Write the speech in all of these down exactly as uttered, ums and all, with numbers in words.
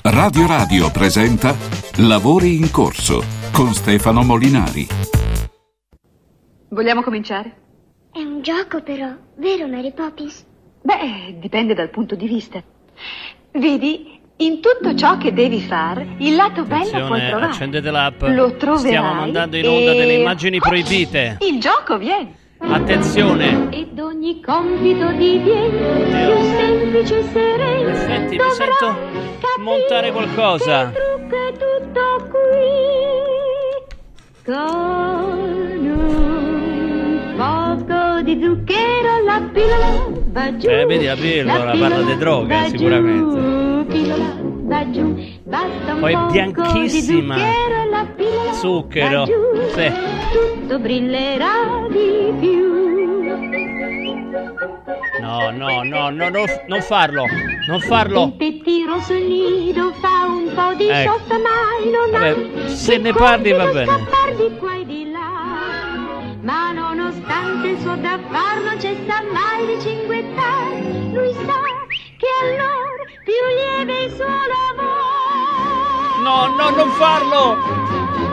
Radio Radio presenta Lavori in corso con Stefano Molinari. Vogliamo cominciare? È un gioco però, vero Mary Poppins? Beh, dipende dal punto di vista. Vedi, in tutto ciò che devi fare, il lato bello puoi Attenzione, trovare. accendete l'app. Lo troverai. Stiamo mandando in onda e... delle immagini proibite. Il gioco viene. Attenzione. Ed ogni compito diviene più semplice e sereno. In effetti mi sento montare qualcosa. Che il trucco è tutto qui. Con un poco di zucchero la pillola va giù. Eh, vedi la pillola, parla di droghe, va sicuramente. Giù, pillola va giù. Basta un Poi è poco bianchissima. di zucchero e la pillola Zucchero. va giù. Sì. Tutto brillerà di più. No, no, no, no, no, non farlo. Non farlo. Il pettino sul nido fa un po' di Ecco. sosta, mai non Vabbè, ha se che ne parli va compito bene. scappar di qua e di là. Ma nonostante il suo da far non cessa mai di cinguettare. Lui sa che allora più lieve il suo lavoro. No, no, non farlo.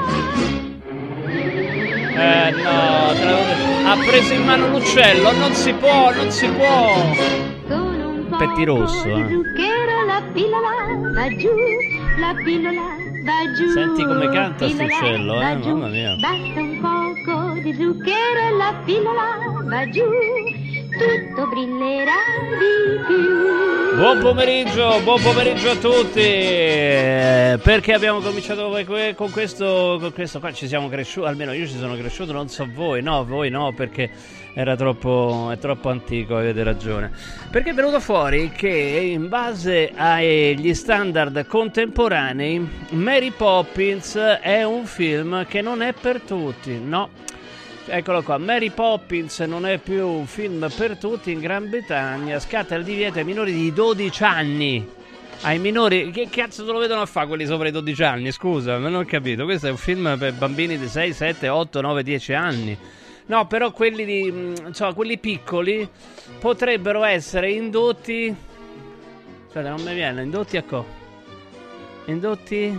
Eh no, te l'avevo- ha preso in mano l'uccello, non si può, non si può. Con un po' Pettirosso, di eh. zucchero la pillola va giù, la pillola va giù. Senti come canta sto pillola uccello, va eh, giù. mamma mia. Basta un poco di zucchero e la pillola va giù, tutto brillerà di più. Buon pomeriggio, buon pomeriggio a tutti. Eh, Perché abbiamo cominciato que- que- con questo, con questo qua ci siamo cresciuti, almeno io ci sono cresciuto, non so voi, no, voi no, perché era troppo, è troppo antico, avete ragione. Perché è venuto fuori che in base agli standard contemporanei Mary Poppins è un film che non è per tutti, no. Eccolo qua, Mary Poppins non è più un film per tutti. In Gran Bretagna scatta il divieto ai minori di dodici anni. Ai minori, che cazzo te lo vedono a fare quelli sopra i dodici anni? Scusa, non ho capito. Questo è un film per bambini di sei, sette, otto, nove, dieci anni. No, però quelli di, mh, insomma, quelli piccoli potrebbero essere indotti. Aspetta, non mi viene, indotti a co? Indotti?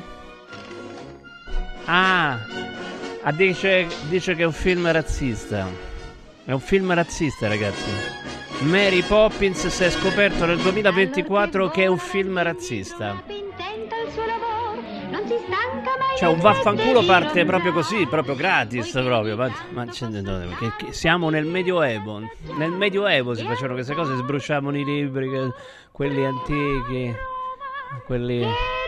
Ah! Ah, dice, dice che è un film razzista. È un film razzista, ragazzi. Mary Poppins si è scoperto nel duemilaventiquattro che è un film razzista. Cioè un vaffanculo parte proprio così, proprio gratis, proprio. Ma, ma c'è- no, che- che siamo nel Medioevo. Nel Medioevo si facevano queste cose, sbruciavano i libri, che- quelli antichi, quelli...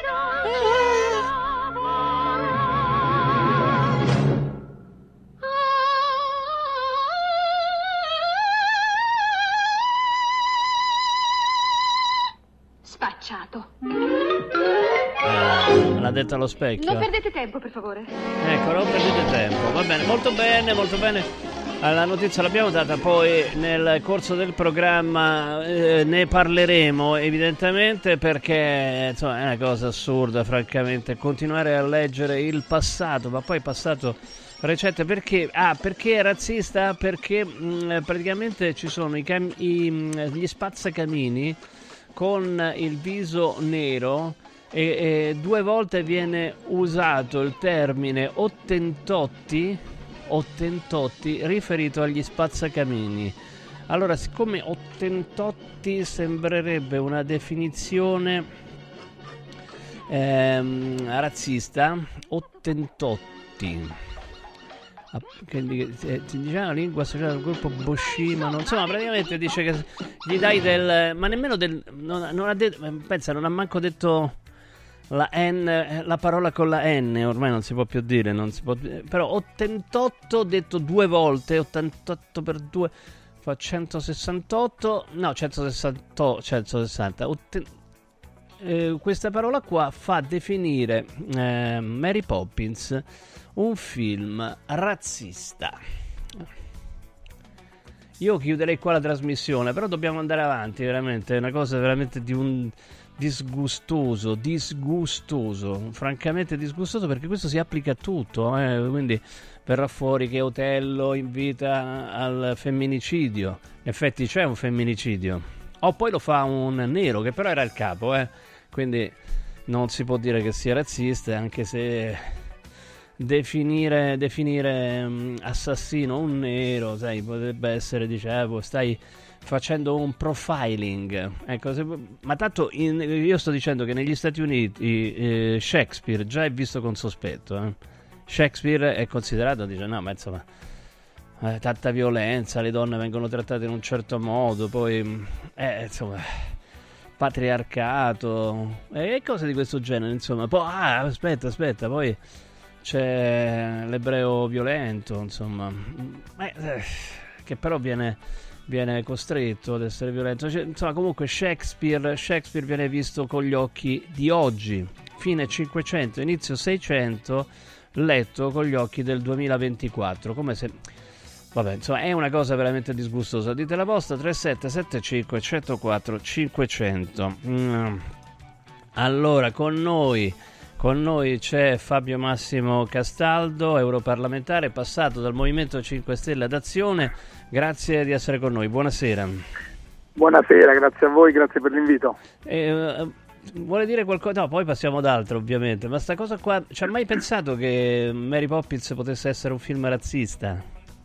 Spacciato. Eh, me l'ha detto allo specchio. Non perdete tempo, per favore. Ecco, non perdete tempo. Va bene, molto bene, molto bene. La notizia l'abbiamo data, poi nel corso del programma eh, ne parleremo evidentemente, perché insomma è una cosa assurda, francamente, continuare a leggere il passato, ma poi passato recente, perché ah, perché è razzista? Perché mh, praticamente ci sono i cam- i, mh, gli spazzacamini con il viso nero. E, e due volte viene usato il termine ottentotti, ottentotti riferito agli spazzacamini. Allora, siccome ottentotti sembrerebbe una definizione ehm, razzista, ottentotti, ah, che di- eh, ti diceva la lingua associata al gruppo Boshima, non insomma, praticamente dice che gli dai del, ma nemmeno del, non, non ha detto, pensa, non ha manco detto la N, la parola con la N, ormai non si può più dire, non si può, però ottantotto detto due volte, ottantotto per due fa centosessantotto, no, centosessanta, centosessanta. Otten, eh, questa parola qua fa definire eh, Mary Poppins un film razzista. Io chiuderei qua la trasmissione, però dobbiamo andare avanti, veramente, è una cosa veramente di un disgustoso, disgustoso, francamente disgustoso, perché questo si applica a tutto, eh? Quindi verrà fuori che Otello invita al femminicidio, in effetti c'è un femminicidio, o poi lo fa un nero, che però era il capo, eh? Quindi non si può dire che sia razzista, anche se definire, definire um, assassino un nero, sai, potrebbe essere, dicevo, stai facendo un profiling, ecco, se, ma tanto in, io sto dicendo che negli Stati Uniti eh, Shakespeare già è visto con sospetto, eh. Shakespeare è considerato, dice, no, ma insomma, eh, tanta violenza, le donne vengono trattate in un certo modo, poi, eh, insomma, patriarcato e cose di questo genere, insomma. Poi, ah, aspetta, aspetta, poi c'è l'ebreo violento, insomma, eh, che però viene, viene costretto ad essere violento. Cioè, insomma, comunque Shakespeare, Shakespeare viene visto con gli occhi di oggi, fine cinquecento, inizio seicento, letto con gli occhi del duemilaventiquattro, come se, vabbè, insomma, è una cosa veramente disgustosa. Dite la vostra, tre sette sette cinque uno zero quattro cinquecento. Mm. Allora, con noi con noi c'è Fabio Massimo Castaldo, europarlamentare, passato dal Movimento cinque Stelle ad Azione. Grazie di essere con noi, buonasera. Buonasera, grazie a voi, grazie per l'invito. Eh, Vuole dire qualcosa? No, poi passiamo ad altro, ovviamente. Ma sta cosa qua, ci ha mai pensato che Mary Poppins potesse essere un film razzista?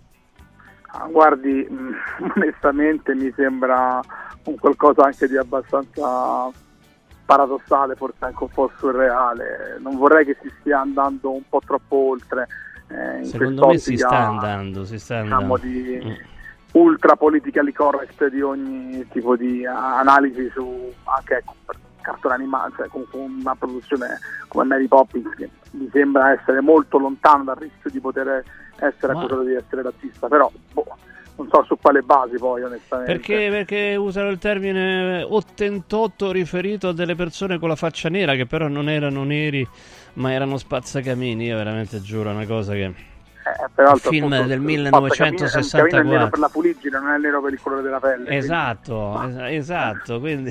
Ah, guardi, mh, onestamente mi sembra un qualcosa anche di abbastanza paradossale, forse anche un po' surreale. Non vorrei che si stia andando un po' troppo oltre. Eh, in Secondo me si sta andando, si sta andando. Diciamo di mm. ultra politically correct di ogni tipo di analisi su anche, ecco, cartone animato, cioè con una produzione come Mary Poppins, che mi sembra essere molto lontano dal rischio di poter essere Ma... accusato di essere razzista, però boh, non so su quale basi poi, onestamente. Perché, perché usano il termine ottantotto riferito a delle persone con la faccia nera, che però non erano neri ma erano spazzacamini. Io veramente giuro, una cosa che... Eh, il film appunto, del millenovecentosessantaquattro. Il è nero per la fuligine, non è nero per il colore della pelle. Esatto, quindi... es- esatto, quindi...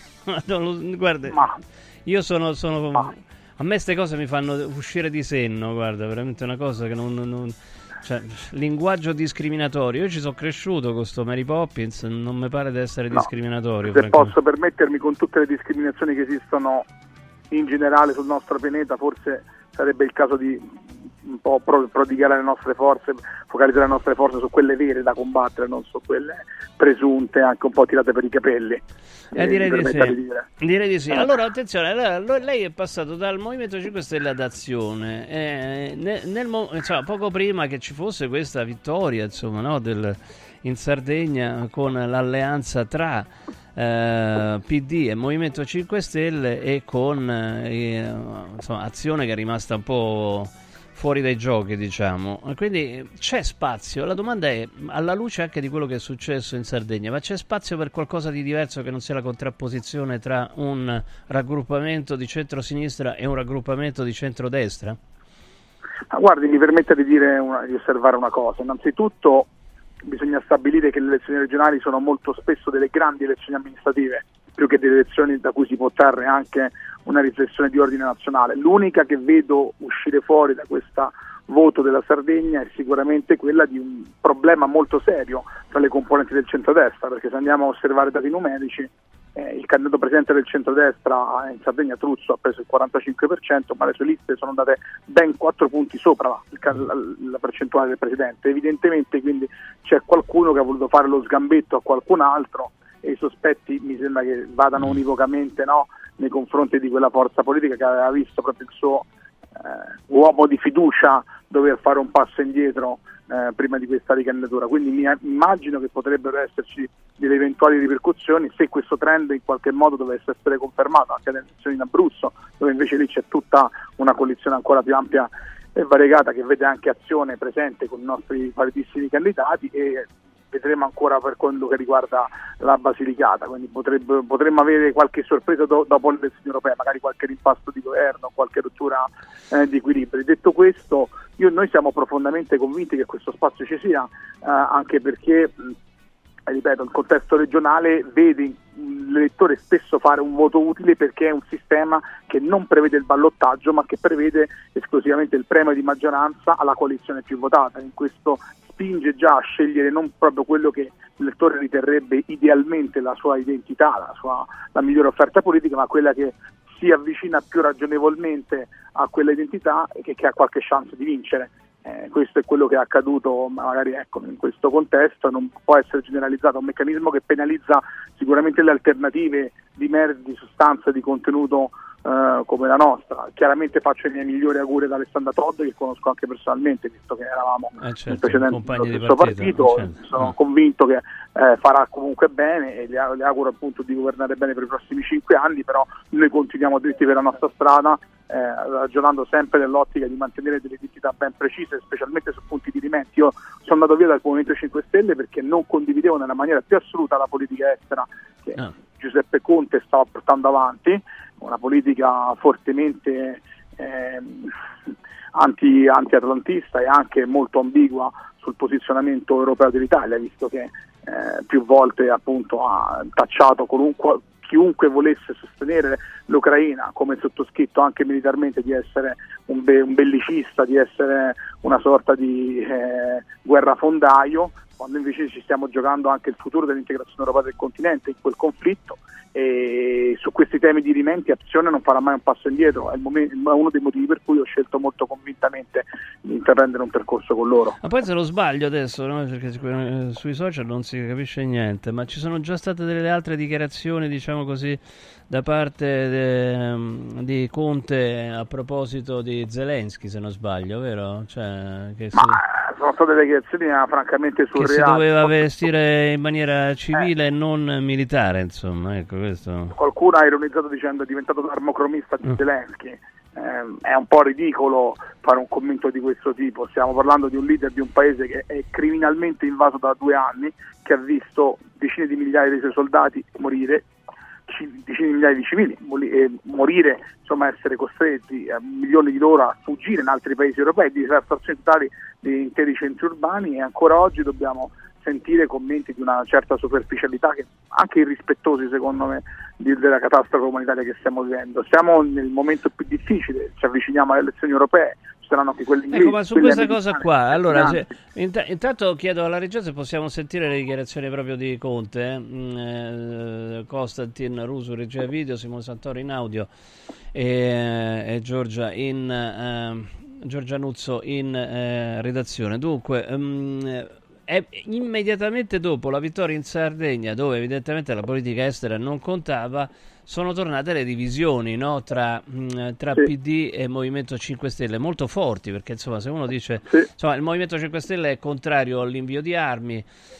guarda, Ma... io sono... sono... Ma... a me queste cose mi fanno uscire di senno, guarda, veramente una cosa che non... non... cioè, linguaggio discriminatorio. Io ci sono cresciuto con sto Mary Poppins, non mi pare di essere no, discriminatorio. Se posso permettermi, con tutte le discriminazioni che esistono in generale sul nostro pianeta, forse sarebbe il caso di un po' prodigare le nostre forze, focalizzare le nostre forze su quelle vere da combattere, non su quelle presunte, anche un po' tirate per i capelli. Eh, eh, direi, di sì. di dire. direi di sì. Allora, attenzione, allora, lei è passato dal Movimento cinque Stelle ad Azione. Eh, nel, nel, insomma, poco prima che ci fosse questa vittoria, insomma, no, del, in Sardegna, con l'alleanza tra eh, P D e Movimento cinque Stelle e con eh, insomma, Azione, che è rimasta un po' fuori dai giochi, diciamo. Quindi c'è spazio. La domanda è, alla luce anche di quello che è successo in Sardegna, ma c'è spazio per qualcosa di diverso che non sia la contrapposizione tra un raggruppamento di centrosinistra e un raggruppamento di centrodestra? Ma guardi, mi permetta di dire una, di osservare una cosa. Innanzitutto bisogna stabilire che le elezioni regionali sono molto spesso delle grandi elezioni amministrative, più che delle elezioni da cui si può trarre anche una riflessione di ordine nazionale. L'unica che vedo uscire fuori da questo voto della Sardegna è sicuramente quella di un problema molto serio tra le componenti del centrodestra, perché se andiamo a osservare i dati numerici, eh, il candidato presidente del centrodestra in Sardegna, Truzzo, ha preso il quarantacinque per cento, ma le sue liste sono andate ben quattro punti sopra la, la, la percentuale del presidente. Evidentemente quindi c'è qualcuno che ha voluto fare lo sgambetto a qualcun altro, e i sospetti mi sembra che vadano univocamente, no, nei confronti di quella forza politica che aveva visto proprio il suo eh, uomo di fiducia dover fare un passo indietro eh, prima di questa ricandidatura. Quindi mi immagino che potrebbero esserci delle eventuali ripercussioni se questo trend in qualche modo dovesse essere confermato anche nelle elezioni in Abruzzo, dove invece lì c'è tutta una coalizione ancora più ampia e variegata, che vede anche Azione presente con i nostri validissimi candidati, e vedremo ancora per quello che riguarda la Basilicata, quindi potrebbe, potremmo avere qualche sorpresa do, dopo le elezioni europee, magari qualche rimpasto di governo, qualche rottura eh, di equilibri. Detto questo, io, noi siamo profondamente convinti che questo spazio ci sia, eh, anche perché, mh, ripeto, il contesto regionale vede l'elettore spesso fare un voto utile, perché è un sistema che non prevede il ballottaggio, ma che prevede esclusivamente il premio di maggioranza alla coalizione più votata. In questo spinge già a scegliere non proprio quello che l'elettore riterrebbe idealmente la sua identità, la sua la migliore offerta politica, ma quella che si avvicina più ragionevolmente a quella identità che, che ha qualche chance di vincere. Eh, questo è quello che è accaduto magari ecco, in questo contesto, non può essere generalizzato, un meccanismo che penalizza sicuramente le alternative di merito, di sostanza, di contenuto eh, come la nostra. Chiaramente faccio i miei migliori auguri ad Alessandra Todde, che conosco anche personalmente, visto che eravamo eh certo, in precedente compagni di partito, partito, certo. Sono no. convinto che eh, farà comunque bene e le, le auguro appunto di governare bene per i prossimi cinque anni, però noi continuiamo dritti per la nostra strada, Eh, ragionando sempre nell'ottica di mantenere delle identità ben precise, specialmente su punti di rimetti. Io sono andato via dal Movimento cinque Stelle perché non condividevo nella maniera più assoluta la politica estera che ah. Giuseppe Conte stava portando avanti, una politica fortemente eh, anti, anti-atlantista e anche molto ambigua sul posizionamento europeo dell'Italia, visto che eh, più volte appunto ha tacciato qualunque chiunque volesse sostenere l'Ucraina, come sottoscritto anche militarmente, di essere un, be- un bellicista, di essere una sorta di eh, guerrafondaio, quando invece ci stiamo giocando anche il futuro dell'integrazione europea del continente in quel conflitto. E su questi temi di rimenti Azione non farà mai un passo indietro, è, il momento, è uno dei motivi per cui ho scelto molto convintamente di intraprendere un percorso con loro. Ma poi se lo sbaglio adesso, no? Perché sui social non si capisce niente, ma ci sono già state delle altre dichiarazioni, diciamo così, da parte de, di Conte a proposito di Zelensky, se non sbaglio, vero? Cioè, che ma si... sono state delle dichiarazioni francamente surreali. Che si doveva vestire in maniera civile eh. e non militare, insomma, ecco. Questo. Qualcuno ha ironizzato dicendo è diventato l'armocromista di Zelensky. Eh, è un po' ridicolo fare un commento di questo tipo. Stiamo parlando di un leader di un paese che è criminalmente invaso da due anni, che ha visto decine di migliaia di suoi soldati morire, decine di migliaia di civili morire, insomma essere costretti a milioni di loro a fuggire in altri paesi europei, di devastazioni totali di interi centri urbani, e ancora oggi dobbiamo sentire commenti di una certa superficialità, che anche irrispettosi secondo me di, della catastrofe umanitaria che stiamo vivendo. Siamo nel momento più difficile, ci avviciniamo alle elezioni europee, ci saranno anche quelli inglesi. Ecco, ma su questa cosa qua, allora se, int- intanto chiedo alla regia se possiamo sentire le dichiarazioni proprio di Conte, eh, Costantin Rusu regia video, Simone Santoro in audio e, e Giorgia in eh, Giorgia Nuzzo in eh, redazione. Dunque um, è immediatamente dopo la vittoria in Sardegna, dove evidentemente la politica estera non contava, sono tornate le divisioni, no? tra, mh, tra sì. P D e Movimento cinque Stelle, molto forti, perché insomma se uno dice sì. insomma, il Movimento cinque Stelle è contrario all'invio di armi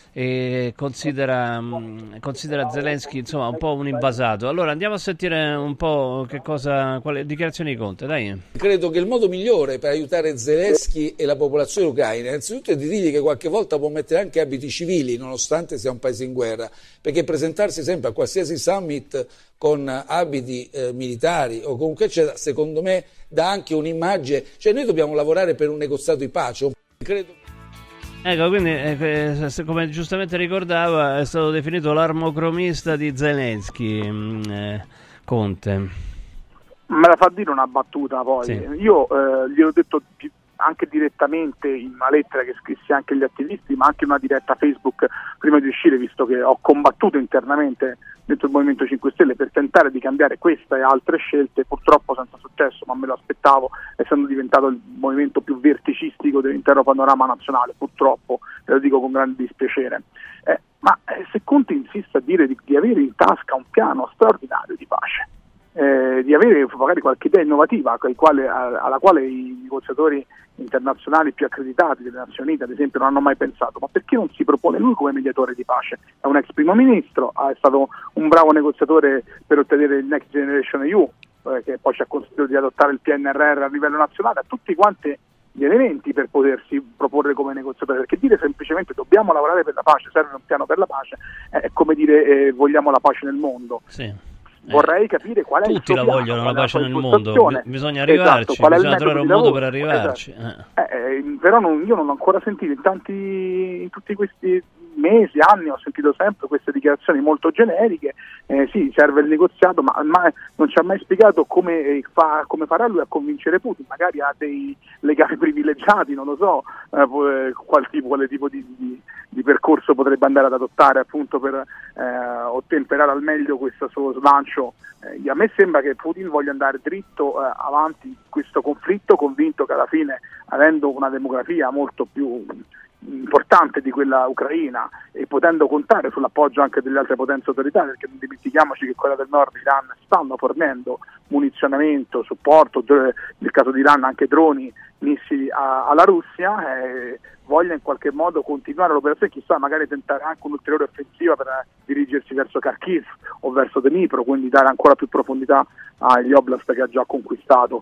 e considera, mh, considera Zelensky insomma un po' un invasato. Allora andiamo a sentire un po' che cosa, quale dichiarazioni di Conte, dai. Credo che il modo migliore per aiutare Zelensky e la popolazione ucraina innanzitutto è di dirgli che qualche volta può mettere anche abiti civili nonostante sia un paese in guerra, perché presentarsi sempre a qualsiasi summit con abiti eh, militari o comunque eccetera, secondo me dà anche un'immagine, cioè noi dobbiamo lavorare per un negoziato di pace, credo. Ecco, quindi eh, come giustamente ricordava, è stato definito l'armocromista di Zelensky, eh, Conte. Me la fa dire una battuta poi. Sì. Io eh, gli ho detto anche direttamente in una lettera che scrissi anche agli attivisti, ma anche in una diretta Facebook prima di uscire, visto che ho combattuto internamente dentro il Movimento cinque Stelle per tentare di cambiare questa e altre scelte, purtroppo senza successo, ma me lo aspettavo, essendo diventato il movimento più verticistico dell'intero panorama nazionale, purtroppo, e lo dico con grande dispiacere. Eh, ma eh, se Conte insiste a dire di, di avere in tasca un piano straordinario di pace, eh, di avere magari qualche idea innovativa al quale, a, alla quale i negoziatori internazionali più accreditati delle Nazioni Unite ad esempio non hanno mai pensato, ma perché non si propone lui come mediatore di pace? È un ex primo ministro, è stato un bravo negoziatore per ottenere il Next Generation E U, eh, che poi ci ha consentito di adottare il P N R R a livello nazionale, ha tutti quanti gli elementi per potersi proporre come negoziatore, perché dire semplicemente dobbiamo lavorare per la pace, serve un piano per la pace, è come dire eh, vogliamo la pace nel mondo. Sì. Vorrei eh, capire qual è tutti il la piano, vogliono la pace nel mondo, bisogna arrivarci, esatto, bisogna trovare un modo per arrivarci. Esatto. Eh. Eh, però non, io non ho ancora sentito in tanti in tutti questi mesi, anni, ho sentito sempre queste dichiarazioni molto generiche, eh, sì, serve il negoziato, ma, ma non ci ha mai spiegato come, fa, come farà lui a convincere Putin, magari ha dei legami privilegiati, non lo so, eh, qual tipo, quale tipo di, di, di percorso potrebbe andare ad adottare appunto per eh, ottemperare al meglio questo suo slancio. Eh, a me sembra che Putin voglia andare dritto eh, avanti in questo conflitto, convinto che alla fine, avendo una demografia molto più importante di quella ucraina e potendo contare sull'appoggio anche delle altre potenze autoritarie, perché non dimentichiamoci che quella del nord, Iran, stanno fornendo munizionamento, supporto, nel caso di Iran anche droni, missili a, alla Russia, eh, voglia in qualche modo continuare l'operazione, chissà magari tentare anche un'ulteriore offensiva per eh, dirigersi verso Kharkiv o verso Dnipro, quindi dare ancora più profondità agli oblast che ha già conquistato.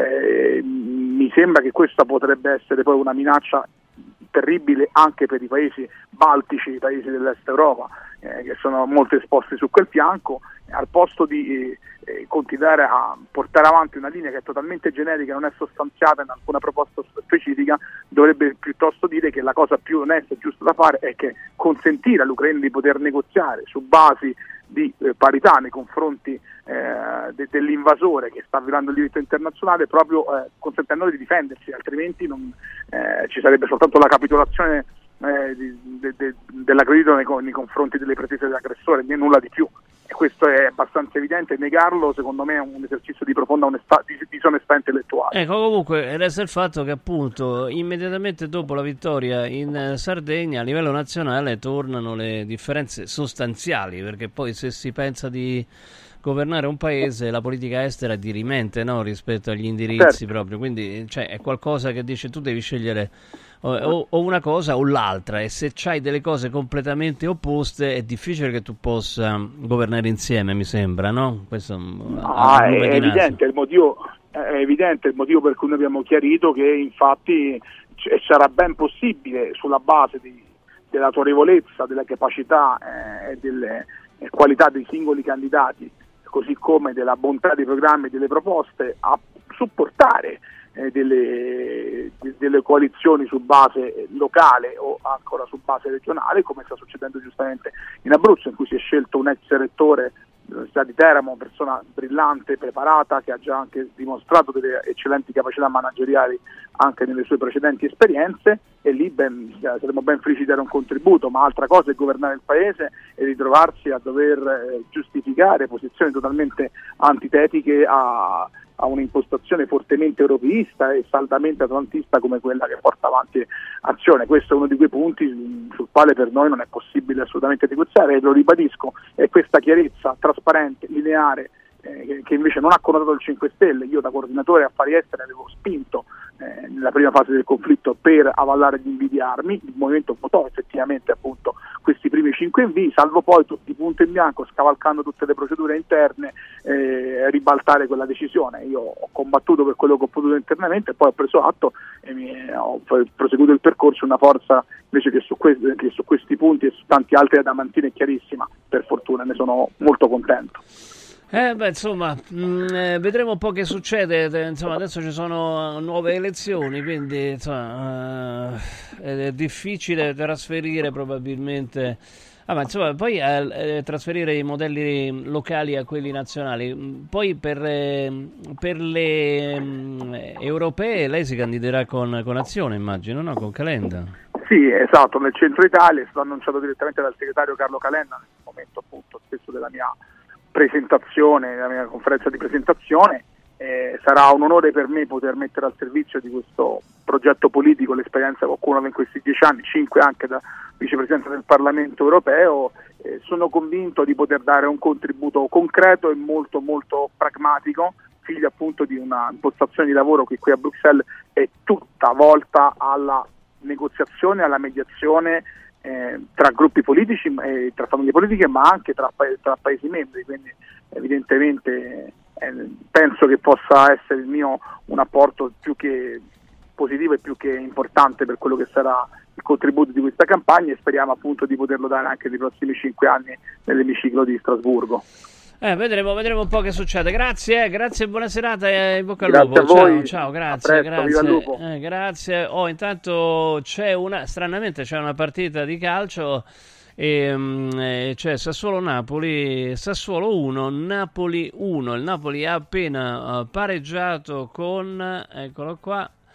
Eh, mi sembra che questa potrebbe essere poi una minaccia terribile anche per i paesi baltici, i paesi dell'est Europa, eh, che sono molto esposti su quel fianco. Al posto di eh, continuare a portare avanti una linea che è totalmente generica, non è sostanziata in alcuna proposta specifica, dovrebbe piuttosto dire che la cosa più onesta e giusta da fare è che consentire all'Ucraina di poter negoziare su basi di eh, parità nei confronti eh, de- dell'invasore che sta violando il diritto internazionale, proprio eh, consentendo di difendersi, altrimenti non, eh, ci sarebbe soltanto la capitolazione eh, di, de- de- dell'aggredito nei, nei confronti delle pretese dell'aggressore, né nulla di più. E questo è abbastanza evidente, negarlo secondo me è un esercizio di profonda onestà, di disonestà intellettuale. Ecco, comunque resta il fatto che appunto immediatamente dopo la vittoria in Sardegna a livello nazionale tornano le differenze sostanziali, perché poi se si pensa di governare un paese la politica estera è dirimente, no? Rispetto agli indirizzi, certo. Proprio, quindi cioè, è qualcosa che dice tu devi scegliere o, o una cosa o l'altra, e se c'hai delle cose completamente opposte è difficile che tu possa governare insieme, mi sembra, no? Questo ah, è, è evidente il motivo, è evidente il motivo per cui noi abbiamo chiarito che infatti c- sarà ben possibile, sulla base di, dell'autorevolezza, della capacità e eh, delle eh, qualità dei singoli candidati, così come della bontà dei programmi e delle proposte, a supportare eh, delle, de, delle coalizioni su base locale o ancora su base regionale, come sta succedendo giustamente in Abruzzo, in cui si è scelto un ex rettore dell'Università di Teramo, persona brillante, preparata, che ha già anche dimostrato delle eccellenti capacità manageriali anche nelle sue precedenti esperienze, e lì ben, saremo ben felici di dare un contributo, ma altra cosa è governare il paese e ritrovarsi a dover eh, giustificare posizioni totalmente antitetiche a, a un'impostazione fortemente europeista e saldamente atlantista come quella che porta avanti Azione. Questo è uno di quei punti sul quale per noi non è possibile assolutamente negoziare, e lo ribadisco, è questa chiarezza trasparente, lineare, eh, che invece non ha connotato il cinque Stelle. Io da coordinatore affari esteri avevo spinto eh, nella prima fase del conflitto per avallare gli invii di armi, il movimento votò effettivamente appunto questi primi cinque invii, salvo poi tutti punto in bianco, scavalcando tutte le procedure interne, eh, ribaltare quella decisione. Io ho combattuto per quello che ho potuto internamente e poi ho preso atto e mi, ho proseguito il percorso, una forza invece che su, que- che su questi punti e su tanti altri adamantina è chiarissima, per fortuna, ne sono molto contento. Eh beh, insomma, mh, eh, vedremo un po' che succede. Eh, insomma, adesso ci sono nuove elezioni, quindi insomma, eh, è difficile trasferire probabilmente. Ah, ma insomma, poi eh, trasferire i modelli locali a quelli nazionali. Poi per, eh, per le mh, europee lei si candiderà con, con Azione, immagino, no? Con Calenda. Sì, esatto, nel centro Italia è stato annunciato direttamente dal segretario Carlo Calenda nel momento appunto stesso della mia presentazione, la mia conferenza di presentazione. Eh, sarà un onore per me poter mettere al servizio di questo progetto politico l'esperienza che ho accumulato in questi dieci anni, cinque anche da vicepresidente del Parlamento europeo. Eh, sono convinto di poter dare un contributo concreto e molto molto pragmatico, figlio appunto di una impostazione di lavoro che qui a Bruxelles è tutta volta alla negoziazione, alla mediazione Eh, tra gruppi politici, eh, tra famiglie politiche, ma anche tra, pa- tra paesi membri, quindi evidentemente eh, penso che possa essere il mio un apporto più che positivo e più che importante per quello che sarà il contributo di questa campagna, e speriamo appunto di poterlo dare anche nei prossimi cinque anni nell'emiciclo di Strasburgo. Eh, vedremo, vedremo un po' che succede. Grazie, eh, grazie, buona serata e in bocca al grazie lupo. A voi. Ciao, ciao, grazie, a presto, viva il lupo. grazie. Eh, grazie. Oh, intanto c'è una, stranamente c'è una partita di calcio e, e c'è Sassuolo-Napoli, Sassuolo uno, Napoli uno. Il Napoli ha appena uh, pareggiato con, eccolo qua,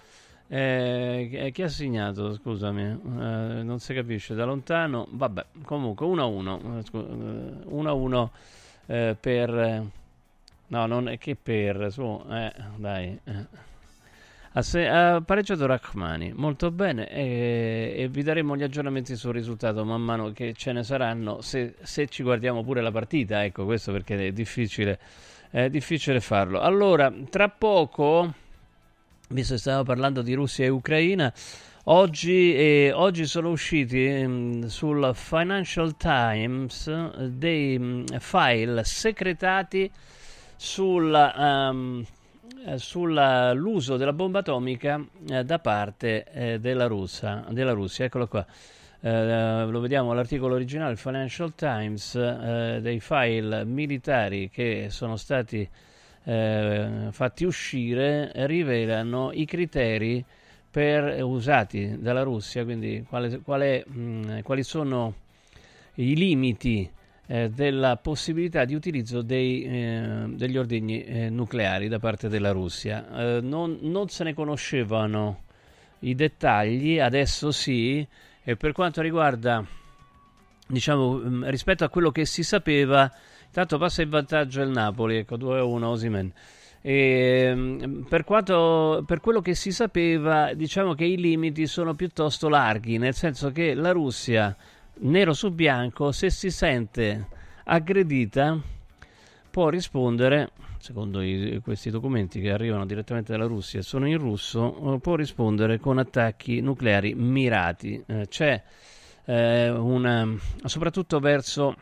Eh, chi ha segnato? Scusami, eh, non si capisce da lontano. Vabbè, comunque uno a uno, uno a uno eh, per no, non è che per su, eh, dai. Eh. Ha, se- ha pareggiato Rachmani, molto bene, e, e vi daremo gli aggiornamenti sul risultato man mano che ce ne saranno, se, se ci guardiamo pure la partita, ecco, questo perché è difficile, è difficile farlo. Allora, tra poco, visto che stavamo parlando di Russia e Ucraina, oggi, eh, oggi sono usciti mh, sul Financial Times eh, dei mh, file secretati sul, um, eh, sull'uso della bomba atomica eh, da parte eh, della, Russia, della Russia. Eccolo qua. Eh, lo vediamo all'articolo originale del Financial Times, eh, dei file militari che sono stati Eh, fatti uscire, rivelano i criteri per, usati dalla Russia, quindi quale, quale, mh, quali sono i limiti eh, della possibilità di utilizzo dei, eh, degli ordigni eh, nucleari da parte della Russia. Eh, non, non se ne conoscevano i dettagli, adesso sì, e per quanto riguarda, diciamo, mh, rispetto a quello che si sapeva, tanto passa in vantaggio il Napoli, ecco, due a uno Osimhen. E, per, quanto, per quello che si sapeva, diciamo che i limiti sono piuttosto larghi, nel senso che la Russia, nero su bianco, se si sente aggredita, può rispondere, secondo i, questi documenti che arrivano direttamente dalla Russia e sono in russo, può rispondere con attacchi nucleari mirati. Eh, c'è eh, una, soprattutto verso...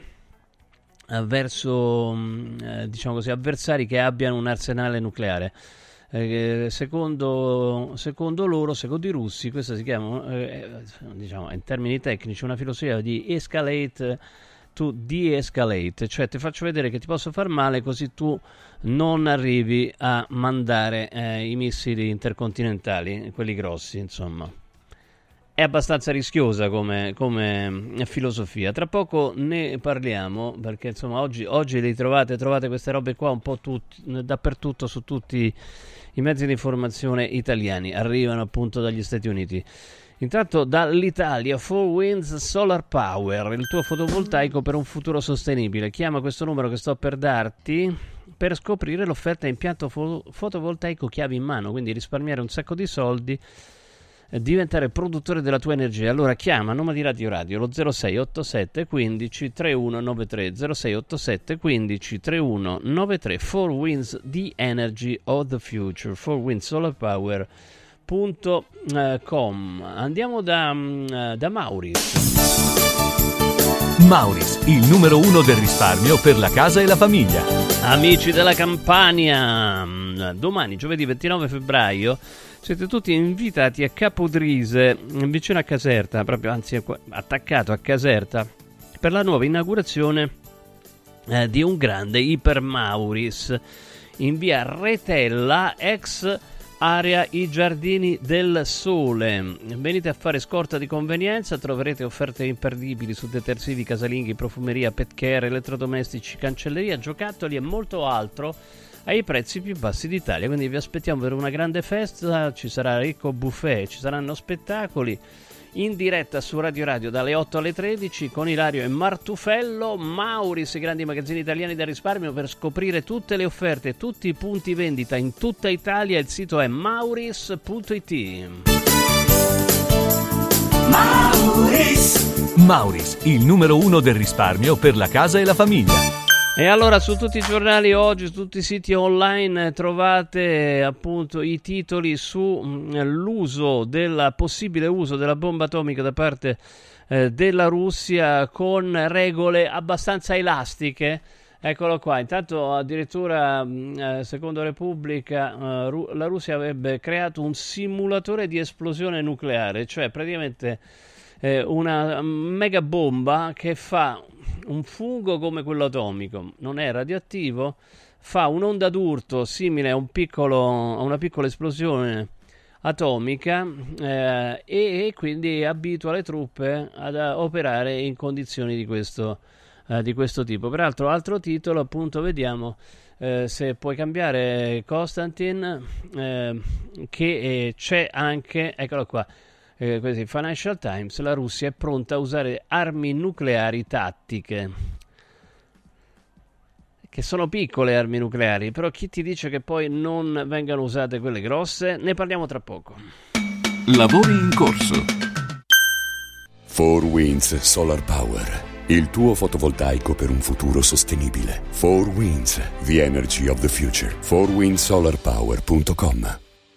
verso eh, diciamo così, avversari che abbiano un arsenale nucleare. Eh, secondo, secondo loro, secondo i russi, questa si chiama, eh, diciamo in termini tecnici, una filosofia di escalate to de-escalate, cioè ti faccio vedere che ti posso far male così tu non arrivi a mandare eh, i missili intercontinentali, quelli grossi, insomma. È abbastanza rischiosa come, come filosofia. Tra poco ne parliamo, perché insomma oggi, oggi le trovate, trovate queste robe qua un po' tutti, dappertutto, su tutti i mezzi di informazione italiani. Arrivano appunto dagli Stati Uniti. Intanto dall'Italia, four Winds Solar Power, il tuo fotovoltaico per un futuro sostenibile. Chiama questo numero che sto per darti per scoprire l'offerta impianto fo- fotovoltaico chiave in mano, quindi risparmiare un sacco di soldi, diventare produttore della tua energia. Allora chiama Noma di Radio Radio lo zero sei ottantasette quindici trentuno novantatré, zero sei ottantasette quindici trentuno novantatré. four Winds, the energy of the future, four winds solar power punto com. Andiamo da, da Mauris. Mauris, il numero uno del risparmio per la casa e la famiglia. Amici della Campania, domani giovedì ventinove febbraio siete tutti invitati a Capodrise, vicino a Caserta, proprio anzi attaccato a Caserta, per la nuova inaugurazione eh, di un grande Iper Mauris in via Retella, ex area I Giardini del Sole. Venite a fare scorta di convenienza, troverete offerte imperdibili su detersivi, casalinghi, profumeria, pet care, elettrodomestici, cancelleria, giocattoli e molto altro ai prezzi più bassi d'Italia. Quindi vi aspettiamo per una grande festa, ci sarà ricco buffet, ci saranno spettacoli in diretta su Radio Radio dalle otto alle tredici con Ilario e Martufello. Mauris, i grandi magazzini italiani del risparmio. Per scoprire tutte le offerte, tutti i punti vendita in tutta Italia, il sito è mauris punto it. Mauris. Mauris, il numero uno del risparmio per la casa e la famiglia. E allora su tutti i giornali oggi, su tutti i siti online trovate appunto i titoli sull'uso del possibile uso della bomba atomica da parte eh, della Russia, con regole abbastanza elastiche. Eccolo qua. Intanto addirittura eh, secondo Repubblica eh, Ru- la Russia avrebbe creato un simulatore di esplosione nucleare, cioè praticamente eh, una mega bomba che fa un fungo come quello atomico, non è radioattivo, fa un'onda d'urto simile a, un piccolo, a una piccola esplosione atomica eh, e, e quindi abitua le truppe ad a operare in condizioni di questo, eh, di questo tipo. Peraltro, altro titolo, appunto, vediamo eh, se puoi cambiare, Costantin, eh, che eh, c'è anche, eccolo qua, eh, così, Financial Times, la Russia è pronta a usare armi nucleari tattiche, che sono piccole armi nucleari, però chi ti dice che poi non vengano usate quelle grosse? Ne parliamo tra poco. Lavori in corso. four Winds Solar Power, il tuo fotovoltaico per un futuro sostenibile. four Winds, the energy of the future. four wind solar power punto com.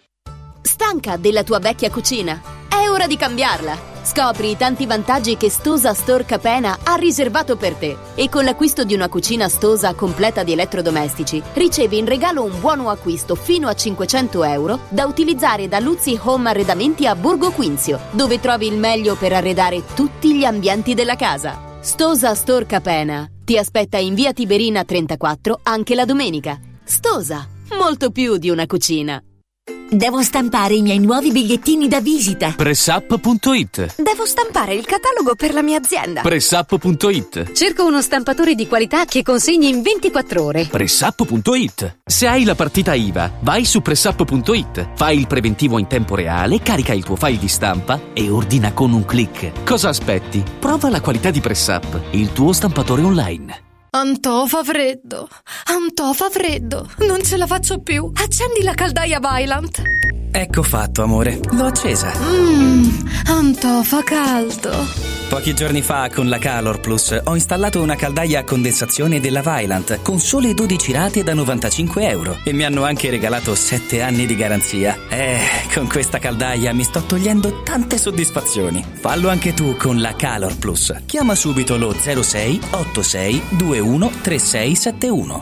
Stanca della tua vecchia cucina? È ora di cambiarla! Scopri i tanti vantaggi che Stosa Store Capena ha riservato per te. E con l'acquisto di una cucina Stosa completa di elettrodomestici, ricevi in regalo un buono acquisto fino a cinquecento euro da utilizzare da Luzzi Home Arredamenti a Borgo Quinzio, dove trovi il meglio per arredare tutti gli ambienti della casa. Stosa Store Capena ti aspetta in via Tiberina trentaquattro anche la domenica. Stosa, molto più di una cucina. Devo stampare i miei nuovi bigliettini da visita. Pressup punto it. Devo stampare il catalogo per la mia azienda. Pressup punto it. Cerco uno stampatore di qualità che consegni in ventiquattro ore. Pressup punto it. Se hai la partita I V A, vai su Pressup punto it, fai il preventivo in tempo reale, carica il tuo file di stampa e ordina con un click. Cosa aspetti? Prova la qualità di Pressup, il tuo stampatore online. Antò, fa freddo. Antò, fa freddo. Non ce la faccio più. Accendi la caldaia Vaillant. Ecco fatto, amore. L'ho accesa. Mmm, Antò, fa caldo. Pochi giorni fa, con la Calor Plus, ho installato una caldaia a condensazione della Vaillant con sole dodici rate da novantacinque euro e mi hanno anche regalato sette anni di garanzia. Eh, con questa caldaia mi sto togliendo tante soddisfazioni. Fallo anche tu con la Calor Plus. Chiama subito lo zero sei otto sei due uno tre sei sette uno.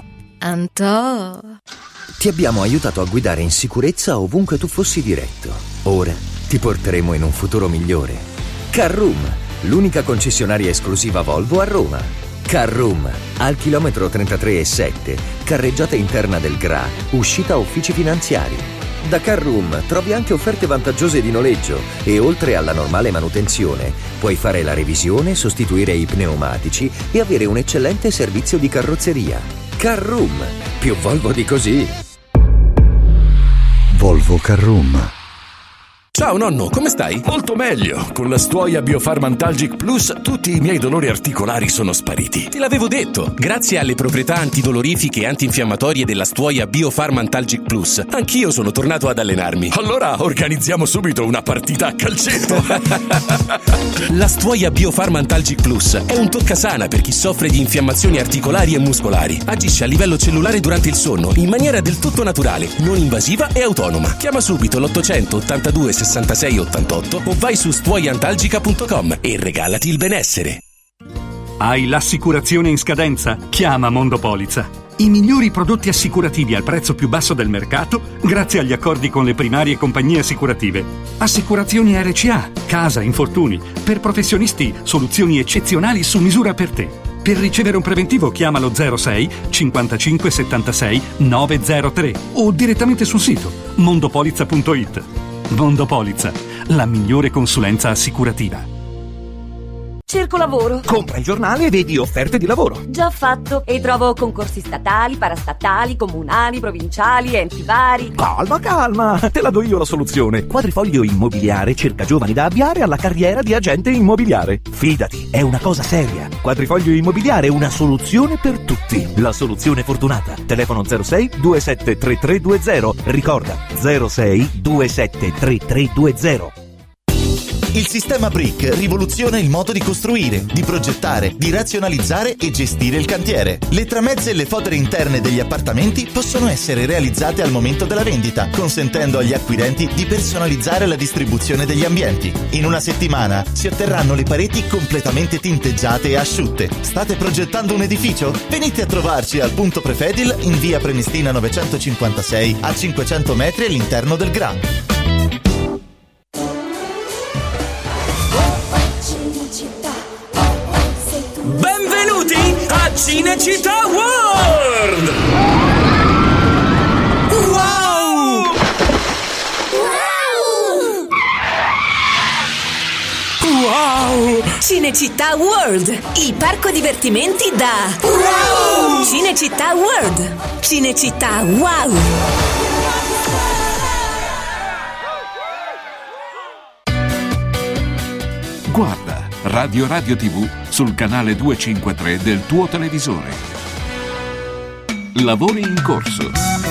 Antò. Ti abbiamo aiutato a guidare in sicurezza ovunque tu fossi diretto. Ora ti porteremo in un futuro migliore. Carroom, l'unica concessionaria esclusiva Volvo a Roma. Carroom, al chilometro trentatré e sette, carreggiata interna del Gra, uscita uffici finanziari. Da Carroom trovi anche offerte vantaggiose di noleggio e oltre alla normale manutenzione puoi fare la revisione, sostituire i pneumatici e avere un eccellente servizio di carrozzeria. Carroom, più Volvo di così. Volvo Carroom. Ciao nonno, come stai? Molto meglio. Con la Stuoia Biofarmantalgic Plus tutti i miei dolori articolari sono spariti. Te l'avevo detto. Grazie alle proprietà antidolorifiche e antinfiammatorie della Stuoia Biofarmantalgic Plus, anch'io sono tornato ad allenarmi. Allora organizziamo subito una partita a calcetto. La Stuoia Biofarmantalgic Plus è un toccasana per chi soffre di infiammazioni articolari e muscolari. Agisce a livello cellulare durante il sonno in maniera del tutto naturale, non invasiva e autonoma. Chiama subito l'ottocento ottantadue sessantasei ottantotto o vai su stuoiantalgica punto com e regalati il benessere. Hai l'assicurazione in scadenza? Chiama Mondopolizza. I migliori prodotti assicurativi al prezzo più basso del mercato grazie agli accordi con le primarie compagnie assicurative. Assicurazioni R C A, casa, infortuni. Per professionisti, soluzioni eccezionali su misura per te. Per ricevere un preventivo chiamalo zero sei cinquantacinque settantasei novecentotre o direttamente sul sito mondopolizza punto it. Mondopolizza, la migliore consulenza assicurativa. Cerco lavoro. Compra il giornale e vedi offerte di lavoro. Già fatto. E trovo concorsi statali, parastatali, comunali, provinciali, enti vari. Calma, calma. Te la do io la soluzione. Quadrifoglio Immobiliare cerca giovani da avviare alla carriera di agente immobiliare. Fidati, è una cosa seria. Quadrifoglio Immobiliare è una soluzione per tutti. La soluzione fortunata. Telefono zero sei due sette tre tre due zero. Ricorda, zero sei due sette tre tre due zero. Il sistema Brick rivoluziona il modo di costruire, di progettare, di razionalizzare e gestire il cantiere. Le tramezze e le fodere interne degli appartamenti possono essere realizzate al momento della vendita, consentendo agli acquirenti di personalizzare la distribuzione degli ambienti. In una settimana si otterranno le pareti completamente tinteggiate e asciutte. State progettando un edificio? Venite a trovarci al punto Prefedil in via Prenestina novecentocinquantasei, a cinquecento metri all'interno del Gra. Benvenuti a Cinecittà World! Wow! Wow! Wow! Cinecittà World, il parco divertimenti da wow! Cinecittà World. Cinecittà Wow! Guarda Radio Radio tivù sul canale duecentocinquantatré del tuo televisore. Lavori in corso.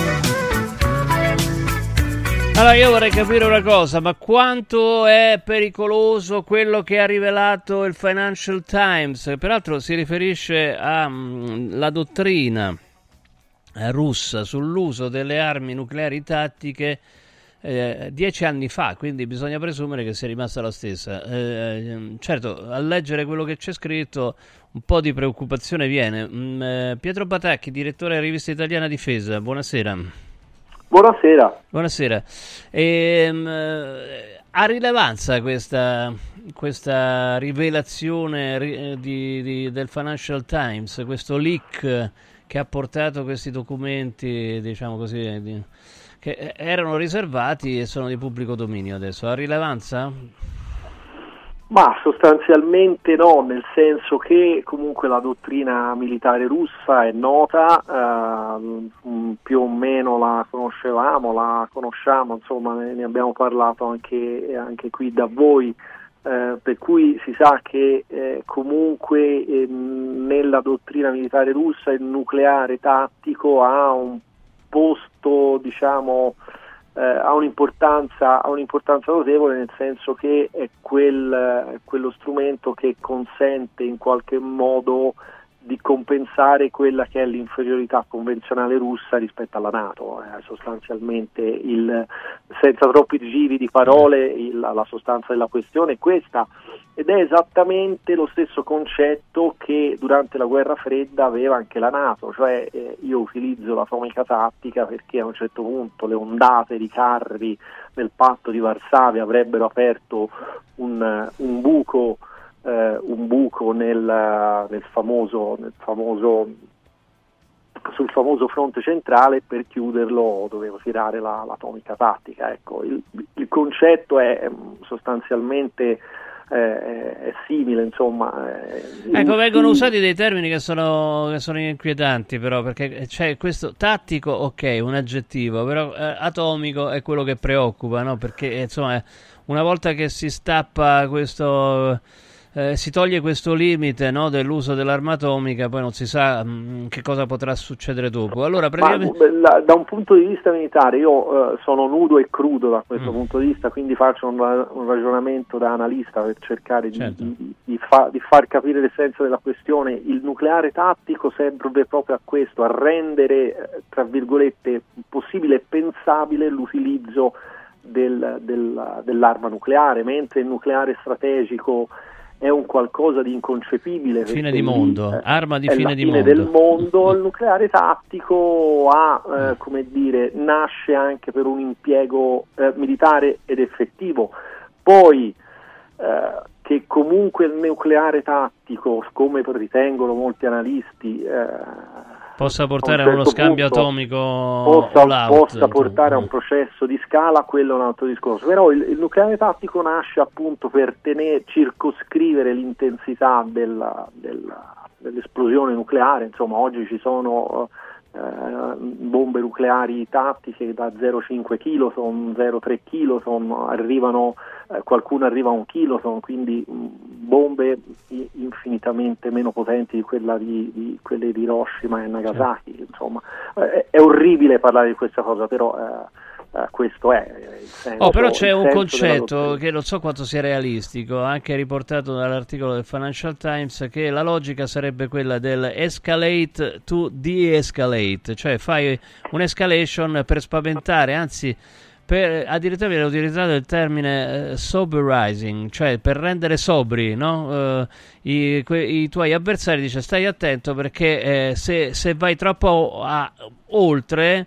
Allora io vorrei capire una cosa, ma quanto è pericoloso quello che ha rivelato il Financial Times? Peraltro si riferisce alla dottrina russa sull'uso delle armi nucleari tattiche eh, dieci anni fa, quindi bisogna presumere che sia rimasta la stessa. Eh, certo, a leggere quello che c'è scritto un po' di preoccupazione viene. Mm, eh, Pietro Patacchi, direttore della rivista italiana Difesa, buonasera. Buonasera. Buonasera. Ehm, ha rilevanza questa, questa rivelazione ri, di, di, del Financial Times, questo leak che ha portato questi documenti, diciamo così, di, che erano riservati e sono di pubblico dominio adesso? Ha rilevanza? Ma sostanzialmente no, nel senso che comunque la dottrina militare russa è nota, eh, più o meno la conoscevamo, la conosciamo, insomma ne, ne abbiamo parlato anche, anche qui da voi, eh, per cui si sa che eh, comunque eh, nella dottrina militare russa il nucleare tattico ha un posto, diciamo, Eh, ha un'importanza, ha un'importanza notevole, nel senso che è quel, quello strumento che consente in qualche modo di compensare quella che è l'inferiorità convenzionale russa rispetto alla NATO. Eh, sostanzialmente, il, senza troppi giri di parole, il, la sostanza della questione è questa, ed è esattamente lo stesso concetto che durante la guerra fredda aveva anche la NATO, cioè eh, io utilizzo l'atomica tattica perché a un certo punto le ondate di carri nel patto di Varsavia avrebbero aperto un, un buco Uh, un buco nel, nel famoso, nel famoso sul famoso fronte centrale. Per chiuderlo dovevo tirare la, l'atomica tattica. Ecco, il, il concetto è sostanzialmente eh, è simile, insomma. Eh, ecco, vengono usati dei termini che sono, che sono inquietanti, però, perché c'è questo tattico, ok, un aggettivo, però eh, atomico è quello che preoccupa, no? Perché insomma una volta che si stappa questo Eh, si toglie questo limite, no, dell'uso dell'arma atomica, poi non si sa mh, che cosa potrà succedere dopo. Allora, praticamente... Ma, da un punto di vista militare io eh, sono nudo e crudo da questo mm. punto di vista, quindi faccio un, un ragionamento da analista per cercare di, certo. di, di, fa, di far capire l'essenza della questione. Il nucleare tattico serve proprio a questo, a rendere, tra virgolette, possibile e pensabile l'utilizzo del, del, dell'arma nucleare, mentre il nucleare strategico è un qualcosa di inconcepibile. Fine di mondo, eh, arma di è fine la di fine mondo. del mondo. Il nucleare tattico ha, eh, come dire, nasce anche per un impiego eh, militare ed effettivo. Poi eh, che comunque il nucleare tattico, come ritengono molti analisti, eh, possa portare a, a un uno certo scambio punto atomico possa, all-out, possa portare a un processo di scala, quello è un altro discorso. Però il, il nucleare tattico nasce appunto per tenere, circoscrivere l'intensità della, della, dell'esplosione nucleare. Insomma, oggi ci sono eh, bombe nucleari tattiche da zero virgola cinque kiloton, zero virgola tre kiloton, arrivano, eh, qualcuno arriva a un kiloton, quindi mh, bombe infinitamente meno potenti di, quella di, di quelle di Hiroshima e Nagasaki. Certo. Insomma, eh, è orribile parlare di questa cosa, però eh, Uh, questo è il senso. Oh, però c'è un concetto che non so quanto sia realistico, anche riportato dall'articolo del Financial Times, che la logica sarebbe quella del escalate to de-escalate, cioè fai un'escalation per spaventare, anzi per, addirittura viene utilizzato il termine uh, soberizing, cioè per rendere sobri, no? uh, i, que, i tuoi avversari. Dice stai attento perché eh, se, se vai troppo a, oltre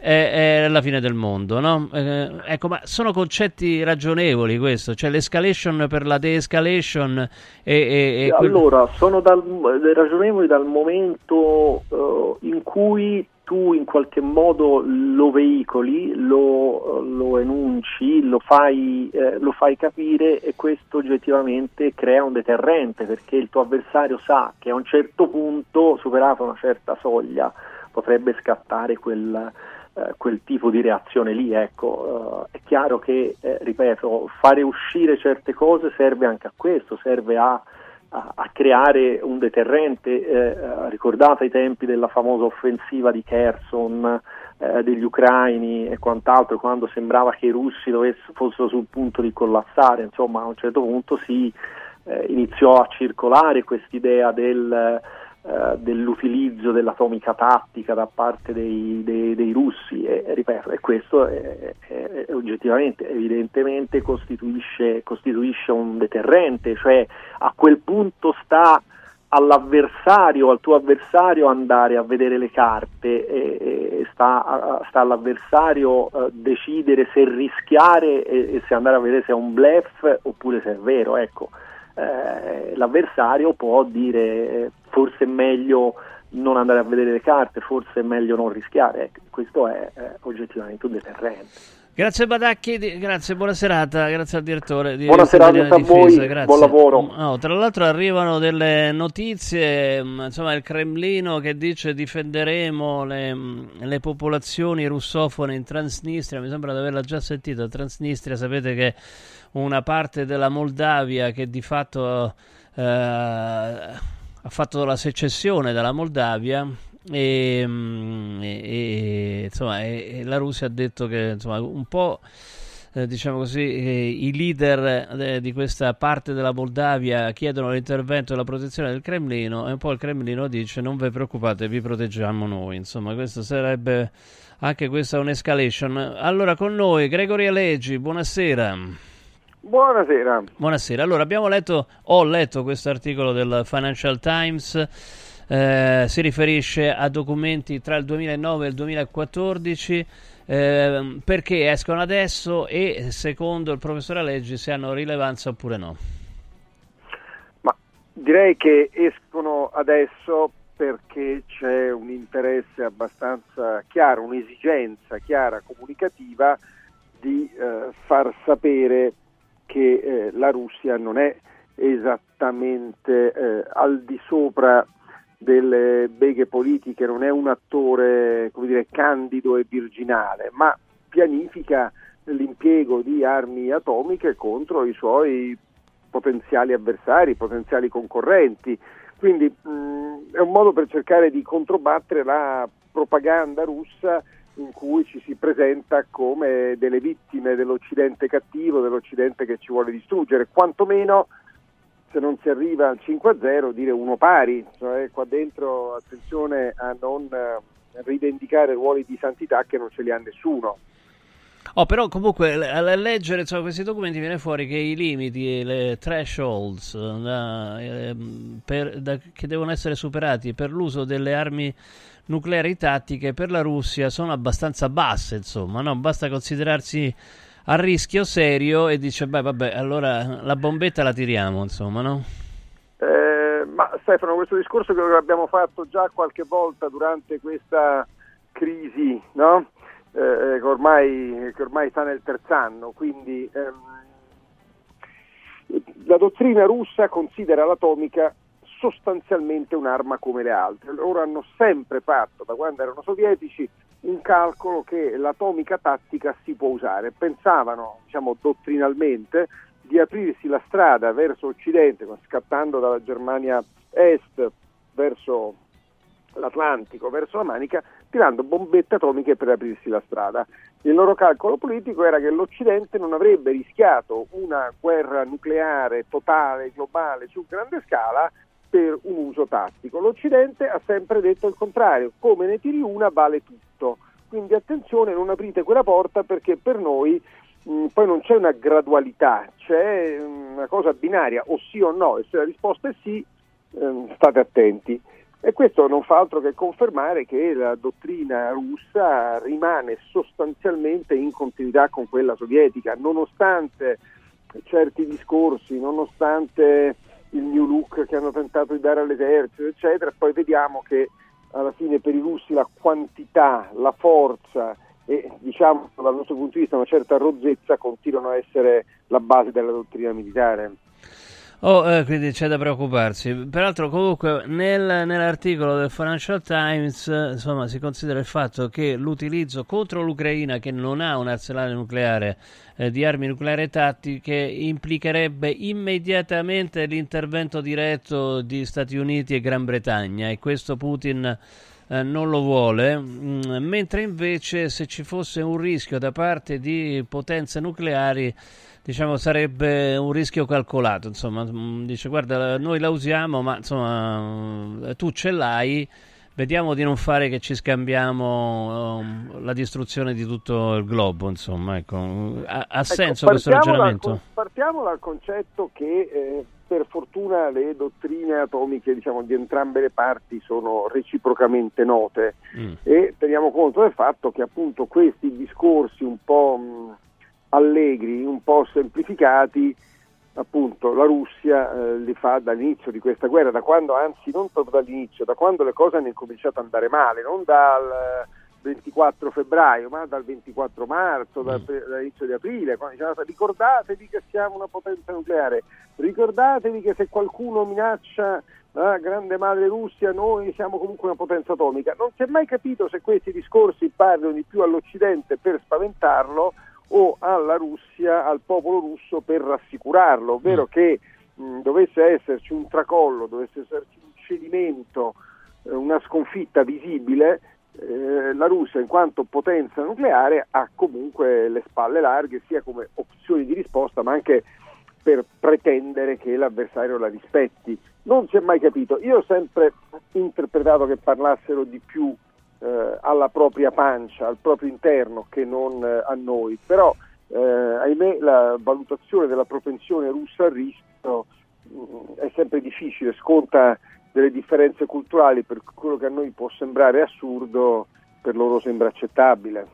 È, è la fine del mondo, no? Eh, ecco, ma sono concetti ragionevoli questo, cioè l'escalation per la de-escalation e, e, e allora quel... sono dal, ragionevoli dal momento uh, in cui tu in qualche modo lo veicoli, lo, lo enunci, lo fai, eh, lo fai capire, e questo oggettivamente crea un deterrente, perché il tuo avversario sa che a un certo punto, superata una certa soglia, potrebbe scattare quel, eh, quel tipo di reazione lì. Ecco, eh, è chiaro che, eh, ripeto, fare uscire certe cose serve anche a questo, serve a, a, a creare un deterrente. Eh, ricordate i tempi della famosa offensiva di Kherson, eh, degli ucraini e quant'altro, quando sembrava che i russi dovessero, fossero sul punto di collassare. Insomma, a un certo punto si eh, iniziò a circolare quest'idea del Uh, dell'utilizzo dell'atomica tattica da parte dei, dei, dei russi e, e ripeto, e questo è, è, è oggettivamente, evidentemente costituisce, costituisce un deterrente, cioè a quel punto sta all'avversario, al tuo avversario andare a vedere le carte e, e sta, a, sta all'avversario uh, decidere se rischiare e, e se andare a vedere se è un bluff oppure se è vero, ecco. Eh, l'avversario può dire eh, forse è meglio non andare a vedere le carte, forse è meglio non rischiare. Eh, questo è eh, oggettivamente un deterrente. Grazie Badacchi, di, grazie, buona serata, grazie al direttore di Buona serata a voi, grazie. Buon lavoro. No, tra l'altro arrivano delle notizie, insomma il Cremlino che dice difenderemo le, le popolazioni russofone in Transnistria, mi sembra di averla già sentita. Transnistria, sapete che una parte della Moldavia che di fatto eh, ha fatto la secessione dalla Moldavia e, e, e, insomma, e, e la Russia ha detto che insomma, un po' eh, diciamo così eh, i leader eh, di questa parte della Moldavia chiedono l'intervento e la protezione del Cremlino e un po' il Cremlino dice non vi preoccupate, vi proteggiamo noi. Insomma, questo sarebbe anche questa un'escalation. Allora con noi Gregory Alleggi, buonasera. Buonasera. Buonasera. Allora, abbiamo letto, ho letto questo articolo del Financial Times, eh, si riferisce a documenti tra il duemilanove e il duemilaquattordici, eh, perché escono adesso e secondo il professor Alleggi se hanno rilevanza oppure no? Ma direi che escono adesso perché c'è un interesse abbastanza chiaro, un'esigenza chiara comunicativa di eh, far sapere che eh, la Russia non è esattamente eh, al di sopra delle beghe politiche, non è un attore, come dire, candido e virginale, ma pianifica l'impiego di armi atomiche contro i suoi potenziali avversari, potenziali concorrenti. Quindi mh, è un modo per cercare di controbattere la propaganda russa in cui ci si presenta come delle vittime dell'Occidente cattivo, dell'Occidente che ci vuole distruggere, quantomeno se non si arriva al cinque a zero dire uno pari, cioè qua dentro attenzione a non rivendicare ruoli di santità che non ce li ha nessuno. Oh, però comunque a leggere insomma, questi documenti viene fuori che i limiti, le thresholds da, eh, per, da, che devono essere superati per l'uso delle armi nucleari tattiche per la Russia sono abbastanza basse, insomma, no? Basta considerarsi a rischio serio e dice, beh, vabbè, allora la bombetta la tiriamo, insomma, no? Eh, ma Stefano, questo discorso che abbiamo fatto già qualche volta durante questa crisi, no? Eh, che, ormai, che ormai sta nel terzo anno, quindi ehm, la dottrina russa considera l'atomica sostanzialmente un'arma come le altre. Loro hanno sempre fatto, da quando erano sovietici, un calcolo che l'atomica tattica si può usare. Pensavano, diciamo, dottrinalmente di aprirsi la strada verso Occidente, scattando dalla Germania Est verso l'Atlantico, verso la Manica, tirando bombette atomiche per aprirsi la strada. Il loro calcolo politico era che l'Occidente non avrebbe rischiato una guerra nucleare totale, globale, su grande scala per un uso tattico. L'Occidente ha sempre detto il contrario, come ne tiri una vale tutto, quindi attenzione, non aprite quella porta perché per noi mh, poi non c'è una gradualità, c'è una cosa binaria, o sì o no, e se la risposta è sì, ehm, state attenti. E questo non fa altro che confermare che la dottrina russa rimane sostanzialmente in continuità con quella sovietica, nonostante certi discorsi, nonostante il new look che hanno tentato di dare all'esercito, eccetera. Poi vediamo che alla fine per i russi la quantità, la forza e, diciamo, dal nostro punto di vista una certa rozzezza continuano a essere la base della dottrina militare. Oh, eh, quindi c'è da preoccuparsi. Peraltro, comunque, nel, nell'articolo del Financial Times, eh, insomma, si considera il fatto che l'utilizzo contro l'Ucraina, che non ha un arsenale nucleare eh, di armi nucleari tattiche, implicherebbe immediatamente l'intervento diretto di Stati Uniti e Gran Bretagna, e questo Putin eh, non lo vuole, mh, mentre invece se ci fosse un rischio da parte di potenze nucleari, diciamo, sarebbe un rischio calcolato, insomma, dice guarda, noi la usiamo, ma insomma tu ce l'hai, vediamo di non fare che ci scambiamo um, la distruzione di tutto il globo, insomma, ecco. Ha, ha senso ecco, questo ragionamento? Dal, partiamo dal concetto che eh, per fortuna le dottrine atomiche, diciamo, di entrambe le parti sono reciprocamente note, mm. e teniamo conto del fatto che appunto questi discorsi un po' mh, allegri, un po' semplificati, appunto la Russia eh, li fa dall'inizio di questa guerra, da quando, anzi non proprio dall'inizio, da quando le cose hanno incominciato ad andare male, non dal ventiquattro febbraio, ma dal ventiquattro marzo, dal, dall'inizio di aprile, quando dicevano ricordatevi che siamo una potenza nucleare, ricordatevi che se qualcuno minaccia la grande madre Russia, noi siamo comunque una potenza atomica. Non si è mai capito se questi discorsi parlino di più all'Occidente per spaventarlo o alla Russia, al popolo russo, per rassicurarlo, ovvero che mh, dovesse esserci un tracollo, dovesse esserci un cedimento, eh, una sconfitta visibile, eh, la Russia in quanto potenza nucleare ha comunque le spalle larghe, sia come opzioni di risposta ma anche per pretendere che l'avversario la rispetti. Non si è mai capito. Io ho sempre interpretato che parlassero di più Eh, alla propria pancia, al proprio interno, che non eh, a noi, però eh, ahimè la valutazione della propensione russa al rischio mh, è sempre difficile, sconta delle differenze culturali, per quello che a noi può sembrare assurdo per loro sembra accettabile.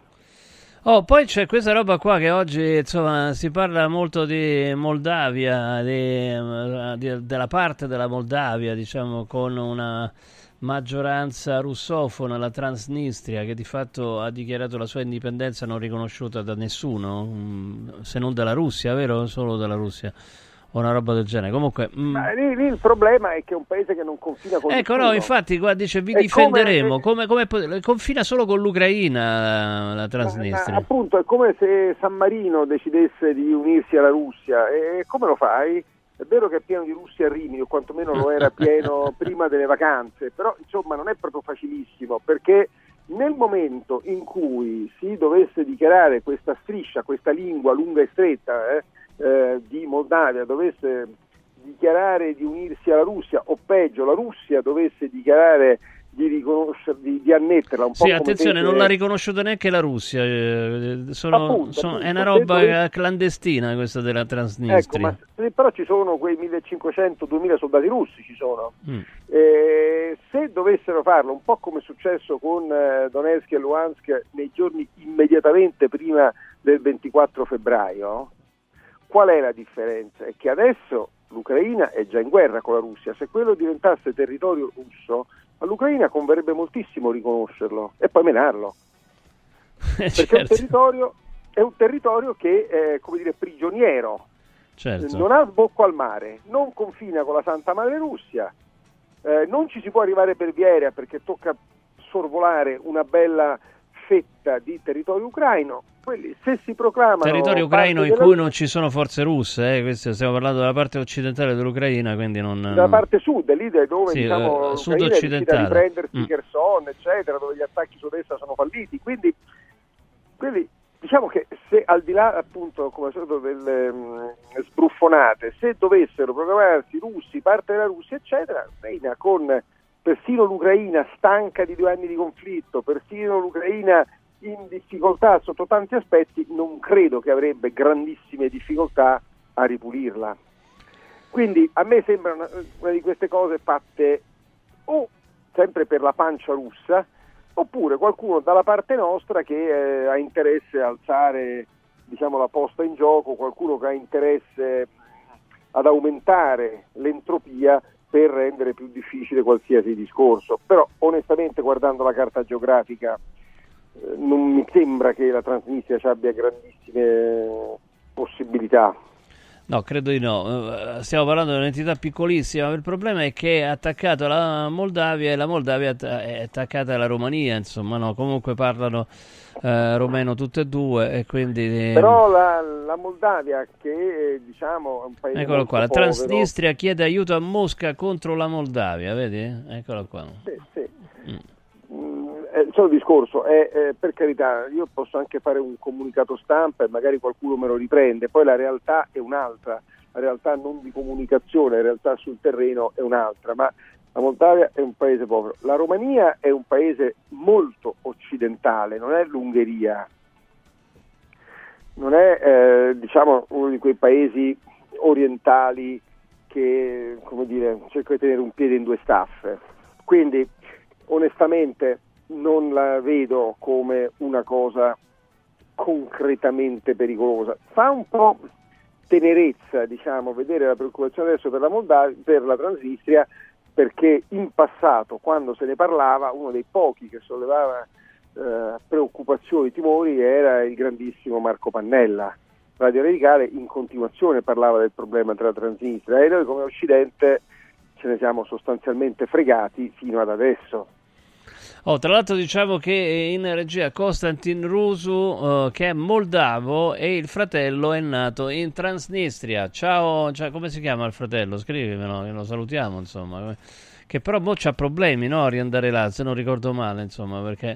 Oh, poi c'è questa roba qua che oggi, insomma, si parla molto di Moldavia, di, di, della parte della Moldavia, diciamo, con una maggioranza russofona, la Transnistria, che di fatto ha dichiarato la sua indipendenza non riconosciuta da nessuno, se non dalla Russia, vero? Solo dalla Russia, o una roba del genere. Comunque, mm. Ma lì, lì il problema è che è un paese che non confina con ecco, nessuno. no, infatti, qua dice vi è difenderemo, come, come, come, confina solo con l'Ucraina la, la Transnistria. Ma, ma, appunto, è come se San Marino decidesse di unirsi alla Russia, e come lo fai? È vero che è pieno di russi a Rimini, o quantomeno lo era pieno prima delle vacanze, però insomma non è proprio facilissimo, perché nel momento in cui si dovesse dichiarare questa striscia, questa lingua lunga e stretta eh, eh, di Moldavia, dovesse dichiarare di unirsi alla Russia, o peggio la Russia dovesse dichiarare di riconoscere, di, di annetterla un po'. Sì, come attenzione, tese... non l'ha riconosciuta neanche la Russia, eh, sono, appunto, sono, appunto, è una roba dove... clandestina questa della Transnistria. Ecco, ma però ci sono quei millecinquecento duemila soldati russi, ci sono. Mm. Eh, se dovessero farlo, un po' come è successo con eh, Donetsk e Luhansk nei giorni immediatamente prima del ventiquattro febbraio, qual è la differenza? È che adesso l'Ucraina è già in guerra con la Russia, se quello diventasse territorio russo, all'Ucraina converrebbe moltissimo riconoscerlo e poi menarlo, perché certo. è, un territorio, è un territorio che è, come dire, prigioniero, certo. non ha sbocco al mare, non confina con la Santa Madre Russia, eh, non ci si può arrivare per via aerea perché tocca sorvolare una bella fetta di territorio ucraino. Quelli, se si proclamano territorio ucraino in della... cui non ci sono forze russe, eh, questo, stiamo parlando della parte occidentale dell'Ucraina, quindi non... dalla parte sud, lì dove sì, diciamo, eh, sud occidentale, è riuscita a riprendersi mm. Kherson, eccetera, dove gli attacchi su destra sono falliti, quindi quelli, diciamo che se al di là appunto come al solito delle um, sbruffonate, se dovessero proclamarsi russi, parte della Russia, eccetera, Ucraina, con persino l'Ucraina stanca di due anni di conflitto, persino l'Ucraina in difficoltà sotto tanti aspetti, non credo che avrebbe grandissime difficoltà a ripulirla. Quindi a me sembra una, una di queste cose fatte o sempre per la pancia russa, oppure qualcuno dalla parte nostra che eh, ha interesse a alzare, diciamo, la posta in gioco, qualcuno che ha interesse ad aumentare l'entropia per rendere più difficile qualsiasi discorso. Però onestamente, guardando la carta geografica, eh, non mi sembra che la Transnistria ci abbia grandissime possibilità. No, credo di no. Stiamo parlando di un'entità piccolissima. Il problema è che è attaccato alla Moldavia e la Moldavia è attaccata alla Romania, insomma, no? Comunque parlano eh, romeno tutte e due e quindi... Eh... Però la, la Moldavia, che diciamo è un paese Eccolo qua, la povero... Transnistria chiede aiuto a Mosca contro la Moldavia, vedi? Eccolo qua. Sì, sì. Mm. Mm, è il solito discorso, è, è, per carità, io posso anche fare un comunicato stampa e magari qualcuno me lo riprende, poi la realtà è un'altra, la realtà non di comunicazione, la realtà sul terreno è un'altra, ma la Moldavia è un paese povero. La Romania è un paese molto occidentale, non è l'Ungheria, non è eh, diciamo uno di quei paesi orientali che, come dire, cerca di tenere un piede in due staffe. Quindi onestamente non la vedo come una cosa concretamente pericolosa. Fa un po' tenerezza, diciamo, vedere la preoccupazione adesso per la Moldavia, per la Transnistria, perché in passato, quando se ne parlava, uno dei pochi che sollevava eh, preoccupazioni, timori, era il grandissimo Marco Pannella. Radio Radicale in continuazione parlava del problema della Transnistria e noi come Occidente ce ne siamo sostanzialmente fregati fino ad adesso. Oh, tra l'altro diciamo che in regia Konstantin Rusu, uh, che è moldavo, e il fratello è nato in Transnistria. Ciao, cioè, come si chiama il fratello? Scrivimelo, che lo salutiamo, insomma. Che però mo c'ha problemi, no, a riandare là, se non ricordo male, insomma, perché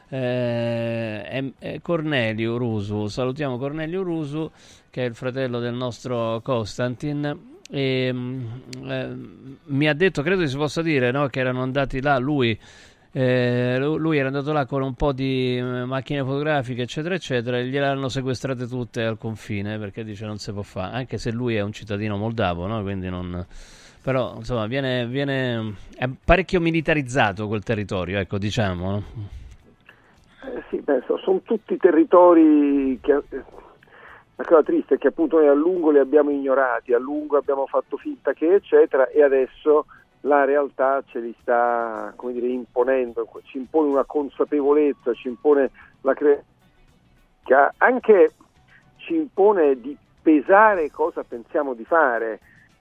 eh, è, è Cornelio Rusu. Salutiamo Cornelio Rusu, che è il fratello del nostro Konstantin. E, eh, mi ha detto, credo si possa dire, no, che erano andati là lui... Eh, lui era andato là con un po' di macchine fotografiche eccetera eccetera e gliel'hanno sequestrate tutte al confine perché dice non si può fare, anche se lui è un cittadino moldavo, no? Quindi non, però insomma viene, viene è parecchio militarizzato quel territorio, ecco, diciamo, no? Eh sì, penso, sono tutti territori che la cosa triste è che appunto noi a lungo li abbiamo ignorati, a lungo abbiamo fatto finta che eccetera e adesso la realtà ce li sta, come dire, imponendo, ci impone una consapevolezza, ci impone la crescita, anche ci impone di pesare cosa pensiamo di fare.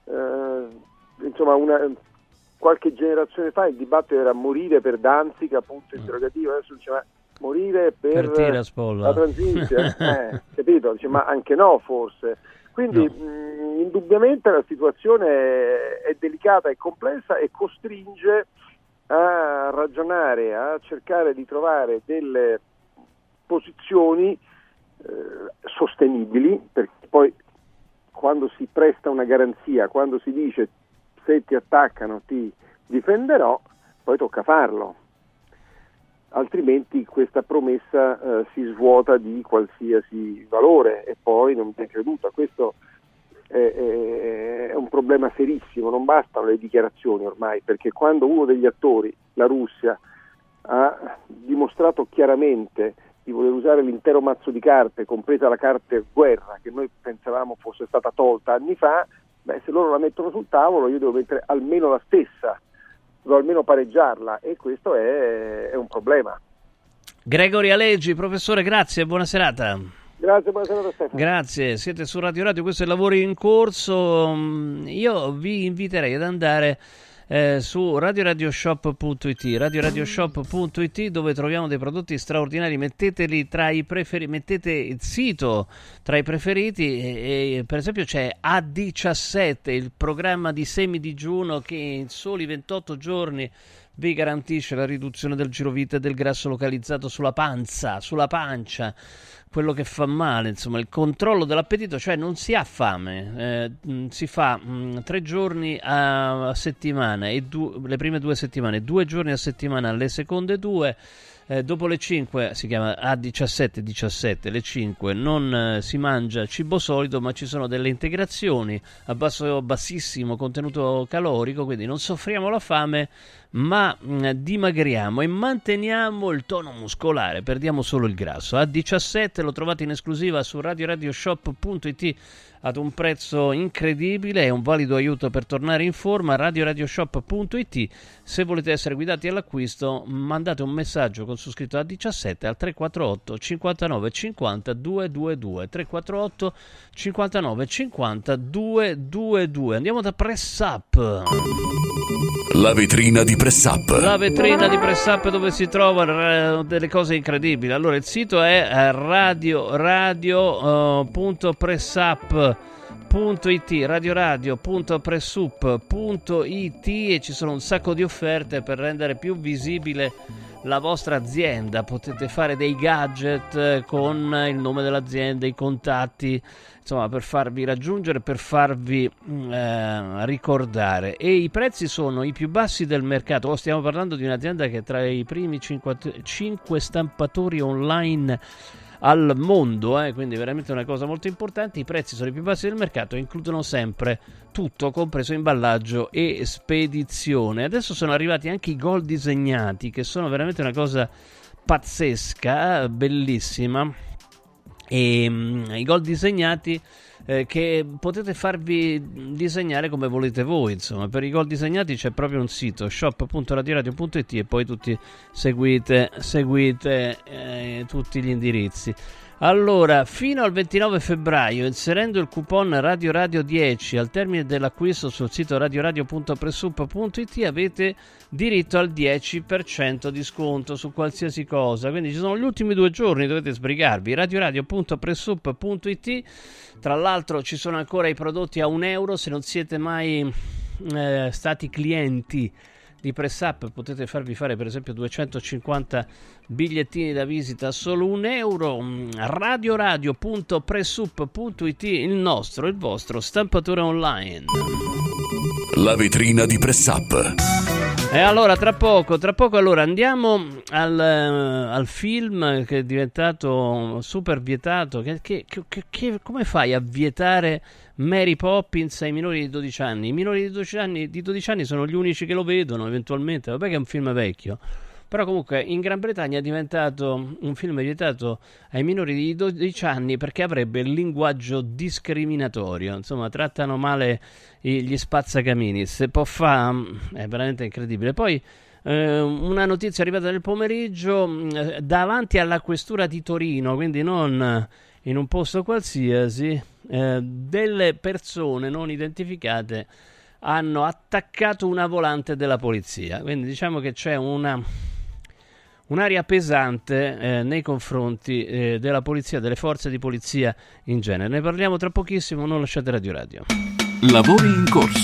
Eh, insomma, una, qualche generazione fa il dibattito era morire per Danzica, punto interrogativo, adesso dice ma morire per, per la Transnistria, eh, capito? Dice, ma anche no forse. Quindi no. mh, indubbiamente la situazione è, è delicata e complessa e costringe a ragionare, a cercare di trovare delle posizioni eh, sostenibili, perché poi quando si presta una garanzia, quando si dice se ti attaccano ti difenderò, poi tocca farlo. Altrimenti questa promessa eh, si svuota di qualsiasi valore e poi non viene creduta. Questo è, è, è un problema serissimo, non bastano le dichiarazioni ormai, perché quando uno degli attori, la Russia, ha dimostrato chiaramente di voler usare l'intero mazzo di carte, compresa la carta guerra, che noi pensavamo fosse stata tolta anni fa, beh, se loro la mettono sul tavolo io devo mettere almeno la stessa, devo almeno pareggiarla e questo è, è un problema. Gregory Aleggi, professore, grazie, buona serata. Grazie, buona serata Stefano. Grazie, siete su Radio Radio, questo è Lavori in Corso. Io vi inviterei ad andare eh, su radio radio shop punto it, radio radio shop punto it, dove troviamo dei prodotti straordinari. Metteteli tra i preferiti, mettete il sito tra i preferiti e, e per esempio c'è A diciassette, il programma di semidigiuno che in soli ventotto giorni vi garantisce la riduzione del girovite e del grasso localizzato sulla panza, sulla pancia, quello che fa male, insomma, il controllo dell'appetito, cioè non si ha fame, eh, si fa mh, tre giorni a, a settimana e du- le prime due settimane, due giorni a settimana le seconde due. Eh, dopo le cinque si chiama A diciassette diciassette, le cinque non eh, si mangia cibo solido, ma ci sono delle integrazioni a basso bassissimo contenuto calorico, quindi non soffriamo la fame ma mh, dimagriamo e manteniamo il tono muscolare, perdiamo solo il grasso. A diciassette lo trovate in esclusiva su radio radio shop punto it ad un prezzo incredibile, è un valido aiuto per tornare in forma. radio radio shop punto it. Se volete essere guidati all'acquisto, mandate un messaggio con su scritto A diciassette al tre quattro otto cinquantanove cinquanta duecentoventidue, tre quattro otto cinquantanove cinquanta duecentoventidue. Andiamo da Press Up. La vetrina di Press Up. La vetrina di Press Up, dove si trovano delle cose incredibili. Allora, il sito è radio radio punto pressup punto it, radio radio punto pressup punto it, e ci sono un sacco di offerte per rendere più visibile la vostra azienda. Potete fare dei gadget con il nome dell'azienda, i contatti, insomma, per farvi raggiungere, per farvi eh, ricordare. E i prezzi sono i più bassi del mercato. Oh, stiamo parlando di un'azienda che è tra i primi cinque stampatori online al mondo, eh? Quindi veramente una cosa molto importante. I prezzi sono i più bassi del mercato e includono sempre tutto, compreso imballaggio e spedizione. Adesso sono arrivati anche i gol disegnati, che sono veramente una cosa pazzesca, bellissima. E um, i gol disegnati eh, che potete farvi disegnare come volete voi, insomma. Per i gol disegnati c'è proprio un sito, shop punto radio radio punto it, e poi tutti seguite seguite eh, tutti gli indirizzi. Allora, fino al ventinove febbraio, inserendo il coupon Radio Radio dieci al termine dell'acquisto sul sito radio radio punto pressup punto it, avete diritto al dieci per cento di sconto su qualsiasi cosa. Quindi ci sono gli ultimi due giorni, dovete sbrigarvi. radio radio punto pressup punto it. Tra l'altro ci sono ancora i prodotti a un euro. Se non siete mai eh, stati clienti di Press Up, potete farvi fare per esempio duecentocinquanta bigliettini da visita a solo un euro. radio radio punto pressup punto it, il nostro, il vostro stampatore online. La vetrina di Press Up. E allora tra poco, tra poco allora andiamo al, uh, al film che è diventato super vietato. Che, che, che, che, come fai a vietare Mary Poppins ai minori di dodici anni? I minori di dodici anni, di dodici anni sono gli unici che lo vedono eventualmente. Vabbè che è un film vecchio, però comunque in Gran Bretagna è diventato un film vietato ai minori di dodici anni perché avrebbe il linguaggio discriminatorio. Insomma, trattano male gli spazzacamini. Se può fa, è veramente incredibile. Poi eh, una notizia arrivata nel pomeriggio eh, davanti alla questura di Torino, quindi non in un posto qualsiasi, eh, delle persone non identificate hanno attaccato una volante della polizia. Quindi diciamo che c'è una un'aria pesante eh, nei confronti eh, della polizia, delle forze di polizia in genere. Ne parliamo tra pochissimo, non lasciate Radio Radio. Lavori in corso.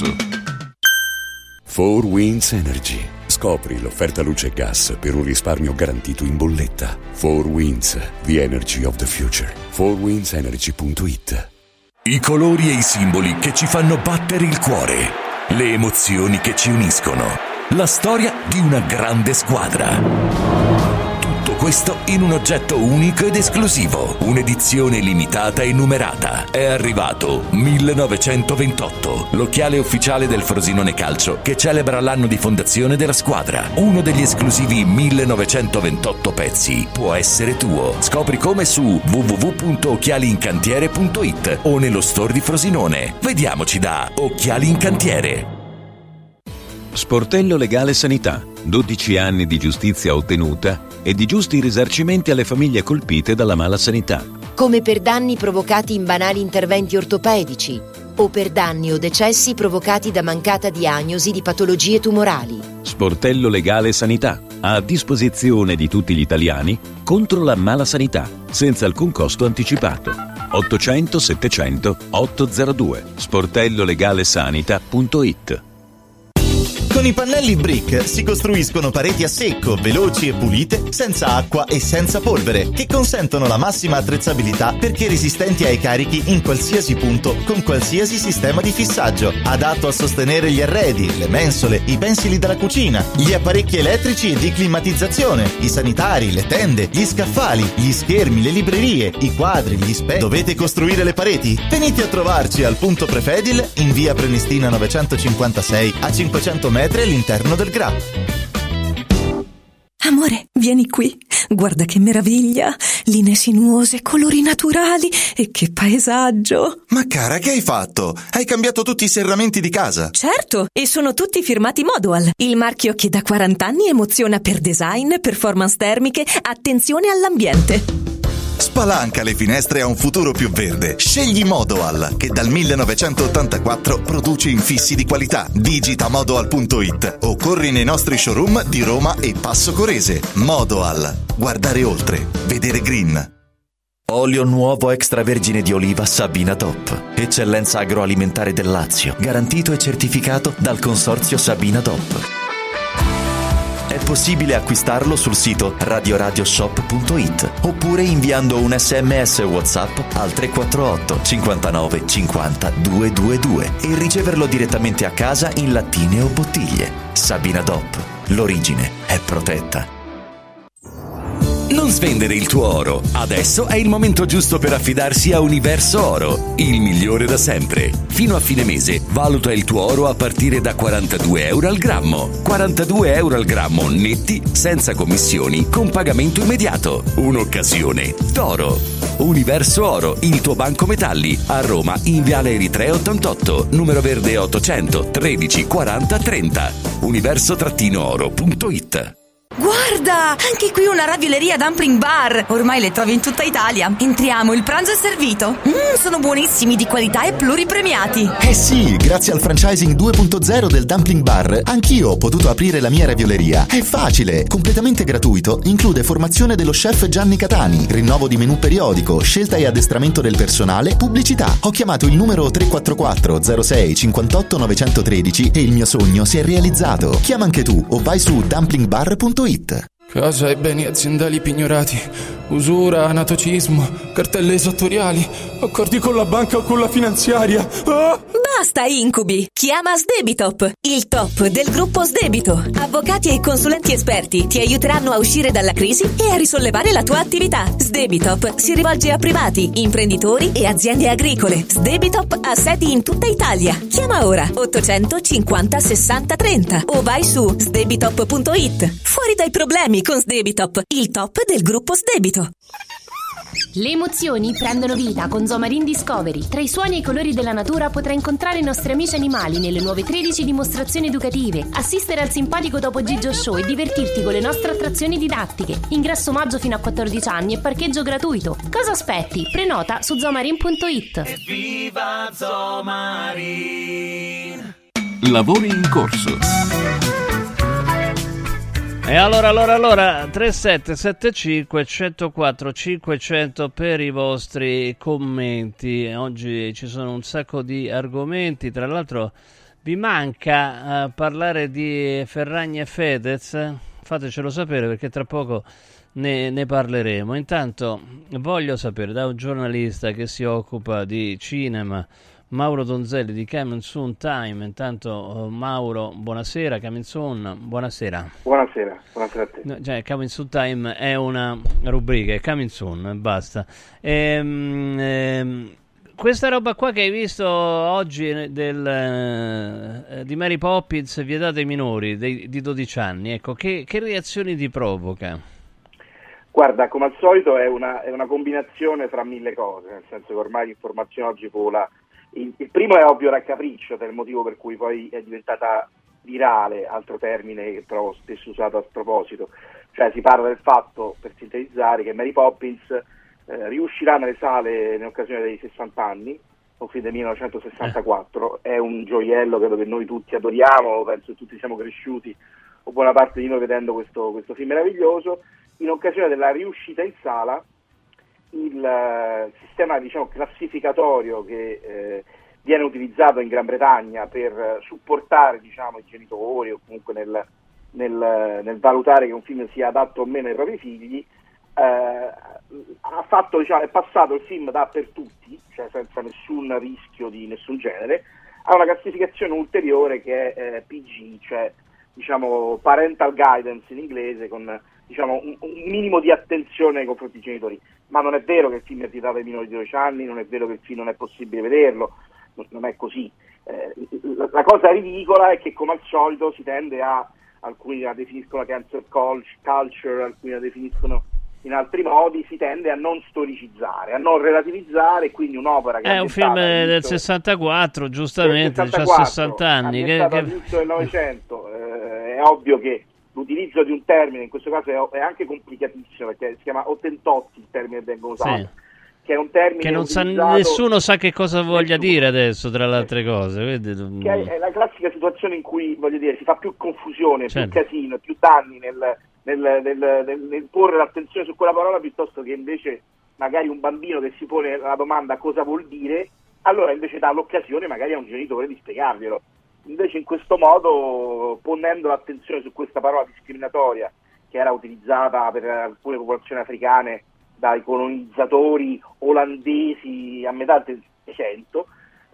four Winds Energy. Scopri l'offerta luce e gas per un risparmio garantito in bolletta. four Winds, the energy of the future. four winds energy punto it. I colori e i simboli che ci fanno battere il cuore. Le emozioni che ci uniscono. La storia di una grande squadra. Tutto questo in un oggetto unico ed esclusivo. Un'edizione limitata e numerata. È arrivato millenovecentoventotto, l'occhiale ufficiale del Frosinone Calcio che celebra l'anno di fondazione della squadra. Uno degli esclusivi millenovecentoventotto pezzi può essere tuo. Scopri come su w w w punto occhiali in cantiere punto it o nello store di Frosinone. Vediamoci da Occhiali in Cantiere. Sportello Legale Sanità. dodici anni di giustizia ottenuta e di giusti risarcimenti alle famiglie colpite dalla mala sanità. Come per danni provocati in banali interventi ortopedici o per danni o decessi provocati da mancata diagnosi di patologie tumorali. Sportello Legale Sanità. A disposizione di tutti gli italiani contro la mala sanità, senza alcun costo anticipato. ottocento settecento ottocentodue. sportello legale sanità punto it. Con i pannelli Brick si costruiscono pareti a secco, veloci e pulite, senza acqua e senza polvere, che consentono la massima attrezzabilità perché resistenti ai carichi in qualsiasi punto, con qualsiasi sistema di fissaggio, adatto a sostenere gli arredi, le mensole, i pensili della cucina, gli apparecchi elettrici e di climatizzazione, i sanitari, le tende, gli scaffali, gli schermi, le librerie, i quadri, gli specchi. Dovete costruire le pareti? Venite a trovarci al punto Prefedil in via Prenestina novecentocinquantasei a cinquecento metri all'interno del Gra. Amore, vieni qui. Guarda che meraviglia. Linee sinuose, colori naturali e che paesaggio. Ma cara, che hai fatto? Hai cambiato tutti i serramenti di casa? Certo, e sono tutti firmati Modoal, il marchio che da quaranta anni emoziona per design, performance termiche, attenzione all'ambiente. Spalanca le finestre a un futuro più verde. Scegli Modoal, che dal millenovecentottantaquattro produce infissi di qualità. Digita modoal punto it o corri nei nostri showroom di Roma e Passo Corese. Modoal. Guardare oltre. Vedere green. Olio nuovo extravergine di oliva Sabina Top. Eccellenza agroalimentare del Lazio. Garantito e certificato dal consorzio Sabina Top. È possibile acquistarlo sul sito radio radio shop punto it oppure inviando un sms WhatsApp al tre quattro otto cinquantanove cinquanta duecentoventidue e riceverlo direttamente a casa in lattine o bottiglie. Sabina D O P. L'origine è protetta. Non svendere il tuo oro. Adesso è il momento giusto per affidarsi a Universo Oro, il migliore da sempre. Fino a fine mese valuta il tuo oro a partire da quarantadue euro al grammo. quarantadue euro al grammo netti, senza commissioni, con pagamento immediato. Un'occasione d'oro. Universo Oro, il tuo banco metalli. A Roma in Viale Eritrea ottantotto, numero verde ottocento tredici quaranta trenta. universo oro punto it. Guarda, anche qui una ravioleria dumpling bar. Ormai le trovi in tutta Italia. Entriamo, il pranzo è servito. Mmm, sono buonissimi, di qualità e pluripremiati. Eh sì, grazie al franchising due punto zero del dumpling bar, anch'io ho potuto aprire la mia ravioleria. È facile, completamente gratuito, include formazione dello chef Gianni Catani, rinnovo di menù periodico, scelta e addestramento del personale, pubblicità. Ho chiamato il numero tre quattro quattro zero sei cinquantotto novecentotredici e il mio sogno si è realizzato. Chiama anche tu o vai su dumpling bar punto it. Casa e beni aziendali pignorati, usura, anatocismo, cartelle esattoriali, accordi con la banca o con la finanziaria. Ah! Basta incubi! Chiama Sdebitop, il top del gruppo Sdebito. Avvocati e consulenti esperti ti aiuteranno a uscire dalla crisi e a risollevare la tua attività. Sdebitop si rivolge a privati, imprenditori e aziende agricole. Sdebitop ha sedi in tutta Italia. Chiama ora ottocentocinquanta sessanta trenta o vai su sdebitop punto it. Fuori dai problemi con Sdebitop, il top del gruppo Sdebito. Le emozioni prendono vita con Zomarin Discovery. Tra i suoni e i colori della natura potrai incontrare i nostri amici animali nelle nuove tredici dimostrazioni educative, assistere al simpatico Topo Gigio Show e divertirti con le nostre attrazioni didattiche. Ingresso omaggio fino a quattordici anni e parcheggio gratuito. Cosa aspetti? Prenota su zomarin punto it. Viva Zomarin! Lavori in corso. E allora, allora, allora, tre sette sette cinque uno zero quattro cinquecento per i vostri commenti. Oggi ci sono un sacco di argomenti, tra l'altro vi manca uh, parlare di Ferragni e Fedez? Fatecelo sapere perché tra poco ne, ne parleremo. Intanto voglio sapere da un giornalista che si occupa di cinema, Mauro Donzelli di Coming Soon Time. Intanto uh, Mauro, buonasera. Coming Soon, buonasera. Buonasera, buonasera a te. No, cioè, Coming Soon Time è una rubrica, è Coming Soon, basta. Ehm, ehm, questa roba qua che hai visto oggi del, eh, di Mary Poppins vietata ai minori dei, di dodici anni, ecco, che, che reazioni ti provoca? Guarda, come al solito è una, è una combinazione fra mille cose, nel senso che ormai l'informazione oggi vola. Il, il primo è ovvio raccapriccio, del motivo per cui poi è diventata virale, altro termine che trovo spesso usato a sproposito. Cioè si parla del fatto, per sintetizzare, che Mary Poppins eh, riuscirà nelle sale in occasione dei sessanta anni, un film del millenovecentosessantaquattro, è un gioiello, credo che noi tutti adoriamo, penso che tutti siamo cresciuti, o buona parte di noi, vedendo questo, questo film meraviglioso. In occasione della riuscita in sala, il uh, sistema, diciamo, classificatorio che eh, viene utilizzato in Gran Bretagna per uh, supportare, diciamo, i genitori o comunque nel, nel, nel valutare che un film sia adatto o meno ai propri figli, eh, ha fatto, diciamo, è passato il film da per tutti, cioè senza nessun rischio di nessun genere, a una classificazione ulteriore che è eh, P G, cioè diciamo parental guidance in inglese, con diciamo un, un minimo di attenzione nei confronti dei genitori. Ma non è vero che il film è vietato ai minori di dodici anni, non è vero che il film non è possibile vederlo, non è così. Eh, la, la cosa ridicola è che, come al solito, si tende a alcuni la definiscono cancel culture, alcuni la definiscono in altri modi, si tende a non storicizzare, a non relativizzare, quindi un'opera che è un film del sessantaquattro, giustamente, ha sessanta anni, che, che... all'inizio del Novecento, eh, è ovvio che l'utilizzo di un termine in questo caso è, è anche complicatissimo, perché si chiama ottentotti il termine che vengono usato, sì. che è un termine che non utilizzato... sa, nessuno sa che cosa voglia dire adesso, tra le altre cose, vedi? Che è, è la classica situazione in cui, voglio dire, si fa più confusione, certo. più casino, più danni nel, nel, nel, nel, nel porre l'attenzione su quella parola, piuttosto che invece magari un bambino che si pone la domanda cosa vuol dire, allora invece dà l'occasione magari a un genitore di spiegarglielo. Invece in questo modo, ponendo l'attenzione su questa parola discriminatoria che era utilizzata per alcune popolazioni africane dai colonizzatori olandesi a metà del Seicento,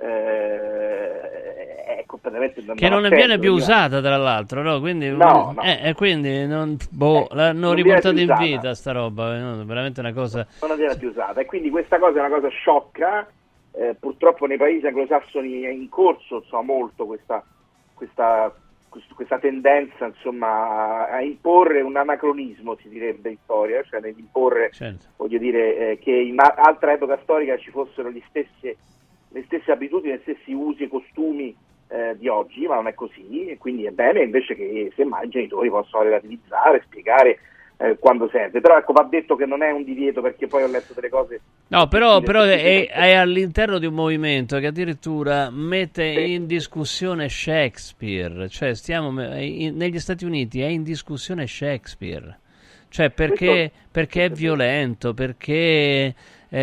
eh, è completamente che non ne viene più usata, tra l'altro, no? Quindi, no, no. Eh, eh, quindi non, boh, eh, l'hanno non riportata in vita sta roba, no? Veramente una cosa. Non viene più usata, e quindi questa cosa è una cosa sciocca. Eh, purtroppo nei paesi anglosassoni è in corso, insomma, molto questa, questa, questa tendenza, insomma, a imporre un anacronismo, si direbbe in storia, cioè nell'imporre, certo. voglio dire, eh, che in altra epoca storica ci fossero gli stessi, le stesse abitudini, gli stessi usi e costumi eh, di oggi, ma non è così, e quindi è bene invece che semmai i genitori possano relativizzare, spiegare Eh, quando serve. Però ecco, va detto che non è un divieto, perché poi ho letto delle cose. No, però, però è, è all'interno di un movimento che addirittura mette in discussione Shakespeare, cioè stiamo in, negli Stati Uniti è in discussione Shakespeare, cioè perché, perché è violento, perché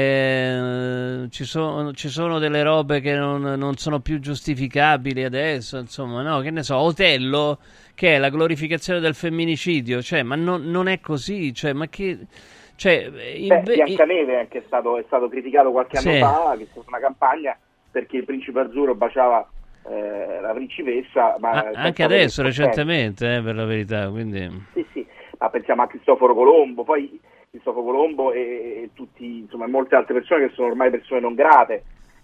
eh, ci, sono, ci sono delle robe che non, non sono più giustificabili adesso, insomma, no, che ne so, Otello, che è la glorificazione del femminicidio, cioè, ma non, non è così, cioè, ma che... Cioè, Beh, Biancaneve è anche stato, è stato criticato qualche anno sì. fa, che è stata una campagna perché il principe azzurro baciava eh, la principessa, ma ah, anche adesso, recentemente, eh, per la verità, quindi... Sì, sì, ma pensiamo a Cristoforo Colombo, poi Cristoforo Colombo e, e tutti, insomma, molte altre persone che sono ormai persone non grate.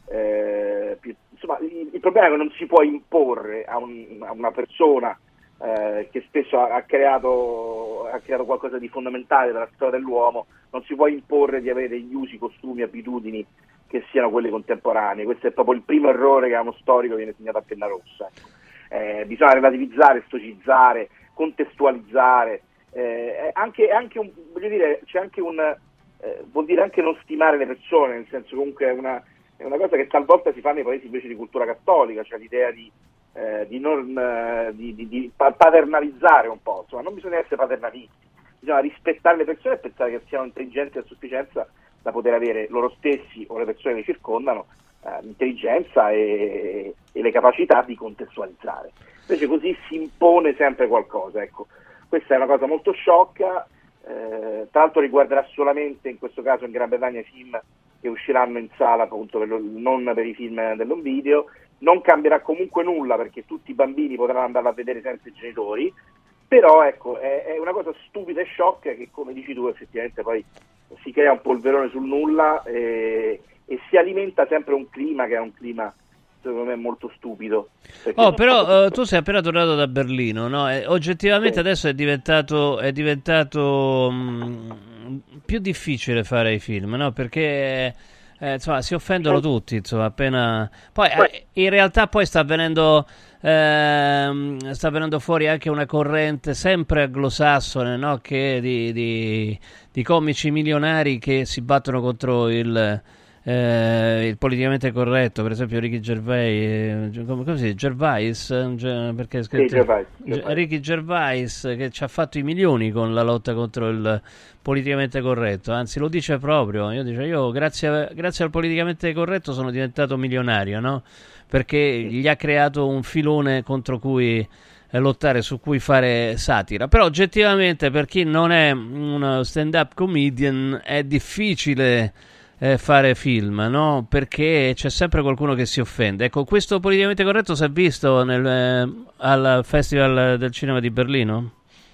Eh, più, insomma, il, il problema è che non si può imporre a, un, a una persona Eh, che spesso ha, ha, creato, ha creato qualcosa di fondamentale della storia dell'uomo, non si può imporre di avere degli usi, costumi, abitudini che siano quelli contemporanei. Questo è proprio il primo errore che a uno storico viene segnato a penna rossa. Eh, bisogna relativizzare, stocizzare, contestualizzare, eh, anche, anche un, voglio dire, c'è anche un eh, vuol dire anche non stimare le persone, nel senso, comunque è una, è una cosa che talvolta si fa nei paesi invece di cultura cattolica, cioè l'idea di Eh, di non eh, di, di, di paternalizzare un po', insomma, non bisogna essere paternalisti, bisogna rispettare le persone e pensare che siano intelligenti a sufficienza da poter avere loro stessi o le persone che li circondano eh, l'intelligenza e, e le capacità di contestualizzare. Invece così si impone sempre qualcosa, ecco. Questa è una cosa molto sciocca, eh, tra l'altro riguarderà solamente, in questo caso in Gran Bretagna, i film che usciranno in sala, appunto, per lo, non per i film dell'home video. Non cambierà comunque nulla, perché tutti i bambini potranno andarla a vedere senza i genitori, però ecco, è, è una cosa stupida e sciocca che, come dici tu, effettivamente poi si crea un polverone sul nulla e, e si alimenta sempre un clima che è un clima, secondo me, molto stupido. Oh, però uh, tu sei appena tornato da Berlino, no? E, oggettivamente sì. Adesso è diventato, è diventato mh, più difficile fare i film, no? Perché... Eh, insomma, si offendono tutti, insomma, appena poi eh, in realtà poi sta venendo ehm, sta venendo fuori anche una corrente sempre anglosassone, no? Che di, di, di comici milionari che si battono contro il eh, il politicamente corretto, per esempio Ricky Gervais, eh, come, come si dice? Gervais, eh, perché è scritto sì, Gervais, Gervais. Ricky Gervais, che ci ha fatto i milioni con la lotta contro il politicamente corretto, anzi lo dice proprio, io dice io grazie, a, grazie al politicamente corretto sono diventato milionario, no? Perché gli ha creato un filone contro cui eh, lottare, su cui fare satira. Però oggettivamente per chi non è uno stand-up comedian è difficile eh, fare film, no? Perché c'è sempre qualcuno che si offende. Ecco, questo politicamente corretto si è visto nel, eh, al Festival del Cinema di Berlino?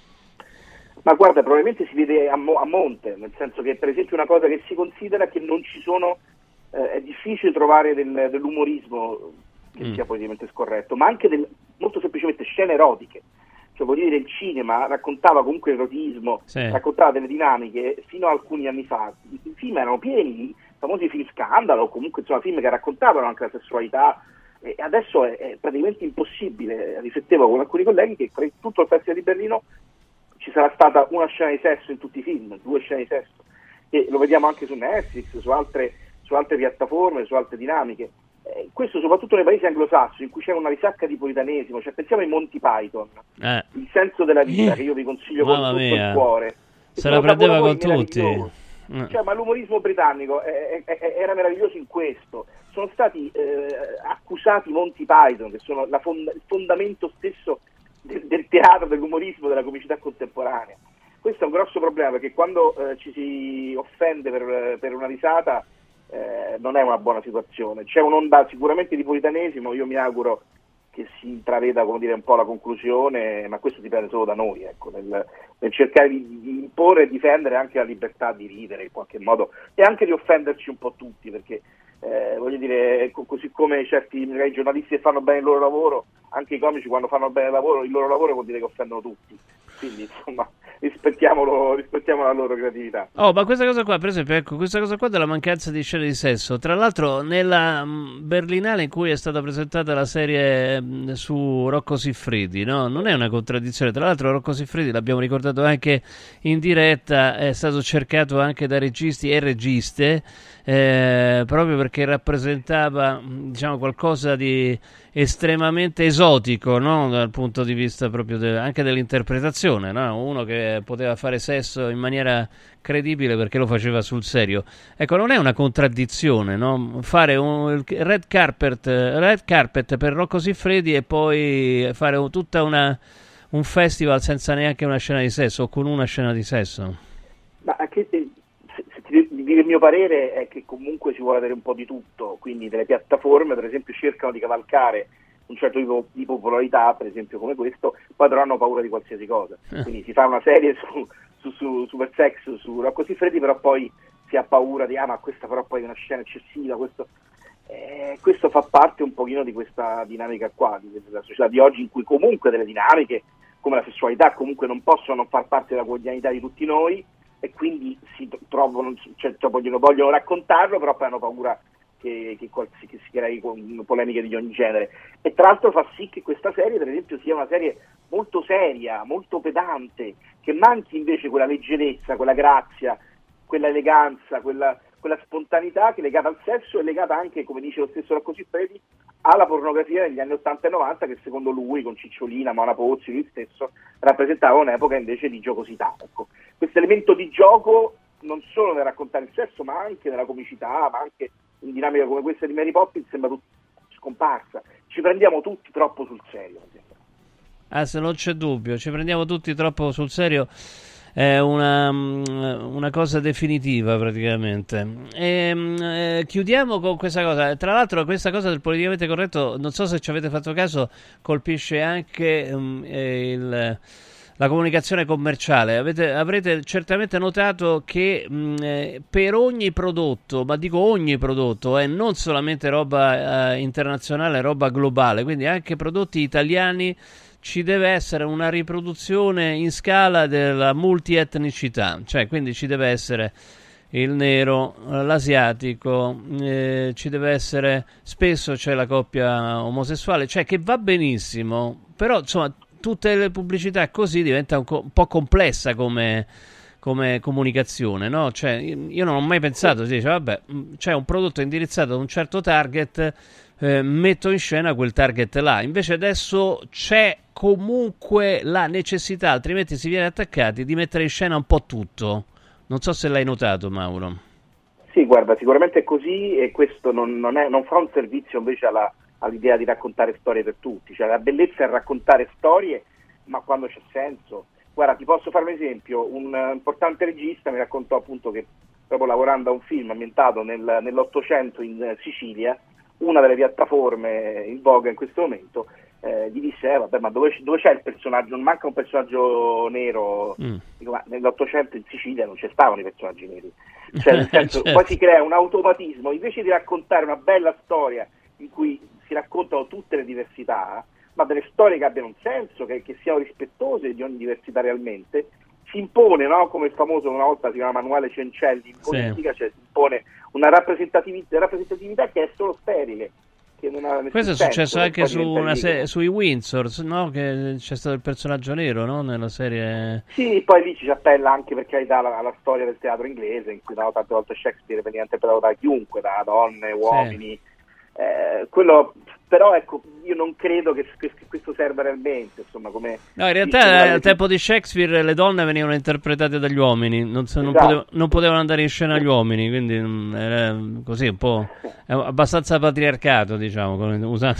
Ma guarda, probabilmente si vede a, mo- a monte, nel senso che, per esempio, una cosa che si considera è che non ci sono, eh, è difficile trovare del, dell'umorismo che mm. sia politicamente scorretto, ma anche del, molto semplicemente scene erotiche. cioè voglio dire il cinema raccontava comunque l'erotismo, sì. raccontava delle dinamiche fino a alcuni anni fa, i film erano pieni di famosi film scandalo, o comunque insomma film che raccontavano anche la sessualità, e adesso è, è praticamente impossibile. Riflettevo con alcuni colleghi che per tutto il Festival di Berlino ci sarà stata una scena di sesso in tutti i film, due scene di sesso, e lo vediamo anche su Netflix, su altre, su altre piattaforme, su altre dinamiche. Eh, questo soprattutto nei paesi anglosassoni in cui c'è una risacca di puritanesimo, cioè pensiamo ai Monty Python, eh. il senso della vita, che io vi consiglio con tutto il cuore, se la prendeva con tutti, cioè, ma l'umorismo britannico è, è, è, era meraviglioso in questo. Sono stati eh, accusati Monty Python, che sono la fonda- il fondamento stesso del, del teatro, dell'umorismo, della comicità contemporanea. Questo è un grosso problema, perché quando eh, ci si offende per, per una risata Eh, non è una buona situazione. C'è un'onda sicuramente di puritanesimo, io mi auguro che si intraveda, come dire, un po' la conclusione, ma questo dipende solo da noi, ecco, nel, nel cercare di, di imporre e difendere anche la libertà di ridere in qualche modo, e anche di offenderci un po' tutti, perché eh, voglio dire, così come certi i giornalisti che fanno bene il loro lavoro, anche i comici quando fanno bene il lavoro, il loro lavoro vuol dire che offendono tutti, quindi insomma rispettiamolo, rispettiamo la loro creatività. Oh, ma questa cosa qua, per esempio, ecco, questa cosa qua della mancanza di scene di sesso, tra l'altro nella mh, Berlinale in cui è stata presentata la serie mh, su Rocco Siffredi, no? Non è una contraddizione, tra l'altro Rocco Siffredi, l'abbiamo ricordato anche in diretta, è stato cercato anche da registi e registe, eh, proprio perché rappresentava, diciamo, qualcosa di estremamente esotico, no? Dal punto di vista proprio de- anche dell'interpretazione, no? Uno che poteva fare sesso in maniera credibile perché lo faceva sul serio. Ecco, non è una contraddizione, no? Fare un red carpet, red carpet per Rocco Siffredi e poi fare un, tutta una un festival senza neanche una scena di sesso, o con una scena di sesso. Ma anche se, se, se ti, il mio parere è che comunque si vuole avere un po' di tutto, quindi delle piattaforme per esempio cercano di cavalcare un certo tipo di popolarità, per esempio come questo, poi però hanno paura di qualsiasi cosa, quindi si fa una serie su, su, su Super Sex, su Rocco Siffredi, però poi si ha paura di ah ma questa però poi è una scena eccessiva, questo eh, questo fa parte un pochino di questa dinamica qua, di, della società di oggi, in cui comunque delle dinamiche come la sessualità comunque non possono non far parte della quotidianità di tutti noi, e quindi si trovano, cioè, vogliono, vogliono raccontarlo, però poi hanno paura che, che, che si crei polemiche di ogni genere. E tra l'altro fa sì che questa serie, per esempio, sia una serie molto seria, molto pedante, che manchi invece quella leggerezza, quella grazia, quella eleganza, quella, quella spontaneità che è legata al sesso e legata anche, come dice lo stesso Rocco Siffredi, alla pornografia negli anni ottanta e novanta, che secondo lui, con Cicciolina, Mona Pozzi, lui stesso, rappresentava un'epoca invece di giocosità. Ecco. Questo elemento di gioco non solo nel raccontare il sesso, ma anche nella comicità, ma anche in dinamica come questa di Mary Poppins, sembra tutto scomparsa. Ci prendiamo tutti troppo sul serio. Ah, se non c'è dubbio, ci prendiamo tutti troppo sul serio. È una, una cosa definitiva praticamente. E, eh, chiudiamo con questa cosa. Tra l'altro questa cosa del politicamente corretto, non so se ci avete fatto caso, colpisce anche um, il, la comunicazione commerciale. Avete, avrete certamente notato che mh, eh, per ogni prodotto, ma dico ogni prodotto, e eh, non solamente roba eh, internazionale, roba globale, quindi anche prodotti italiani, ci deve essere una riproduzione in scala della multietnicità, cioè quindi ci deve essere il nero, l'asiatico, eh, ci deve essere, spesso c'è la coppia omosessuale, cioè che va benissimo, però insomma tutte le pubblicità così diventa un, co- un po' complessa come, come comunicazione, no? Cioè io non ho mai pensato, si dice vabbè, c'è un prodotto indirizzato ad un certo target, eh, metto in scena quel target là, invece adesso c'è comunque la necessità, altrimenti si viene attaccati, di mettere in scena un po' tutto. Non so se l'hai notato, Mauro. Sì, guarda, sicuramente è così, e questo non, non, è, non fa un servizio invece alla, all'idea di raccontare storie per tutti. Cioè la bellezza è raccontare storie, ma quando c'è senso. Guarda, ti posso fare un esempio. Un uh, importante regista mi raccontò appunto che proprio lavorando a un film ambientato nel, nell'Ottocento in uh, Sicilia, una delle piattaforme in voga in questo momento eh, gli disse eh, vabbè, ma dove, dove c'è il personaggio? Non manca un personaggio nero. Mm. Dico, ma nell'Ottocento in Sicilia non ci stavano i personaggi neri, cioè nel senso certo. Poi si crea un automatismo, invece di raccontare una bella storia in cui si raccontano tutte le diversità, ma delle storie che abbiano un senso, che, che siano rispettose di ogni diversità realmente. Si impone, no? Come il famoso, una volta si chiama Manuele Cencelli in politica, sì. Cioè si impone una rappresentatività, rappresentatività che è solo sterile. Che non ha Questo è senso, successo anche su una se- sui Windsor, no? Che c'è stato il personaggio nero, no? Nella serie. Sì, poi lì ci si appella anche, per carità, alla, alla storia del teatro inglese, in cui tante volte Shakespeare veniva interpretato da chiunque, da donne, uomini. Sì. Eh, quello, però ecco, io non credo che, che questo serva realmente, insomma, come no, in realtà al tempo di Shakespeare le donne venivano interpretate dagli uomini, non, esatto. non, potev- non potevano andare in scena gli uomini, quindi mh, era così un po' è abbastanza patriarcato, diciamo, usando,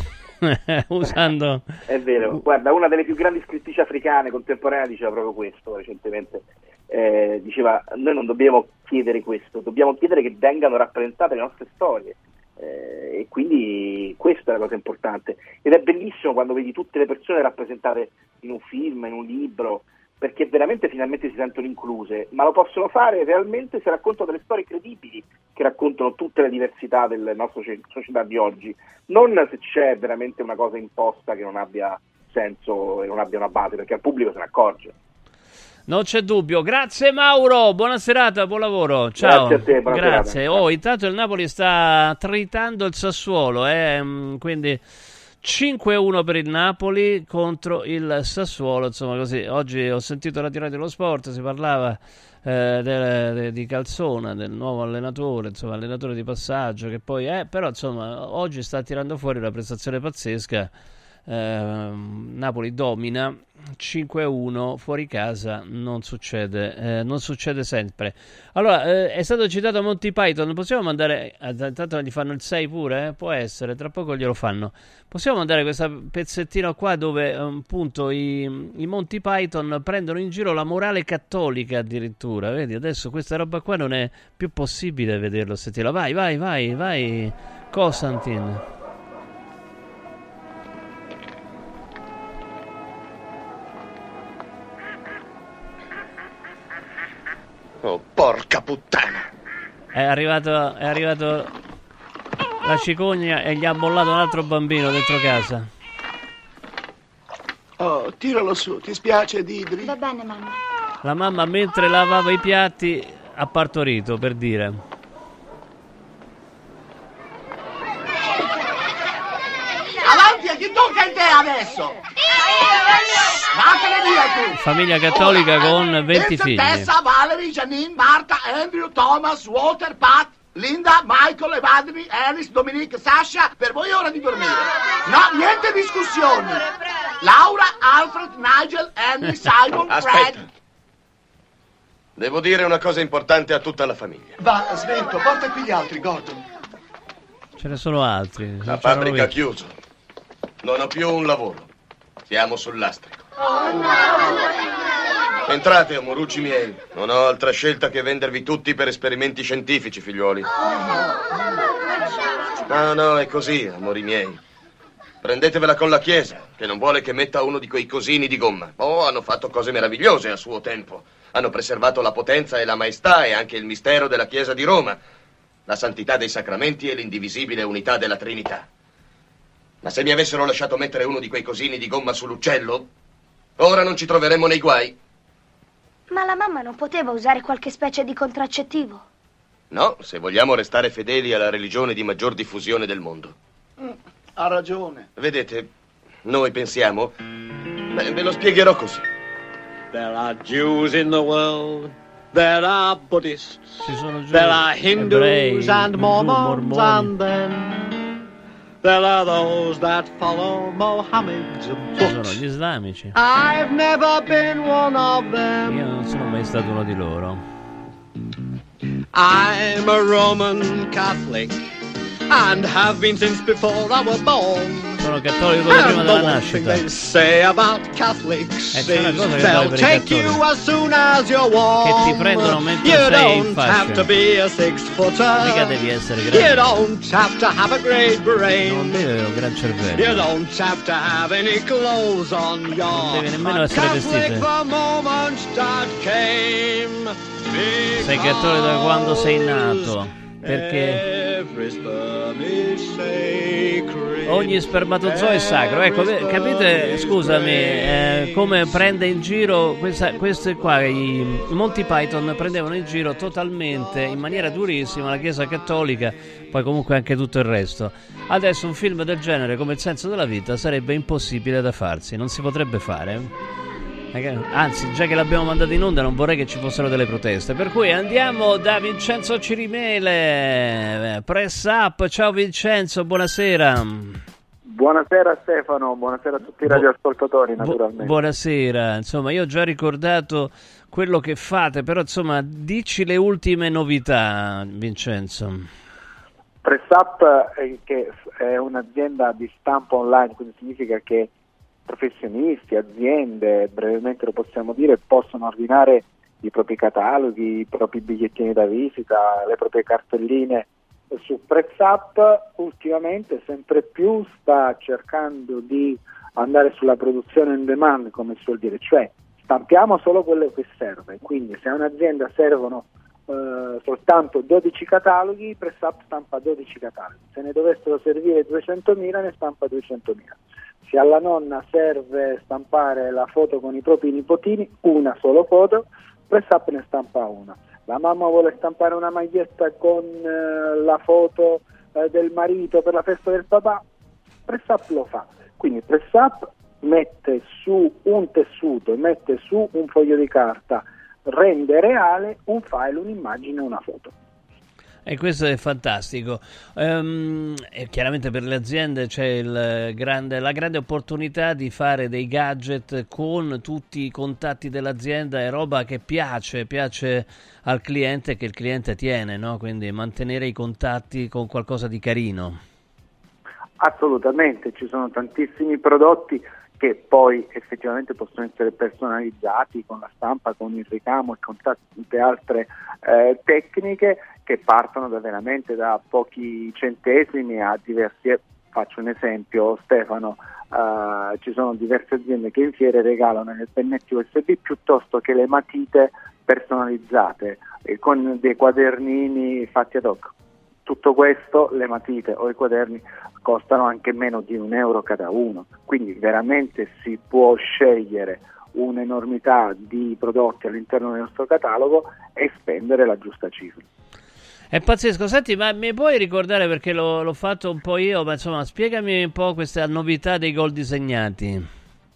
usando è vero. Guarda, una delle più grandi scrittrici africane contemporanee diceva proprio questo recentemente, eh, diceva: noi non dobbiamo chiedere questo, dobbiamo chiedere che vengano rappresentate le nostre storie. Eh, e quindi questa è la cosa importante, ed è bellissimo quando vedi tutte le persone rappresentate in un film, in un libro, perché veramente finalmente si sentono incluse, ma lo possono fare realmente se raccontano delle storie credibili che raccontano tutte le diversità della nostra società di oggi, non se c'è veramente una cosa imposta che non abbia senso e non abbia una base, perché al pubblico se ne accorge. Non c'è dubbio. Grazie Mauro, buona serata, buon lavoro. Ciao. Grazie a te, buona Grazie. serata. Oh, intanto il Napoli sta tritando il Sassuolo, eh? Quindi cinque a uno per il Napoli contro il Sassuolo, insomma, così. Oggi ho sentito Radio Radio dello Sport, si parlava eh, de, de, di Calzona, del nuovo allenatore, insomma, allenatore di passaggio, che poi è, però insomma, oggi sta tirando fuori una prestazione pazzesca. Eh, Napoli domina cinque a uno fuori casa, non succede eh, non succede sempre. Allora, eh, è stato citato Monty Python, possiamo mandare, intanto gli fanno il sei pure, eh? Può essere, tra poco glielo fanno, possiamo mandare questo pezzettino qua dove appunto i, i Monty Python prendono in giro la morale cattolica addirittura, vedi, adesso questa roba qua non è più possibile vederlo, sentirlo. Vai, vai, vai, vai Costantin. Oh, porca puttana! È arrivato, è arrivato la cicogna e gli ha bollato un altro bambino dentro casa. Oh, tiralo su, ti spiace, Didri? Va bene, mamma. La mamma, mentre lavava i piatti, ha partorito, per dire. Avanti, a chi tocca in te adesso? Vattene via tu! Famiglia cattolica con venti figli. Tessa, Valerie, Janine, Marta, Andrew, Thomas, Walter, Pat, Linda, Michael, Evadri, Alice, Dominique, Sasha. Per voi è ora di dormire. No, niente discussioni. Laura, Alfred, Nigel, Andy, Simon, Aspetta. Fred. Devo dire una cosa importante a tutta la famiglia. Va, smetto, porta qui gli altri, Gordon. Ce ne sono altri. La fabbrica ha chiuso. Non ho più un lavoro. Siamo sul lastrico. Oh, no. Entrate, amorucci miei. Non ho altra scelta che vendervi tutti per esperimenti scientifici, figliuoli. No, no, è così, amori miei. Prendetevela con la Chiesa, che non vuole che metta uno di quei cosini di gomma. Oh, hanno fatto cose meravigliose a suo tempo. Hanno preservato la potenza e la maestà e anche il mistero della Chiesa di Roma, la santità dei sacramenti e l'indivisibile unità della Trinità. Ma se mi avessero lasciato mettere uno di quei cosini di gomma sull'uccello, ora non ci troveremmo nei guai. Ma la mamma non poteva usare qualche specie di contraccettivo? No, se vogliamo restare fedeli alla religione di maggior diffusione del mondo. Mm, ha ragione. Vedete, noi pensiamo... Beh, ve lo spiegherò così. There are Jews in the world. There are Buddhists. Ci sono there are Hindus ebrei, and Mormons, mormoni. and then there are those that follow Mohammed. Ci sono gli islamici. I've never been one of them. Io non sono mai stato uno di loro. I'm a Roman Catholic and have been since before I was born. Sono cattolico da prima della nascita. They say about Catholics eh, c'è una cosa che they'll per take you as soon as you're warm. Che ti prendono mentre you sei in don't fascia. have to be a six footer. Mica devi essere You grande. don't have to have a great brain. Non devi avere un gran cervello. You don't have to have any clothes on your Non devi nemmeno essere vestito. Sei cattolico da quando sei nato. Perché Every sperm is sacred. ogni spermatozoo è sacro. Ecco, capite, scusami, eh, come prende in giro questa, queste qua, i, i Monty Python prendevano in giro totalmente, in maniera durissima, la Chiesa Cattolica, poi comunque anche tutto il resto. Adesso un film del genere come Il senso della vita sarebbe impossibile da farsi, non si potrebbe fare. Anzi, già che l'abbiamo mandato in onda non vorrei che ci fossero delle proteste, per cui andiamo da Vincenzo Cirimele, Press Up. Ciao Vincenzo, buonasera. Buonasera Stefano, buonasera a tutti i radioascoltatori naturalmente. Bu- buonasera, insomma io ho già ricordato quello che fate, però insomma dici le ultime novità, Vincenzo. Press Up è, che è un'azienda di stampa online, quindi significa che professionisti, aziende, brevemente lo possiamo dire, possono ordinare i propri cataloghi, i propri bigliettini da visita, le proprie cartelline su Press Up. Ultimamente sempre più sta cercando di andare sulla produzione on demand, come si suol dire, cioè stampiamo solo quello che serve, quindi se a un'azienda servono eh, soltanto dodici cataloghi, Press Up stampa dodici cataloghi, se ne dovessero servire duecentomila ne stampa duecentomila. Se alla nonna serve stampare la foto con i propri nipotini, una solo foto, Press Up ne stampa una. La mamma vuole stampare una maglietta con eh, la foto eh, del marito per la festa del papà, Press Up lo fa. Quindi Press Up mette su un tessuto, mette su un foglio di carta, rende reale un file, un'immagine, una foto. E questo è fantastico. Um, e chiaramente per le aziende c'è il grande, la grande opportunità di fare dei gadget con tutti i contatti dell'azienda, è roba che piace, piace al cliente, che il cliente tiene, no? Quindi mantenere i contatti con qualcosa di carino. Assolutamente, ci sono tantissimi prodotti che poi effettivamente possono essere personalizzati con la stampa, con il ricamo e con tante altre eh, tecniche che partono da veramente da pochi centesimi a diversi. Faccio un esempio, Stefano, eh, ci sono diverse aziende che in fiere regalano i pennetti U S B piuttosto che le matite personalizzate eh, con dei quadernini fatti ad hoc. Tutto questo, le matite o i quaderni, costano anche meno di un euro cada uno, quindi veramente si può scegliere un'enormità di prodotti all'interno del nostro catalogo e spendere la giusta cifra. È pazzesco. Senti, ma mi puoi ricordare, perché l'ho, l'ho fatto un po' io, ma insomma spiegami un po' questa novità dei Gol Disegnati.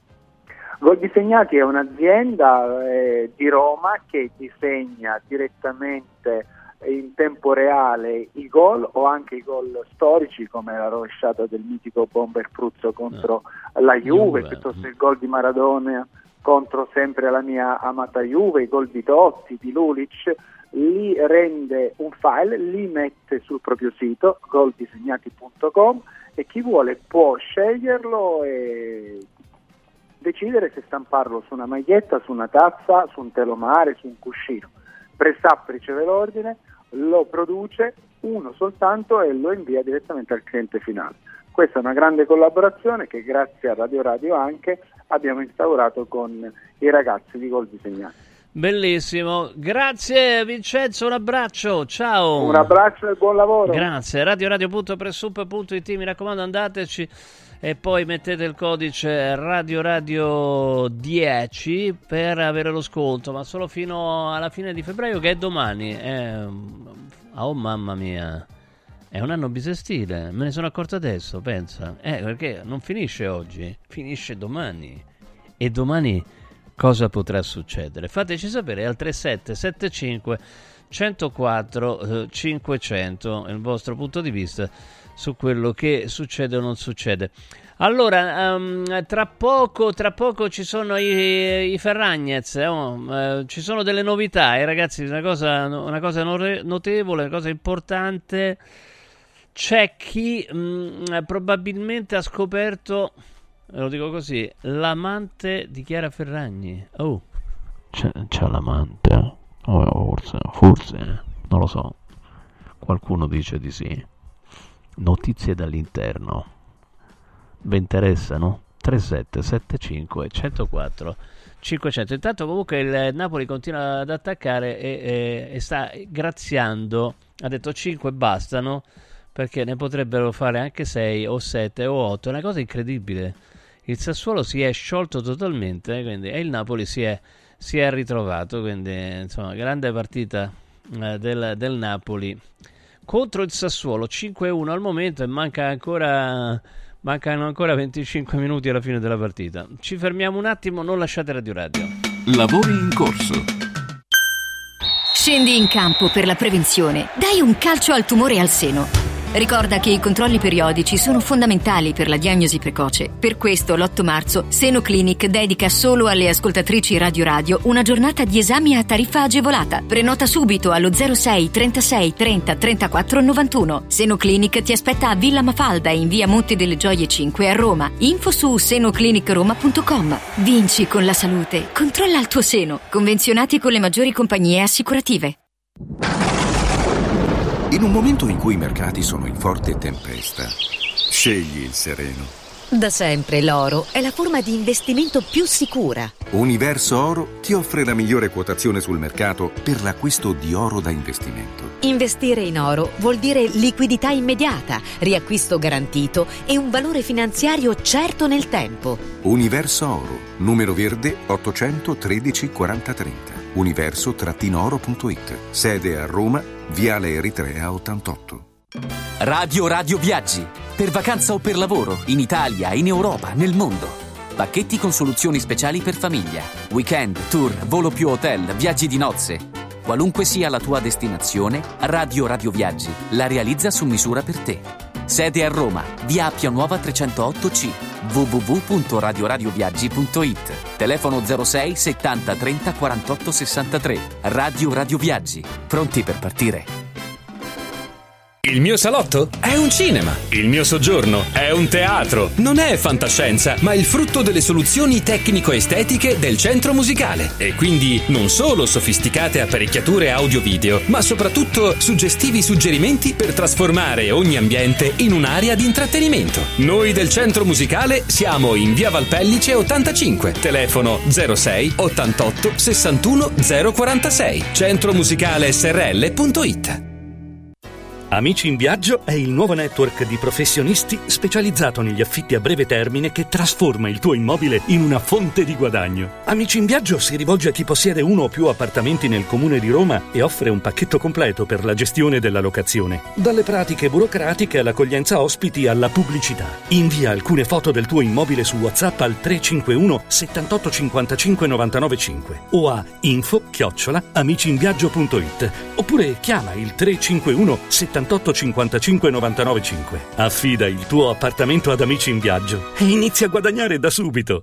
Gol Disegnati è un'azienda eh, di Roma che disegna direttamente in tempo reale i gol o anche i gol storici, come la rovesciata del mitico bomber Pruzzo contro no. la Juve, Juve, piuttosto il gol di Maradona contro sempre la mia amata Juve, i gol di Totti, di Lulic. Li rende un file, li mette sul proprio sito gol disegnati punto com e chi vuole può sceglierlo e decidere se stamparlo su una maglietta, su una tazza, su un telomare, su un cuscino. Press Up riceve l'ordine, lo produce uno soltanto e lo invia direttamente al cliente finale. Questa è una grande collaborazione che grazie a Radio Radio anche abbiamo instaurato con i ragazzi di Gol Disegnati. Bellissimo, grazie Vincenzo, un abbraccio, ciao. Un abbraccio e buon lavoro. Grazie, radio radio punto pressup punto it, mi raccomando andateci e poi mettete il codice Radio Radio dieci per avere lo sconto, ma solo fino alla fine di febbraio, che è domani. È... Oh mamma mia, è un anno bisestile, me ne sono accorto adesso, pensa. Eh, perché non finisce oggi, finisce domani. E domani cosa potrà succedere? Fateci sapere al tre sette sette cinque uno zero quattro cinquecento il vostro punto di vista su quello che succede o non succede. Allora, um, tra poco tra poco ci sono i, i Ferragnez, eh, oh, eh, ci sono delle novità, eh, ragazzi, una cosa, una cosa notevole, una cosa importante. C'è chi mh, probabilmente ha scoperto, lo dico così, l'amante di Chiara Ferragni. Oh, c'è, c'è l'amante? Oh, forse, forse, non lo so. Qualcuno dice di sì. Notizie dall'interno. Vi interessano? tre sette sette cinque uno zero quattro cinquecento. Intanto comunque il Napoli continua ad attaccare e, e, e sta graziando. Ha detto cinque bastano perché ne potrebbero fare anche sei o sette o otto, è una cosa incredibile. Il Sassuolo si è sciolto totalmente, quindi, e il Napoli si è, si è ritrovato, quindi insomma grande partita eh, del, del Napoli contro il Sassuolo, cinque a uno al momento, e manca ancora, mancano ancora venticinque minuti alla fine della partita. Ci fermiamo un attimo, non lasciate Radio Radio. Lavori in corso. Scendi in campo per la prevenzione, dai un calcio al tumore al seno. Ricorda che i controlli periodici sono fondamentali per la diagnosi precoce. Per questo l'otto marzo Seno Clinic dedica solo alle ascoltatrici Radio Radio una giornata di esami a tariffa agevolata. Prenota subito allo zero sei trentasei trenta trentaquattro novantuno. Seno Clinic ti aspetta a Villa Mafalda in via Monte delle Gioie cinque a Roma. Info su senoclinicroma punto com. Vinci con la salute. Controlla il tuo seno. Convenzionati con le maggiori compagnie assicurative. In un momento in cui i mercati sono in forte tempesta, scegli il sereno. Da sempre l'oro è la forma di investimento più sicura. Universo Oro ti offre la migliore quotazione sul mercato per l'acquisto di oro da investimento. Investire in oro vuol dire liquidità immediata, riacquisto garantito e un valore finanziario certo nel tempo. Universo Oro, numero verde ottocentotredici quaranta trenta. universo oro punto it. Sede a Roma, Viale Eritrea ottantotto. Radio Radio Viaggi. Per vacanza o per lavoro, in Italia, in Europa, nel mondo. Pacchetti con soluzioni speciali per famiglia. Weekend, tour, volo più hotel, viaggi di nozze. Qualunque sia la tua destinazione, Radio Radio Viaggi la realizza su misura per te. Sede a Roma, via Appia Nuova trecentootto C. w w w punto radio radio viaggi punto it. Telefono zero sei settanta trenta quarantotto sessantatré. Radio Radio Viaggi. Pronti per partire. Il mio salotto è un cinema. Il mio soggiorno è un teatro. Non è fantascienza, ma il frutto delle soluzioni tecnico-estetiche del Centro Musicale. E quindi non solo sofisticate apparecchiature audio-video, ma soprattutto suggestivi suggerimenti per trasformare ogni ambiente in un'area di intrattenimento. Noi del Centro Musicale siamo in via Valpellice ottantacinque. Telefono zero sei ottantotto sessantuno zero quarantasei. centromusicale s r l punto it. Amici in Viaggio è il nuovo network di professionisti specializzato negli affitti a breve termine che trasforma il tuo immobile in una fonte di guadagno. Amici in Viaggio si rivolge a chi possiede uno o più appartamenti nel comune di Roma e offre un pacchetto completo per la gestione della locazione. Dalle pratiche burocratiche all'accoglienza ospiti alla pubblicità. Invia alcune foto del tuo immobile su WhatsApp al tre cinque uno settantotto cinquantacinque novantanove cinque o a info chiocciola amiciinviaggio punto it oppure chiama il tre cinque uno settantotto cinquantacinque novantanove cinque. Affida il tuo appartamento ad Amici in Viaggio e inizia a guadagnare da subito.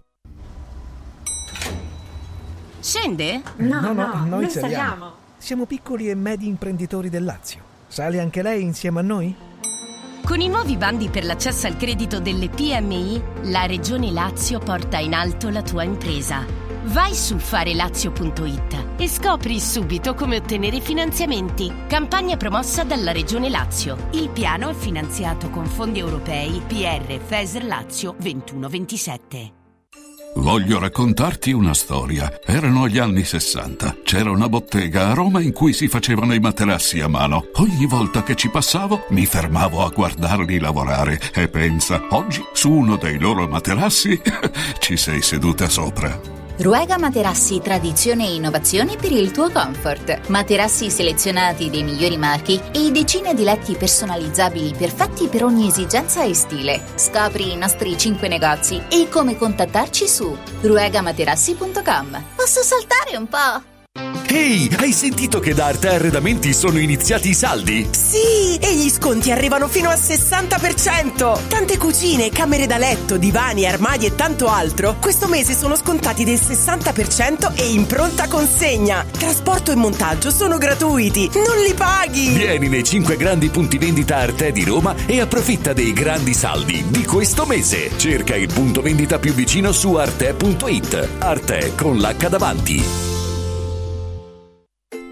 Scende? No, no, no noi, noi saliamo. saliamo. Siamo piccoli e medi imprenditori del Lazio. Sale anche lei insieme a noi? Con i nuovi bandi per l'accesso al credito delle P M I, la Regione Lazio porta in alto la tua impresa. Vai su farelazio punto it e scopri subito come ottenere finanziamenti. Campagna promossa dalla Regione Lazio. Il piano è finanziato con fondi europei P R FESR Lazio ventuno ventisette. Voglio raccontarti una storia. Erano gli anni sessanta. C'era una bottega a Roma in cui si facevano i materassi a mano. Ogni volta che ci passavo mi fermavo a guardarli lavorare e pensa, oggi su uno dei loro materassi ci sei seduta sopra. Ruega Materassi, tradizione e innovazione per il tuo comfort. Materassi selezionati dei migliori marchi e decine di letti personalizzabili perfetti per ogni esigenza e stile. Scopri i nostri cinque negozi e come contattarci su ruega materassi punto com. Posso saltare un po'? Ehi, hai sentito che da Arte Arredamenti sono iniziati i saldi? Sì, e gli sconti arrivano fino al sessanta per cento. Tante cucine, camere da letto, divani, armadi e tanto altro questo mese sono scontati del sessanta per cento e in pronta consegna. Trasporto e montaggio sono gratuiti, non li paghi. Vieni nei cinque grandi punti vendita Arte di Roma e approfitta dei grandi saldi di questo mese. Cerca il punto vendita più vicino su arte punto it. Arte con l'H davanti.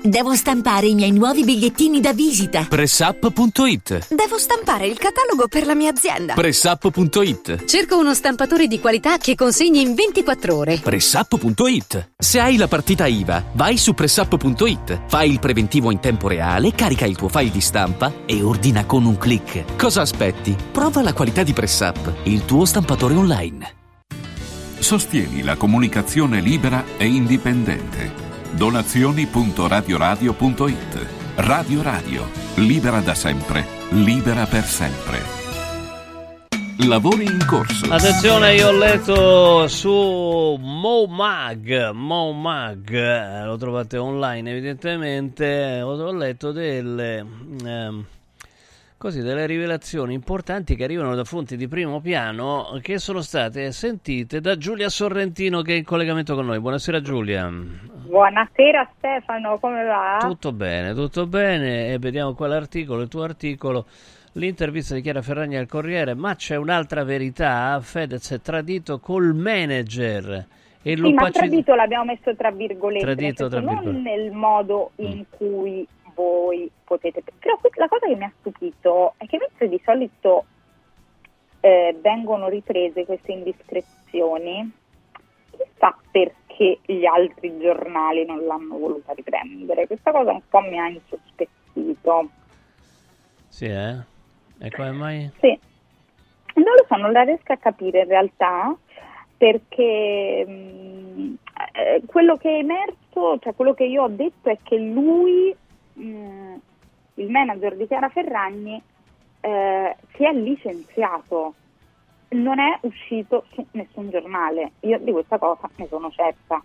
Devo stampare i miei nuovi bigliettini da visita. Pressup punto it. Devo stampare il catalogo per la mia azienda. Pressup punto it. Cerco uno stampatore di qualità che consegni in ventiquattro ore. Pressup punto it. Se hai la partita I V A, vai su Pressup punto it. Fai il preventivo in tempo reale, carica il tuo file di stampa e ordina con un click. Cosa aspetti? Prova la qualità di Pressup, il tuo stampatore online. Sostieni la comunicazione libera e indipendente. Donazioni punto radioradio punto it. Radio Radio, libera da sempre, libera per sempre. Lavori in corso. Attenzione, io ho letto su MoMag, MoMag, lo trovate online evidentemente, ho letto delle... Ehm, Così, delle rivelazioni importanti che arrivano da fonti di primo piano che sono state sentite da Giulia Sorrentino, che è in collegamento con noi. Buonasera Giulia. Buonasera Stefano, come va? Tutto bene, tutto bene, e vediamo qua l'articolo, il tuo articolo, l'intervista di Chiara Ferragni al Corriere, ma c'è un'altra verità, Fedez è tradito col manager. E sì, ma tradito l'abbiamo messo tra virgolette, tradito, tra virgolette. Non nel modo in cui voi potete, però la cosa che mi ha stupito è che mentre di solito eh, vengono riprese queste indiscrezioni, chissà perché gli altri giornali non l'hanno voluta riprendere. Questa cosa un po' mi ha insospettito. Sì, eh? E come mai? Sì, non lo so, non la riesco a capire in realtà, perché mh, eh, quello che è emerso, cioè quello che io ho detto è che lui, mh, il manager di Chiara Ferragni, eh, si è licenziato, non è uscito su nessun giornale. Io di questa cosa ne sono certa,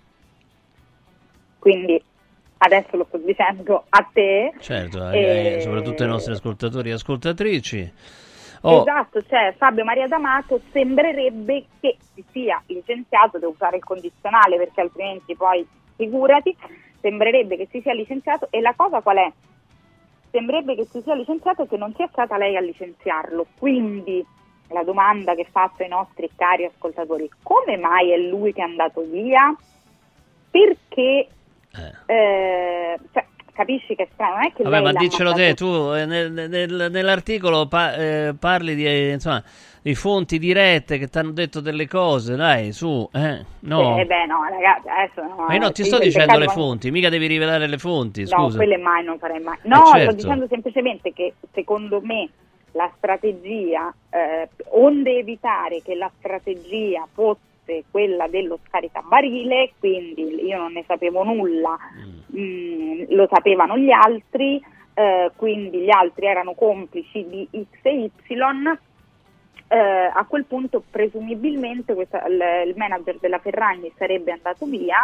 quindi adesso lo sto dicendo a te. Certo, e... eh, soprattutto ai nostri ascoltatori e ascoltatrici. Oh. Esatto, cioè Fabio Maria D'Amato sembrerebbe che si sia licenziato, devo usare il condizionale perché altrimenti poi figurati, sembrerebbe che si sia licenziato, e la cosa qual è? Sembrerebbe che si sia licenziato e che non sia stata lei a licenziarlo, quindi la domanda che faccio ai nostri cari ascoltatori: come mai è lui che è andato via? Perché eh. Eh, cioè, capisci che è strano, non è che vabbè, lei ma l'ha diccelo te, mandato... tu eh, nel, nel, nell'articolo pa- eh, parli di, eh, insomma, di fonti dirette che ti hanno detto delle cose, dai, su, eh, no. Eh beh, no, ragazzi, adesso no. Ma io non ti sto dicendo le fonti, mica devi rivelare le fonti, scusa. No, quelle mai non farei mai. No, eh, certo. Sto dicendo semplicemente che secondo me la strategia, eh, onde evitare che la strategia fosse quella dello scaricabarile, quindi io non ne sapevo nulla, mm. mh, lo sapevano gli altri, eh, quindi gli altri erano complici di X e Y, eh, a quel punto presumibilmente questa, il, il manager della Ferragni sarebbe andato via,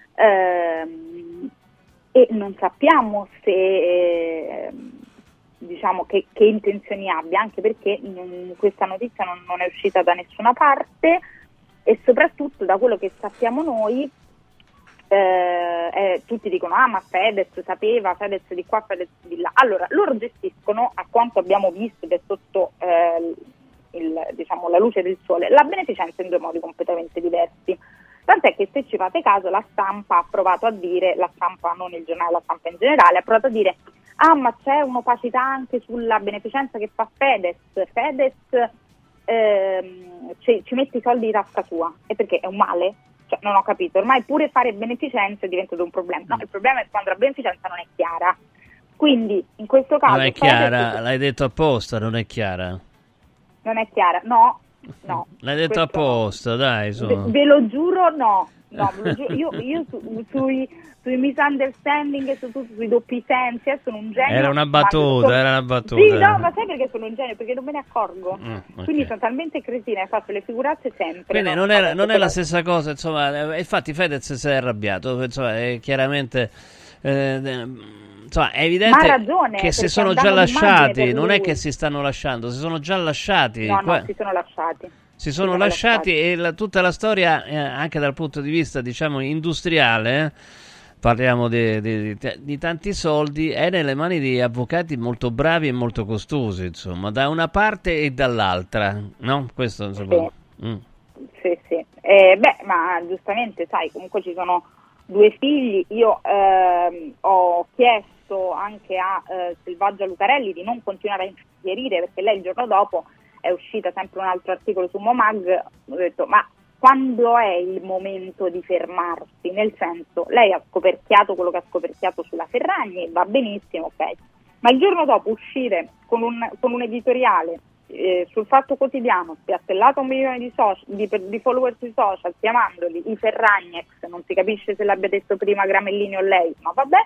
ehm, e non sappiamo se eh, diciamo che, che intenzioni abbia, anche perché non, questa notizia non, non è uscita da nessuna parte. E soprattutto da quello che sappiamo noi, eh, eh, tutti dicono ah ma Fedez sapeva, Fedez di qua, Fedez di là. Allora, loro gestiscono, a quanto abbiamo visto ed è sotto eh, il, diciamo, la luce del sole, la beneficenza in due modi completamente diversi. Tant'è che, se ci fate caso, la stampa ha provato a dire, la stampa non il giornale, la stampa in generale, ha provato a dire ah ma c'è un'opacità anche sulla beneficenza che fa Fedez, Fedez Ehm, ci, ci mette i soldi in tasca sua, e perché è un male? Cioè, non ho capito, ormai pure fare beneficenza è diventato un problema. No, il problema è quando la beneficenza non è chiara, quindi in questo caso non è chiara, Fedez... l'hai detto apposta, non è chiara non è chiara, no, no l'hai detto apposta, no. Dai, su. Ve, ve lo giuro, no, no ve lo giuro, io, io su, sui sui misunderstanding e su, su, sui doppi sensi eh, sono un genio. Era una battuta, era una battuta. Sì, no, ma sai perché sono un genio? Perché non me ne accorgo. Mm, okay. Quindi sono talmente cretina, faccio le figuracce sempre. Quindi no? non, era, non è la stessa cosa, insomma, infatti Fedez si è arrabbiato, insomma, è chiaramente... Eh, insomma, è evidente ragione, che si sono già lasciati, non è che si stanno lasciando, si sono già lasciati. No, Qua... no, si sono lasciati. Si sono, si sono lasciati, lasciati e la, tutta la storia, eh, anche dal punto di vista, diciamo, industriale, eh, parliamo di, di, di, di tanti soldi, è nelle mani di avvocati molto bravi e molto costosi, insomma, da una parte e dall'altra, no? Questo, insomma. Sì, mm. sì, sì. Eh, beh, ma giustamente, sai, comunque ci sono due figli. Io ehm, ho chiesto anche a eh, Selvaggia Lucarelli di non continuare a infierire, perché lei il giorno dopo è uscita sempre un altro articolo su Momag. Ho detto, ma quando è il momento di fermarsi? Nel senso, lei ha scoperchiato quello che ha scoperchiato sulla Ferragni, va benissimo, ok, ma il giorno dopo uscire con un, con un editoriale eh, sul Fatto Quotidiano, spiattellato un milione di, social, di, di follower sui social, chiamandoli i Ferragnex, non si capisce se l'abbia detto prima Gramellini o lei, ma vabbè,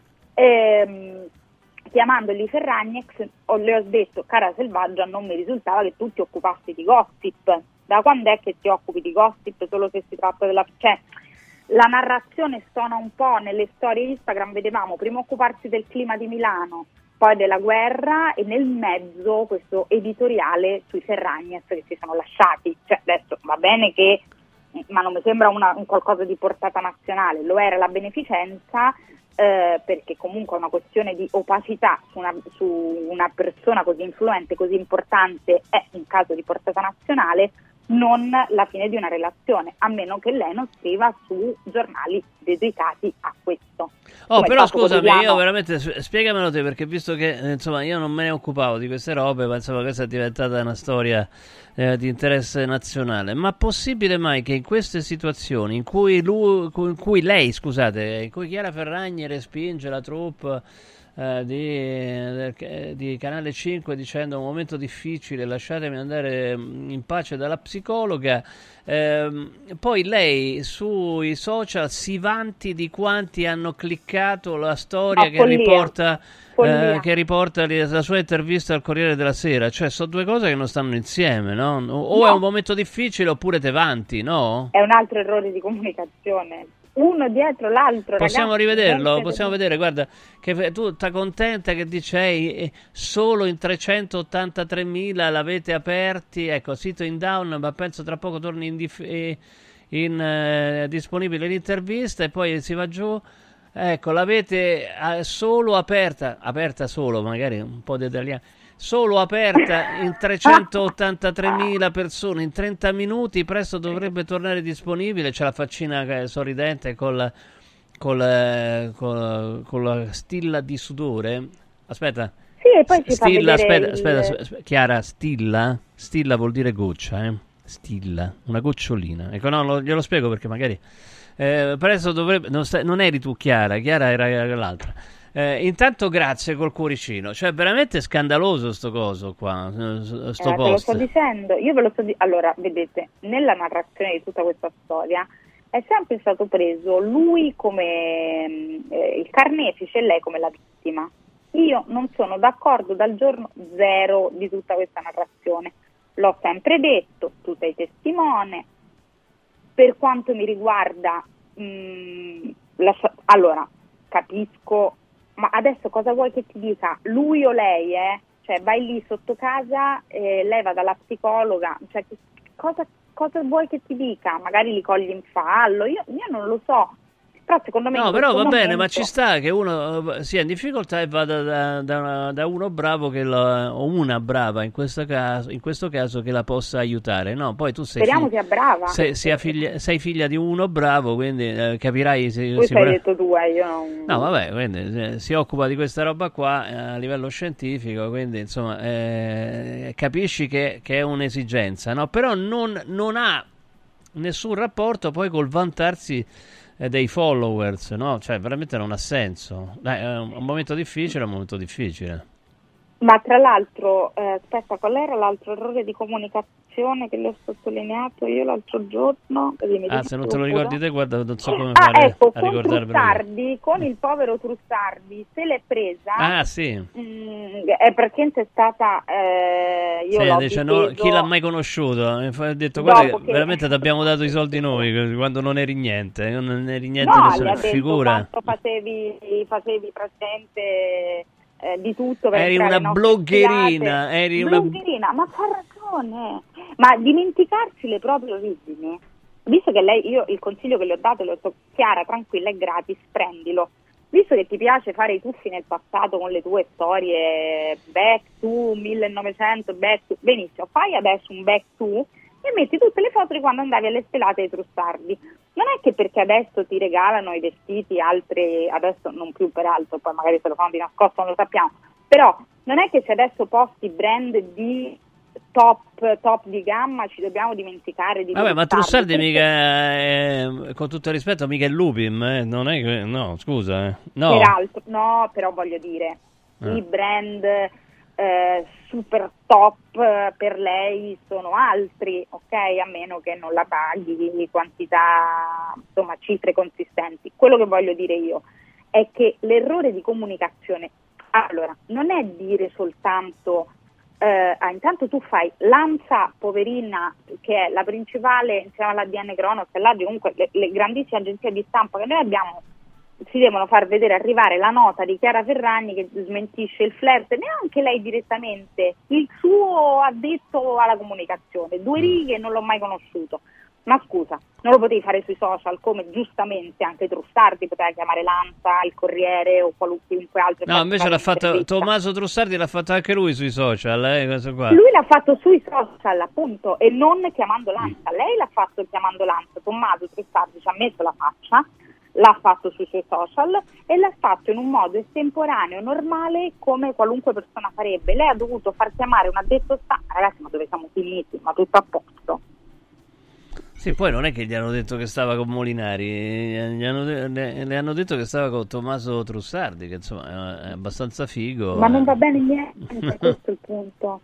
ehm, chiamandoli i Ferragnex, o le ho detto, cara Selvaggia, non mi risultava che tu ti occupassi di gossip. Da quando è che ti occupi di gossip solo se si tratta della... Cioè, la narrazione stona un po', nelle storie Instagram vedevamo prima occuparsi del clima di Milano, poi della guerra, e nel mezzo questo editoriale sui Ferragnes che si sono lasciati. Cioè, adesso va bene che, ma non mi sembra una, un qualcosa di portata nazionale, lo era la beneficenza, eh, perché comunque è una questione di opacità su una, su una persona così influente, così importante, è un caso di portata nazionale, non la fine di una relazione, a meno che lei non scriva su giornali dedicati a questo. Oh, Come però scusami, quotidiano. io veramente, spiegamelo te, perché visto che eh, insomma io non me ne occupavo di queste robe, pensavo che questa è diventata una storia eh, di interesse nazionale, ma possibile mai che in queste situazioni in cui, lui, in cui lei, scusate, in cui Chiara Ferragni respinge la troupe Uh, di, eh, di Canale cinque dicendo un momento difficile, lasciatemi andare in pace dalla psicologa, eh, poi lei sui social si vanti di quanti hanno cliccato la storia no, che, follia. riporta, Follia. eh, che riporta la sua intervista al Corriere della Sera. Cioè sono due cose che non stanno insieme, no? O no. È un momento difficile oppure te vanti, no? È un altro errore di comunicazione, uno dietro l'altro. Possiamo ragazzi, rivederlo? Possiamo vedere, guarda, che tu sta contenta che dice eh, solo in trecentottantatremila l'avete aperti, ecco, sito in down, ma penso tra poco torni in, dif- eh, in eh, disponibile l'intervista, e poi si va giù, ecco, l'avete eh, solo aperta, aperta solo, magari un po' di italiano, solo aperta in trecentottantatremila persone in trenta minuti, presto dovrebbe tornare disponibile. C'è la faccina sorridente col, col, col, con la stilla di sudore. Aspetta. Sì, e poi ci stilla, fa aspetta, il... aspetta, aspetta, aspetta, Chiara, stilla? Stilla vuol dire goccia, eh? Stilla, una gocciolina. Ecco, no, lo, glielo spiego perché magari eh, presto dovrebbe... Non, sta, non eri tu Chiara, Chiara era l'altra. Eh, intanto grazie col cuoricino, cioè veramente scandaloso sto coso qua, sto eh, post. Te lo sto dicendo, io ve lo sto di- allora, vedete, nella narrazione di tutta questa storia è sempre stato preso lui come eh, il carnefice e lei come la vittima. Io non sono d'accordo dal giorno zero di tutta questa narrazione, l'ho sempre detto, tu sei testimone. Per quanto mi riguarda, mh, lascia- allora, capisco. Ma adesso cosa vuoi che ti dica? Lui o lei, eh? Cioè vai lì sotto casa, eh, lei va dalla psicologa, cioè cosa, cosa vuoi che ti dica? Magari li cogli in fallo, io, io non lo so. Però secondo me no, in però va momento... bene, ma ci sta che uno sia in difficoltà e vada da, da, da uno bravo che la, o una brava in questo caso, in questo caso che la possa aiutare. No, poi tu sei Speriamo figlia, sia brava. sei, sia figlia, sei figlia di uno bravo, quindi eh, capirai. Se, Questo sicura... hai detto tu, eh, io non... No, vabbè, quindi eh, si occupa di questa roba qua eh, a livello scientifico, quindi insomma eh, capisci che, che è un'esigenza, no? Però non, non ha nessun rapporto poi col vantarsi dei followers, no? Cioè veramente non ha senso. Dai, è un, un momento difficile, è un momento difficile. Ma tra l'altro, eh, aspetta, qual era l'altro errore di comunicazione che le ho sottolineato io l'altro giorno? Ah, se non te lo ricordi te, guarda, non so come ah, fare ecco, a con ricordarmelo. Trussardi, con il povero Trussardi, se l'è presa. Ah, sì. Mh, è praticamente stata... Eh, io Sì, l'ho dice, difeso, no, chi l'ha mai conosciuto? Ha detto, guarda, che... veramente ti abbiamo dato i soldi noi quando non eri niente, non eri niente no, nessuna figura. Quanto facevi, facevi presente... Eh, di tutto per eri una bloggerina, eri una bloggerina, ma fa ragione. Ma dimenticarsi le proprie origini, visto che lei, io il consiglio che le ho dato, le ho detto, Chiara, tranquilla, è gratis, prendilo. Visto che ti piace fare i tuffi nel passato con le tue storie back to millenovecento, back to, benissimo, fai adesso un back to, e metti tutte le foto di quando andavi alle sfilate dei Trussardi. Non è che perché adesso ti regalano i vestiti, altri adesso non più peraltro, poi magari se lo fanno di nascosto, non lo sappiamo, però non è che se adesso posti brand di top, top di gamma ci dobbiamo dimenticare di vabbè, ma Trussardi perché... mica è, con tutto il rispetto, mica è Lupin, eh? Non è che, no, scusa, eh. no. Peraltro, no, però voglio dire, eh. i brand eh, super top eh, per lei sono altri, ok? A meno che non la paghi quantità, insomma, cifre consistenti. Quello che voglio dire io è che l'errore di comunicazione, allora, non è dire soltanto eh, ah, intanto tu fai l'ANSA, poverina, che è la principale insieme alla D N Cronos e là comunque le, le grandissime agenzie di stampa che noi abbiamo, si devono far vedere arrivare la nota di Chiara Ferragni che smentisce il flirt, neanche lei direttamente, il suo addetto alla comunicazione, due righe, non l'ho mai conosciuto. Ma scusa, non lo potevi fare sui social come giustamente anche Trussardi poteva chiamare l'ANSA, il Corriere o qualunque altro. No, invece l'ha fatto Tommaso Trussardi, l'ha fatto anche lui sui social, eh, questo qua. Lui l'ha fatto sui social, appunto, e non chiamando l'ANSA. Lei l'ha fatto chiamando l'ANSA. Tommaso Trussardi ci ha messo la faccia, l'ha fatto sui suoi social e l'ha fatto in un modo estemporaneo, normale, come qualunque persona farebbe. Lei ha dovuto far chiamare un addetto stampa. Ragazzi, ma dove siamo finiti? Ma tutto a posto. Sì, poi non è che gli hanno detto che stava con Molinari, gli hanno de- le, le hanno detto che stava con Tommaso Trussardi, che insomma è abbastanza figo. Ma eh. non va bene niente, questo è il punto.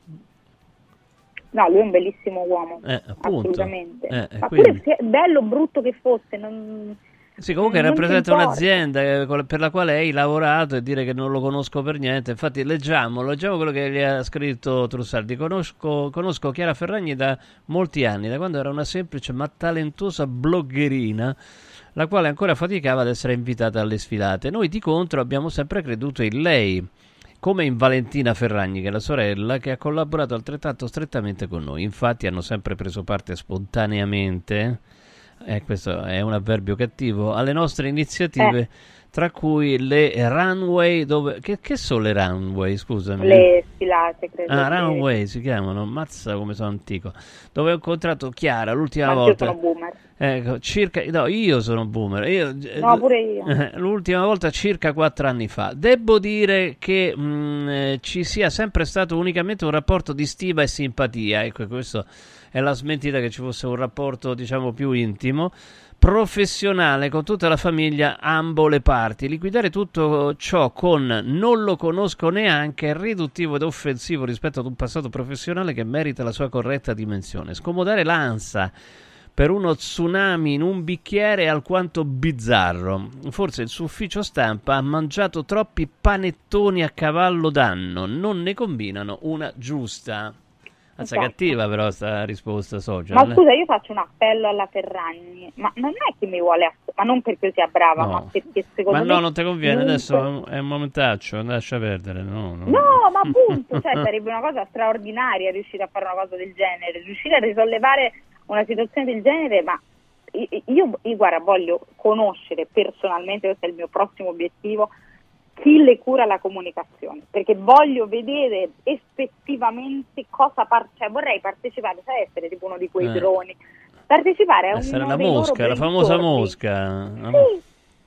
No, lui è un bellissimo uomo, eh, appunto. assolutamente. Eh, Ma quindi... pure se bello o brutto che fosse, non... Sì, comunque non rappresenta importa. un'azienda per la quale hai lavorato e dire che non lo conosco per niente. Infatti leggiamo, leggiamo quello che gli ha scritto Trussardi. Conosco, conosco Chiara Ferragni da molti anni, da quando era una semplice ma talentuosa bloggerina, la quale ancora faticava ad essere invitata alle sfilate. Noi di contro abbiamo sempre creduto in lei, come in Valentina Ferragni, che è la sorella, che ha collaborato altrettanto strettamente con noi. Infatti hanno sempre preso parte spontaneamente, eh, questo è un avverbio cattivo, alle nostre iniziative, eh. tra cui le runway, dove che, che sono le runway, scusami? Le sfilate, credo. Ah, che... runway si chiamano, mazza come sono antico. Dove ho incontrato Chiara l'ultima Ma volta. io sono boomer. Ecco, circa, no, io sono boomer. Io, no, pure io. L'ultima volta circa quattro anni fa. Devo dire che mh, ci sia sempre stato unicamente un rapporto di stima e simpatia. Ecco, questo è la smentita che ci fosse un rapporto, diciamo, più intimo, professionale con tutta la famiglia, ambo le parti. Liquidare tutto ciò con non lo conosco neanche è riduttivo ed offensivo rispetto ad un passato professionale che merita la sua corretta dimensione. Scomodare l'ANSA per uno tsunami in un bicchiere è alquanto bizzarro. Forse il suo ufficio stampa ha mangiato troppi panettoni a cavallo d'anno, non ne combinano una giusta. Anzi, esatto. Cattiva però sta risposta social. Ma scusa, io faccio un appello alla Ferragni, ma non è che mi vuole, ass- ma non perché io sia brava, No. ma perché secondo Ma me... no, non ti conviene, comunque- adesso è un momentaccio, lascia perdere. No, no. No, ma appunto, cioè sarebbe una cosa straordinaria riuscire a fare una cosa del genere, riuscire a risollevare una situazione del genere, ma io, io, io guarda, voglio conoscere personalmente, questo è il mio prossimo obiettivo, chi le cura la comunicazione, perché voglio vedere effettivamente cosa par- cioè vorrei partecipare, sai, essere tipo uno di quei Eh. droni, partecipare a Essere uno la dei loro mosca, la famosa brainstorming. mosca. Sì,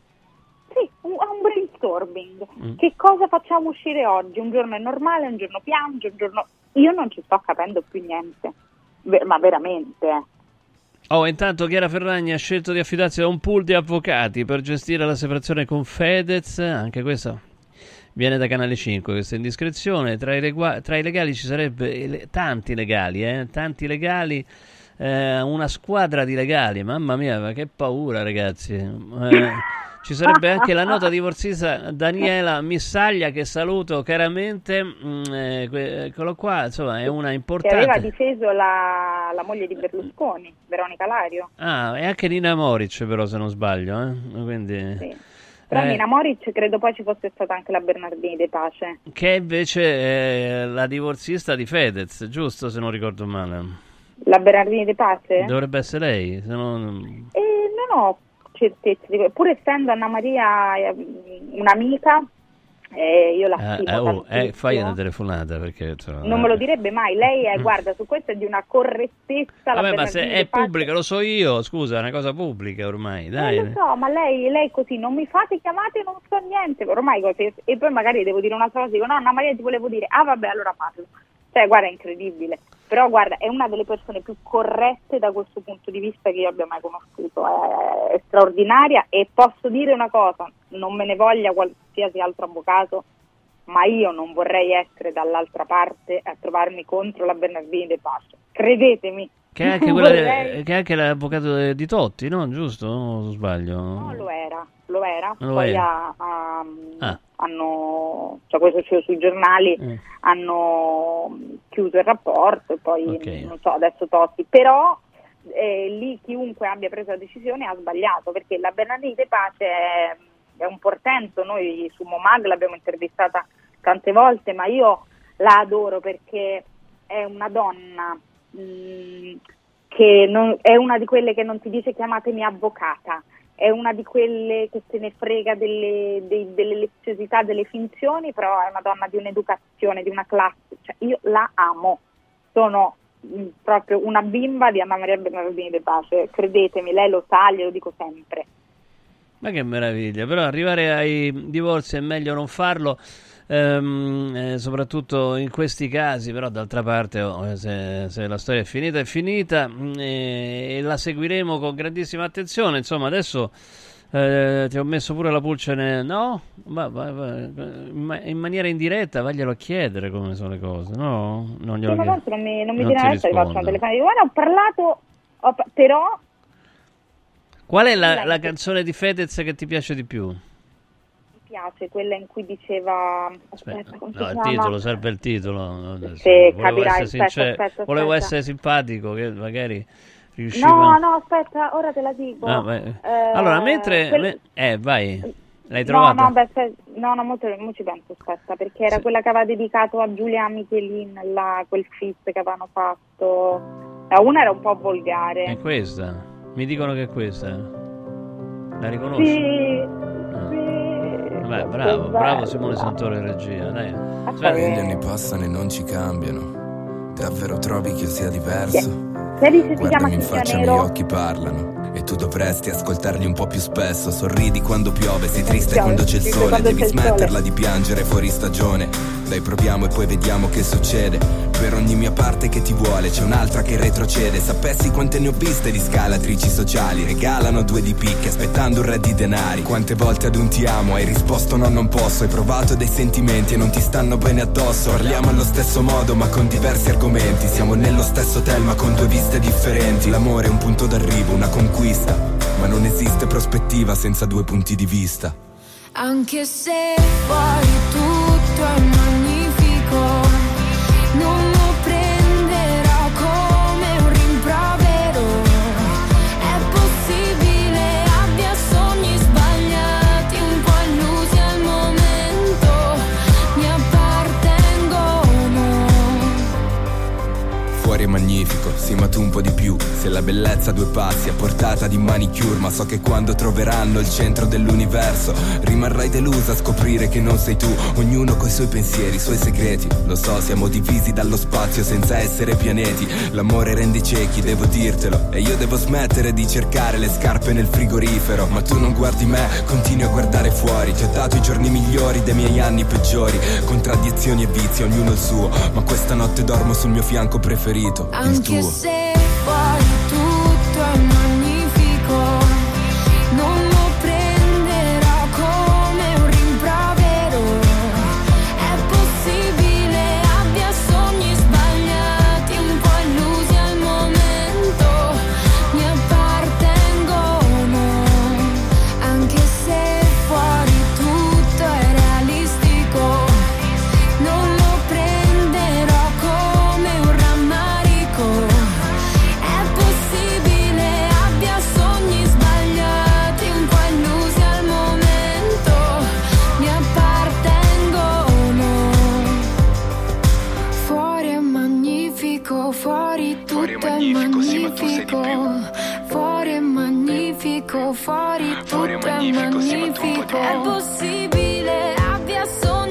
sì, un, a un brainstorming. Mm. Che cosa facciamo uscire oggi? Un giorno è normale, un giorno piange, un giorno... Io non ci sto capendo più niente, Ver- ma veramente, eh. Oh, intanto Chiara Ferragni ha scelto di affidarsi a un pool di avvocati per gestire la separazione con Fedez, anche questo viene da Canale cinque, questa indiscrezione. Tra i, legua- tra i legali ci sarebbe le- tanti legali, eh, tanti legali, eh, una squadra di legali, mamma mia, ma che paura, ragazzi. Eh, ci sarebbe anche la nota divorzista Daniela Missaglia, che saluto caramente, mm, eh, que- eccolo qua, insomma è una Che importante... aveva difeso la, la moglie di Berlusconi, Veronica Lario. Ah, e anche Nina Moric però, se non sbaglio, eh? Quindi... Sì. Però Eh, Nina Moric credo poi ci fosse stata anche la Bernardini De Pace. che invece è la divorzista di Fedez, giusto, se non ricordo male? La Bernardini De Pace? Dovrebbe essere lei, se non... E non ho certezza, di que- pur essendo Anna Maria eh, un'amica, Eh, io la Eh, stimo eh, oh, eh, tantissimo. fai una telefonata perché insomma, Non me lo direbbe mai, lei è, guarda, su questo è di una correttezza. la Vabbè, ma se Bernardini è De Pace- pubblica, lo so io, scusa, è una cosa pubblica ormai, dai. Eh, lo so, ma lei, lei così, non mi fate chiamate, non so niente, ormai così, e poi magari devo dire un'altra cosa, dico no, Anna Maria ti volevo dire, ah vabbè, allora parlo. Cioè, guarda, è incredibile. Però, guarda, è una delle persone più corrette da questo punto di vista che io abbia mai conosciuto, è, è straordinaria e posso dire una cosa, non me ne voglia qualsiasi altro avvocato, ma io non vorrei essere dall'altra parte a trovarmi contro la Bernardini De Pace. Credetemi. Che è anche, non quella vorrei- de- che è anche l'avvocato di Totti, no? Giusto? O sbaglio? No, lo era, lo era. Lo Poi era. ha- ha- Ah. hanno, cioè questo c'è sui giornali, Mm. hanno chiuso il rapporto e poi Ok. non so, adesso Totti. Però eh, lì chiunque abbia preso la decisione ha sbagliato, perché la Bernardini De Pace è, è un portento. Noi su Momag l'abbiamo intervistata tante volte, ma io la adoro perché è una donna mh, che non, è una di quelle che non ti dice chiamatemi avvocata, è una di quelle che se ne frega delle, dei- delle leziosità, delle finzioni, però è una donna di un'educazione, di una classe, cioè io la amo, sono mh, proprio una bimba di Anna Maria Bernardini De Pace, credetemi, lei lo sa, glielo dico sempre. Ma che meraviglia, però arrivare ai divorzi è meglio non farlo, ehm, eh, soprattutto in questi casi, però d'altra parte oh, se, se la storia è finita è finita, mm, e, e la seguiremo con grandissima attenzione. Insomma, adesso eh, ti ho messo pure la pulce, ne- no? Va, va, va, in ma- in maniera indiretta vaglielo a chiedere come sono le cose, no? Non glielo Sì, ma chiedo. tanto non mi, non mi Non viene ti adesso, gli faccio una rispondo. telefonata, dico guarda ho parlato, ho pa- però Qual è la, Lei- la canzone di Fedez che ti piace di più? mi piace quella in cui diceva, aspetta, come si No, il chiama? titolo, serve il titolo. Sì, Volevo capirai, essere aspetta, sincer- aspetta, Volevo aspetta. essere simpatico, che magari riusciva... No, no, aspetta, ora te la dico. Ah, vai. Eh, Allora, mentre... quel- me- Eh, vai. L'hai No, trovata? no, beh, aspetta, no, no, mo, te- mo ci penso, aspetta, perché era quella che aveva dedicato a Giulia Michelin, là, quel feat che avevano fatto. Eh, una era un po' volgare. È questa? Mi dicono che è questa? La riconosci? Sì, Beh, bravo, bravo Simone Santoro in regia, dai. Gli anni passano e non ci cambiano. Davvero trovi che io sia diverso? Vedi se si chiama Guardami in Silvia faccia, i miei Nero? occhi parlano. E tu dovresti ascoltarli un po' più spesso. Sorridi quando piove, sei triste Piove, quando c'è il triste sole. quando Devi c'è il smetterla sole. di piangere fuori stagione. Dai, proviamo e poi vediamo che succede. Per ogni mia parte che ti vuole c'è un'altra che retrocede. Sapessi quante ne ho viste di scalatrici sociali. Regalano due di picche aspettando un re di denari. Quante volte ad un ti amo hai risposto no non posso. Hai provato dei sentimenti e non ti stanno bene addosso. Parliamo allo stesso modo ma con diversi argomenti. Siamo nello stesso hotel ma con due viste differenti. L'amore è un punto d'arrivo, una conquista, ma non esiste prospettiva senza due punti di vista. Anche se fuori tutto è magnifico, non lo prenderò come un rimprovero. È possibile abbia sogni sbagliati, un po' illusi al momento, mi appartengono. Fuori è magnifico, sì ma tu un po' di più. Se la bellezza a due passi a portata di manicure. Ma so che quando troveranno il centro dell'universo rimarrai delusa a scoprire che non sei tu. Ognuno coi suoi pensieri, i suoi segreti. Lo so, siamo divisi dallo spazio senza essere pianeti. L'amore rende ciechi, devo dirtelo. E io devo smettere di cercare le scarpe nel frigorifero. Ma tu non guardi me, continui a guardare fuori. Ti ho dato i giorni migliori dei miei anni peggiori. Contraddizioni e vizi, ognuno il suo. Ma questa notte dormo sul mio fianco preferito, il Anche tuo. se fuori tutto è magnifico, non lo prenderò come un rimprovero. È possibile abbia sogni sbagliati, un po' illusi al momento, mi appartengono. Anche se fuori tutto è realistico, non lo prenderò come un rammarico. È possibile abbia sogni sbagliati, un po' illusi al momento, mi appartengono. Fuori è magnifico, fuori tutto è magnifico. Fuori è magnifico, fuori tutto è magnifico. È possibile abbia sogni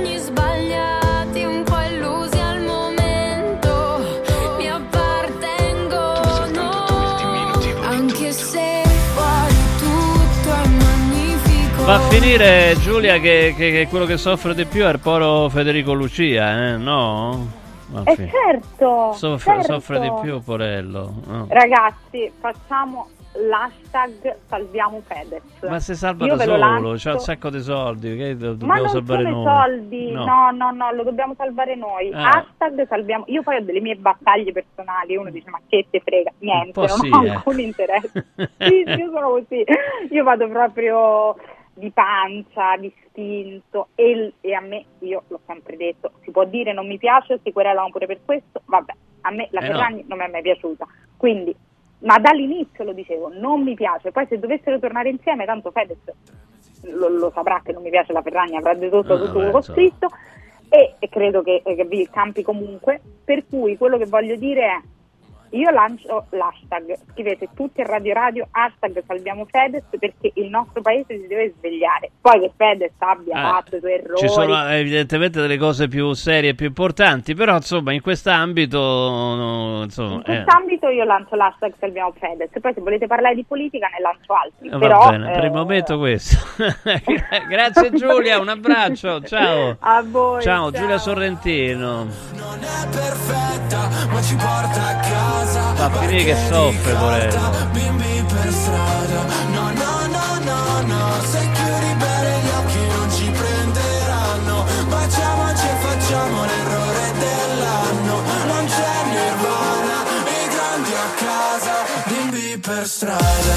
Va a finire, Giulia, che, che, che quello che soffre di più è il povero Federico Lucia, eh? No? Eh certo, Soffre, certo. soffre di più, porello. No. Ragazzi, facciamo l'hashtag salviamo Fedez. Ma si salva Io da ve lo solo, lancio. c'ha un sacco di soldi, che do- Ma dobbiamo non salvare sono i noi. soldi, No. no, no, no, lo dobbiamo salvare noi. Ah. Hashtag salviamo. Io poi ho delle mie battaglie personali, uno dice ma che te frega, niente, po' non sì, ho eh. alcun interesse. Sì, sì, io sono così, io vado proprio di pancia, di istinto e, il- e a me, io l'ho sempre detto, si può dire non mi piace, si querelano pure per questo, vabbè, a me la Eh, Ferragni non mi è mai piaciuta, quindi, ma dall'inizio lo dicevo, non mi piace, poi se dovessero tornare insieme, tanto Fedez lo, lo saprà che non mi piace la Ferragni, avrà dedotto Ah, tutto beh, quello che ho scritto e, e credo che, che vi campi comunque, per cui quello che voglio dire è io lancio l'hashtag, scrivete tutti a Radio Radio hashtag salviamo Fedez perché il nostro paese si deve svegliare, poi che Fedez abbia Ah, fatto i suoi errori Ci sono evidentemente delle cose più serie e più importanti, però insomma in quest'ambito no, insomma, in eh, quest'ambito io lancio l'hashtag salviamo Fedez, poi se volete parlare di politica ne lancio altri, va però bene, per il eh, momento questo. Grazie Giulia, un abbraccio, ciao. a voi, Ciao, ciao. Giulia Sorrentino. perfetta, ma ci porta a casa. Fa finire che soffre, porello. Bimbi per strada, no, no, no, no, no. Se chiudi bene gli occhi non ci prenderanno. Baciamoci e facciamo l'errore dell'anno. Non c'è nirvana, i grandi a casa. Bimbi per strada.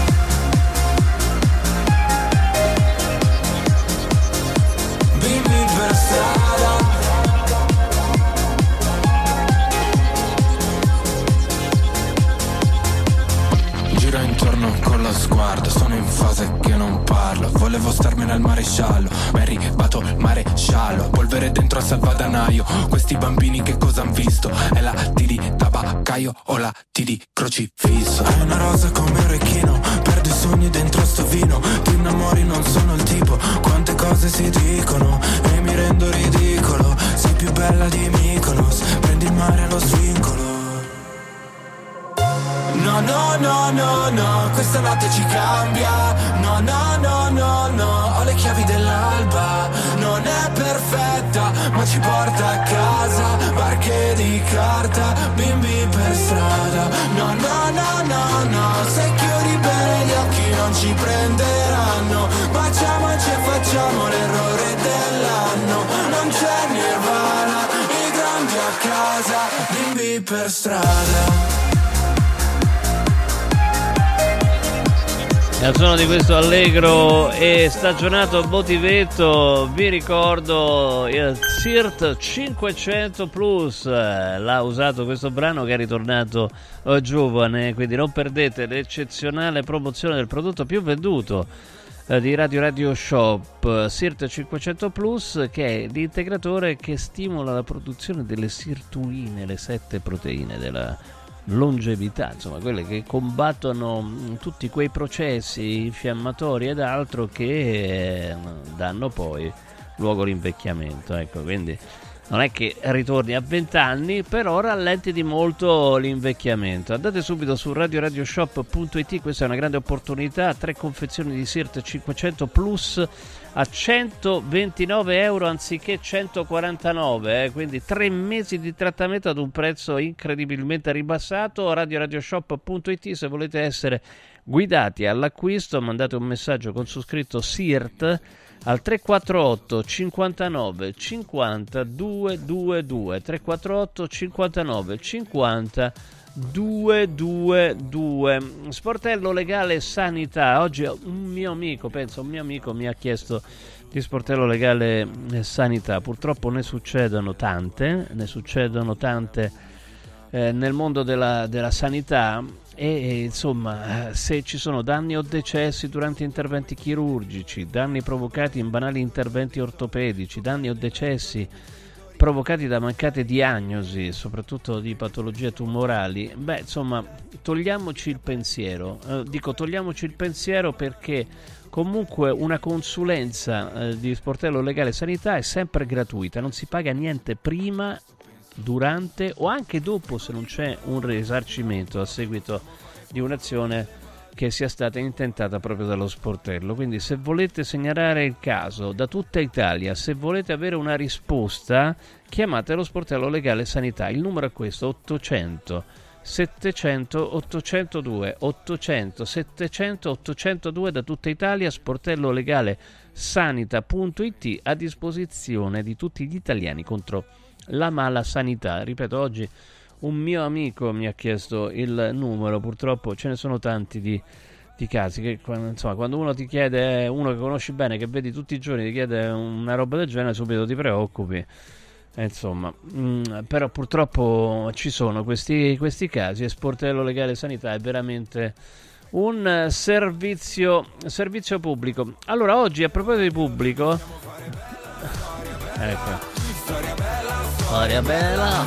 Bimbi per strada. Giro intorno con lo sguardo, sono in fase che non parlo. Volevo starmene al maresciallo, ma è arrivato il maresciallo. Polvere dentro al salvadanaio, questi bambini che cosa han visto? È la T di tabaccaio o la T di crocifisso? Hai una rosa come un recchino, perdo i sogni dentro sto vino. Ti innamori, non sono il tipo, quante cose si dicono e mi rendo ridicolo. Sei più bella di Mykonos, prendi il mare allo svincolo. No, no, no, no, no, questa notte ci cambia. No, no, no, no, no, ho le chiavi dell'alba. Non è perfetta, ma ci porta a casa. Barche di carta, bimbi per strada. No, no, no, no, no, se chiudi bene gli occhi non ci prenderanno. Baciamoci e facciamo l'errore dell'anno. Non c'è nirvana, i grandi a casa, bimbi per strada. Al suono di questo allegro e stagionato motivetto vi ricordo il Sirt cinquecento Plus, l'ha usato questo brano che è ritornato eh, giovane, quindi non perdete l'eccezionale promozione del prodotto più venduto eh, di Radio Radio Shop, Sirt cinquecento Plus, che è l'integratore che stimola la produzione delle sirtuine, le sette proteine della longevità, insomma quelle che combattono tutti quei processi infiammatori ed altro che eh, danno poi luogo all'invecchiamento, ecco, quindi non è che ritorni a venti anni, però rallenti di molto l'invecchiamento. Andate subito su radio radio shop punto it, questa è una grande opportunità, tre confezioni di Sirt cinquecento Plus a centoventinove euro anziché centoquarantanove, eh? Quindi tre mesi di trattamento ad un prezzo incredibilmente ribassato. radio radio shop punto it, se volete essere guidati all'acquisto mandate un messaggio con su scritto Sirt al tre quattro otto cinquantanove cinquanta duecentoventidue, tre quattro otto cinquantanove cinquanta duecentoventidue. Sportello Legale Sanità. Oggi un mio amico, penso un mio amico mi ha chiesto di Sportello Legale Sanità. Purtroppo ne succedono tante, ne succedono tante eh, nel mondo della, della sanità e insomma se ci sono danni o decessi durante interventi chirurgici, danni provocati in banali interventi ortopedici, danni o decessi provocati da mancate diagnosi, soprattutto di patologie tumorali, beh, insomma, togliamoci il pensiero. Eh, dico togliamoci il pensiero perché comunque una consulenza eh, di Sportello Legale Sanità è sempre gratuita, non si paga niente prima, durante o anche dopo se non c'è un risarcimento a seguito di un'azione che sia stata intentata proprio dallo sportello. Quindi se volete segnalare il caso da tutta Italia, se volete avere una risposta, chiamate lo sportello legale sanità. Il numero è questo: ottocento settecento ottocentodue, ottocento settecento ottocentodue, da tutta Italia, sportello legale sanita punto it, a disposizione di tutti gli italiani contro la mala sanità. Ripeto, oggi un mio amico mi ha chiesto il numero, purtroppo ce ne sono tanti di, di casi che, insomma, quando uno ti chiede, uno che conosci bene, che vedi tutti i giorni, ti chiede una roba del genere, subito ti preoccupi. E insomma, mh, però purtroppo ci sono questi, questi casi, e sportello legale sanità è veramente un servizio, servizio pubblico. Allora, oggi, a proposito di pubblico, ecco, storia bella.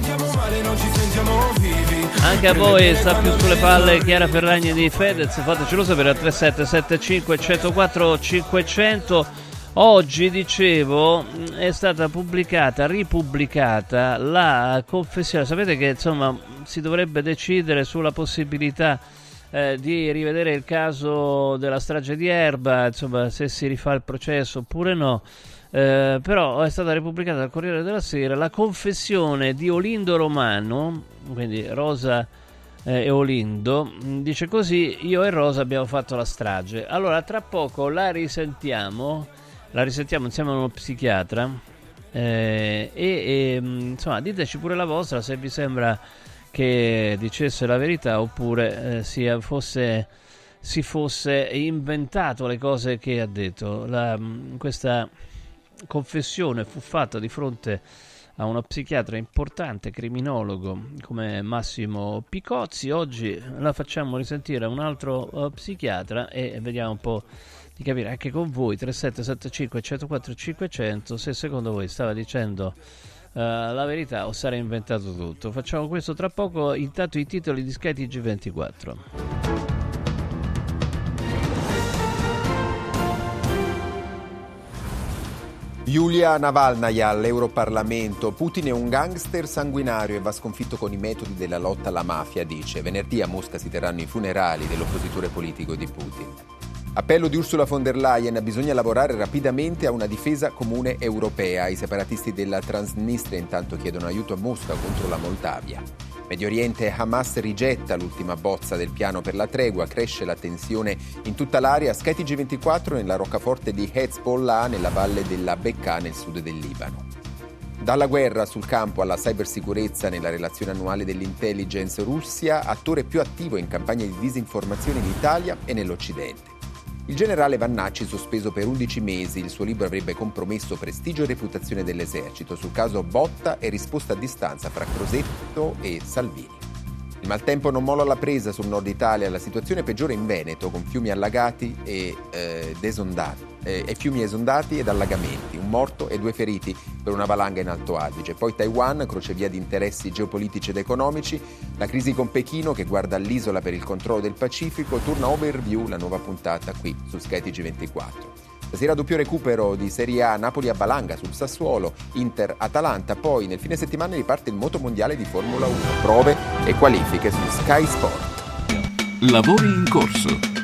Anche a voi sta più sulle palle Chiara Ferragni di Fedez, fatecelo sapere al tre sette sette cinque uno zero quattro cinquecento. Oggi, dicevo, è stata pubblicata, ripubblicata la confessione. Sapete che, insomma, si dovrebbe decidere sulla possibilità eh, di rivedere il caso della strage di Erba, insomma, se si rifà il processo oppure no. Eh, però è stata ripubblicata dal Corriere della Sera la confessione di Olindo Romano, quindi Rosa eh, e Olindo. Dice così: io e Rosa abbiamo fatto la strage. Allora, tra poco la risentiamo, la risentiamo insieme a uno psichiatra eh, e, e insomma, diteci pure la vostra, se vi sembra che dicesse la verità oppure eh, sia fosse si fosse inventato le cose che ha detto. La, questa confessione fu fatta di fronte a uno psichiatra importante, criminologo come Massimo Picozzi. Oggi la facciamo risentire a un altro uh, psichiatra e vediamo un po' di capire anche con voi. Tre sette sette cinque uno zero quattro cinquecento, se secondo voi stava dicendo uh, la verità o sarà inventato tutto. Facciamo questo tra poco, intanto i titoli di Sky T G ventiquattro. Yulia Navalnaya all'Europarlamento. Putin è un gangster sanguinario e va sconfitto con i metodi della lotta alla mafia, dice. Venerdì a Mosca si terranno i funerali dell'oppositore politico di Putin. Appello di Ursula von der Leyen: bisogna lavorare rapidamente a una difesa comune europea. I separatisti della Transnistria intanto chiedono aiuto a Mosca contro la Moldavia. Medio Oriente, Hamas rigetta l'ultima bozza del piano per la tregua, cresce la tensione in tutta l'area. Sky T G ventiquattro nella roccaforte di Hezbollah nella valle della Bekaa nel sud del Libano. Dalla guerra sul campo alla cybersicurezza nella relazione annuale dell'intelligence, Russia, attore più attivo in campagne di disinformazione in Italia e nell'Occidente. Il generale Vannacci sospeso per undici mesi, il suo libro avrebbe compromesso prestigio e reputazione dell'esercito. Sul caso Botta e risposta a distanza fra Crosetto e Salvini. Il maltempo non molla la presa sul nord Italia, la situazione peggiora in Veneto con fiumi allagati e, eh, desondati, eh, e fiumi esondati ed allagamenti, un morto e due feriti per una valanga in Alto Adige. Poi Taiwan, crocevia di interessi geopolitici ed economici, la crisi con Pechino che guarda all'isola per il controllo del Pacifico. Torna Overview, la nuova puntata qui su Sky T G ventiquattro. Stasera doppio recupero di Serie A, Napoli a valanga sul Sassuolo, Inter Atalanta, poi nel fine settimana riparte il motomondiale di Formula uno, prove e qualifiche su Sky Sport. Lavori in corso.